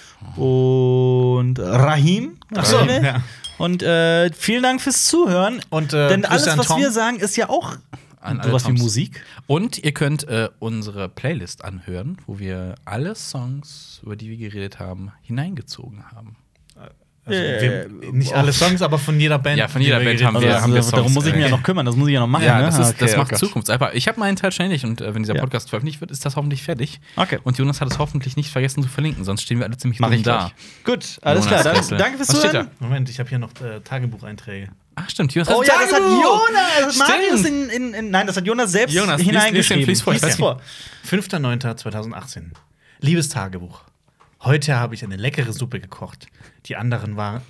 und Rahim. Achso, natürlich. ja. Und vielen Dank fürs Zuhören. Und Denn Grüße alles, an was Tom. wir sagen, ist ja auch An alle sowas wie Toms. Musik. Und ihr könnt unsere Playlist anhören, wo wir alle Songs, über die wir geredet haben, hineingezogen haben. Also nicht alle Songs, aber von jeder Band. Ja, von jeder die Band geredet haben wir- Also, Songs, darum muss ich mich ja okay. noch kümmern, das muss ich ja noch machen. Ja, ne? das Okay, macht okay. Zukunftseifer. Ich habe meinen Teil ständig und wenn dieser Ja. Podcast veröffentlicht wird, ist das hoffentlich fertig. Okay. Und Jonas hat es hoffentlich nicht vergessen zu verlinken, sonst stehen wir alle ziemlich Mach dumm ich da. gleich. Gut, alles Jonas klar. Dann, Kessel. danke fürs Was steht Zuhören. Moment, ich habe hier noch Tagebucheinträge. Ach stimmt, Jonas Oh ja, das hat Jonas. Stimmt. Marius nein, das hat Jonas selbst Jonas, lies hineingeschrieben. den vor, ich Lies weiß vor. 5.9.2018. Liebes Tagebuch. Heute habe ich eine leckere Suppe gekocht. Die anderen waren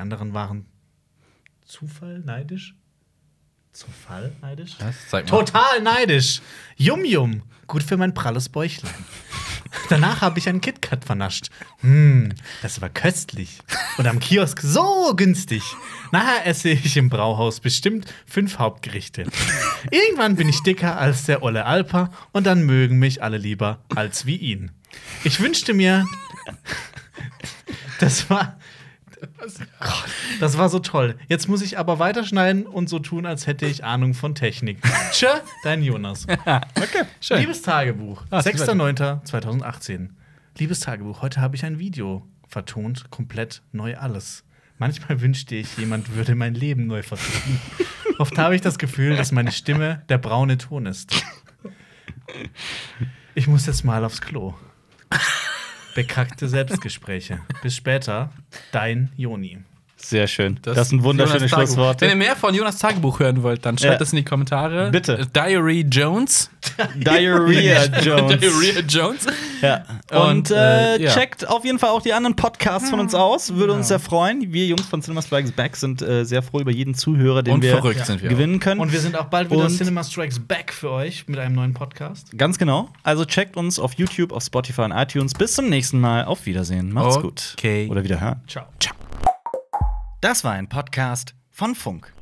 Zufall neidisch? Zufall neidisch? Was? Sag mal. Total neidisch. Yum Yum. Gut für mein pralles Bäuchlein. Danach habe ich einen KitKat vernascht. Das war köstlich. Und am Kiosk so günstig. Nachher esse ich im Brauhaus bestimmt 5 Hauptgerichte. Irgendwann bin ich dicker als der Olle Alper und dann mögen mich alle lieber als wie ihn. Ich wünschte mir, das war so toll. Jetzt muss ich aber weiterschneiden und so tun, als hätte ich Ahnung von Technik. Tschö, dein Jonas. Okay, schön. Liebes Tagebuch, Ah, 6.9.2018. Liebes Tagebuch, heute habe ich ein Video vertont, komplett neu alles. Manchmal wünschte ich, jemand würde mein Leben neu vertonen. Oft habe ich das Gefühl, dass meine Stimme der braune Ton ist. Ich muss jetzt mal aufs Klo. Bekackte Selbstgespräche. Bis später, dein Joni. Sehr schön. Das sind wunderschöne Jonas Tagebuch. Schlussworte. Wenn ihr mehr von Jonas Tagebuch hören wollt, dann schreibt Ja. das in die Kommentare. Bitte. Diary Jones. Diarrhea Jones. Diarrhea Jones. Ja. Und, Und ja. checkt auf jeden Fall auch die anderen Podcasts von uns aus. Würde uns sehr freuen. Wir Jungs von Cinema Strikes Back sind sehr froh über jeden Zuhörer, den Und wir verrückt sind wir gewinnen können. Und wir sind auch bald wieder Und- Cinema Strikes Back für euch mit einem neuen Podcast. Ganz genau. Also checkt uns auf YouTube, auf Spotify und iTunes. Bis zum nächsten Mal. Auf Wiedersehen. Macht's gut. Okay. Oder wiederhören. Ciao. Das war ein Podcast von Funk.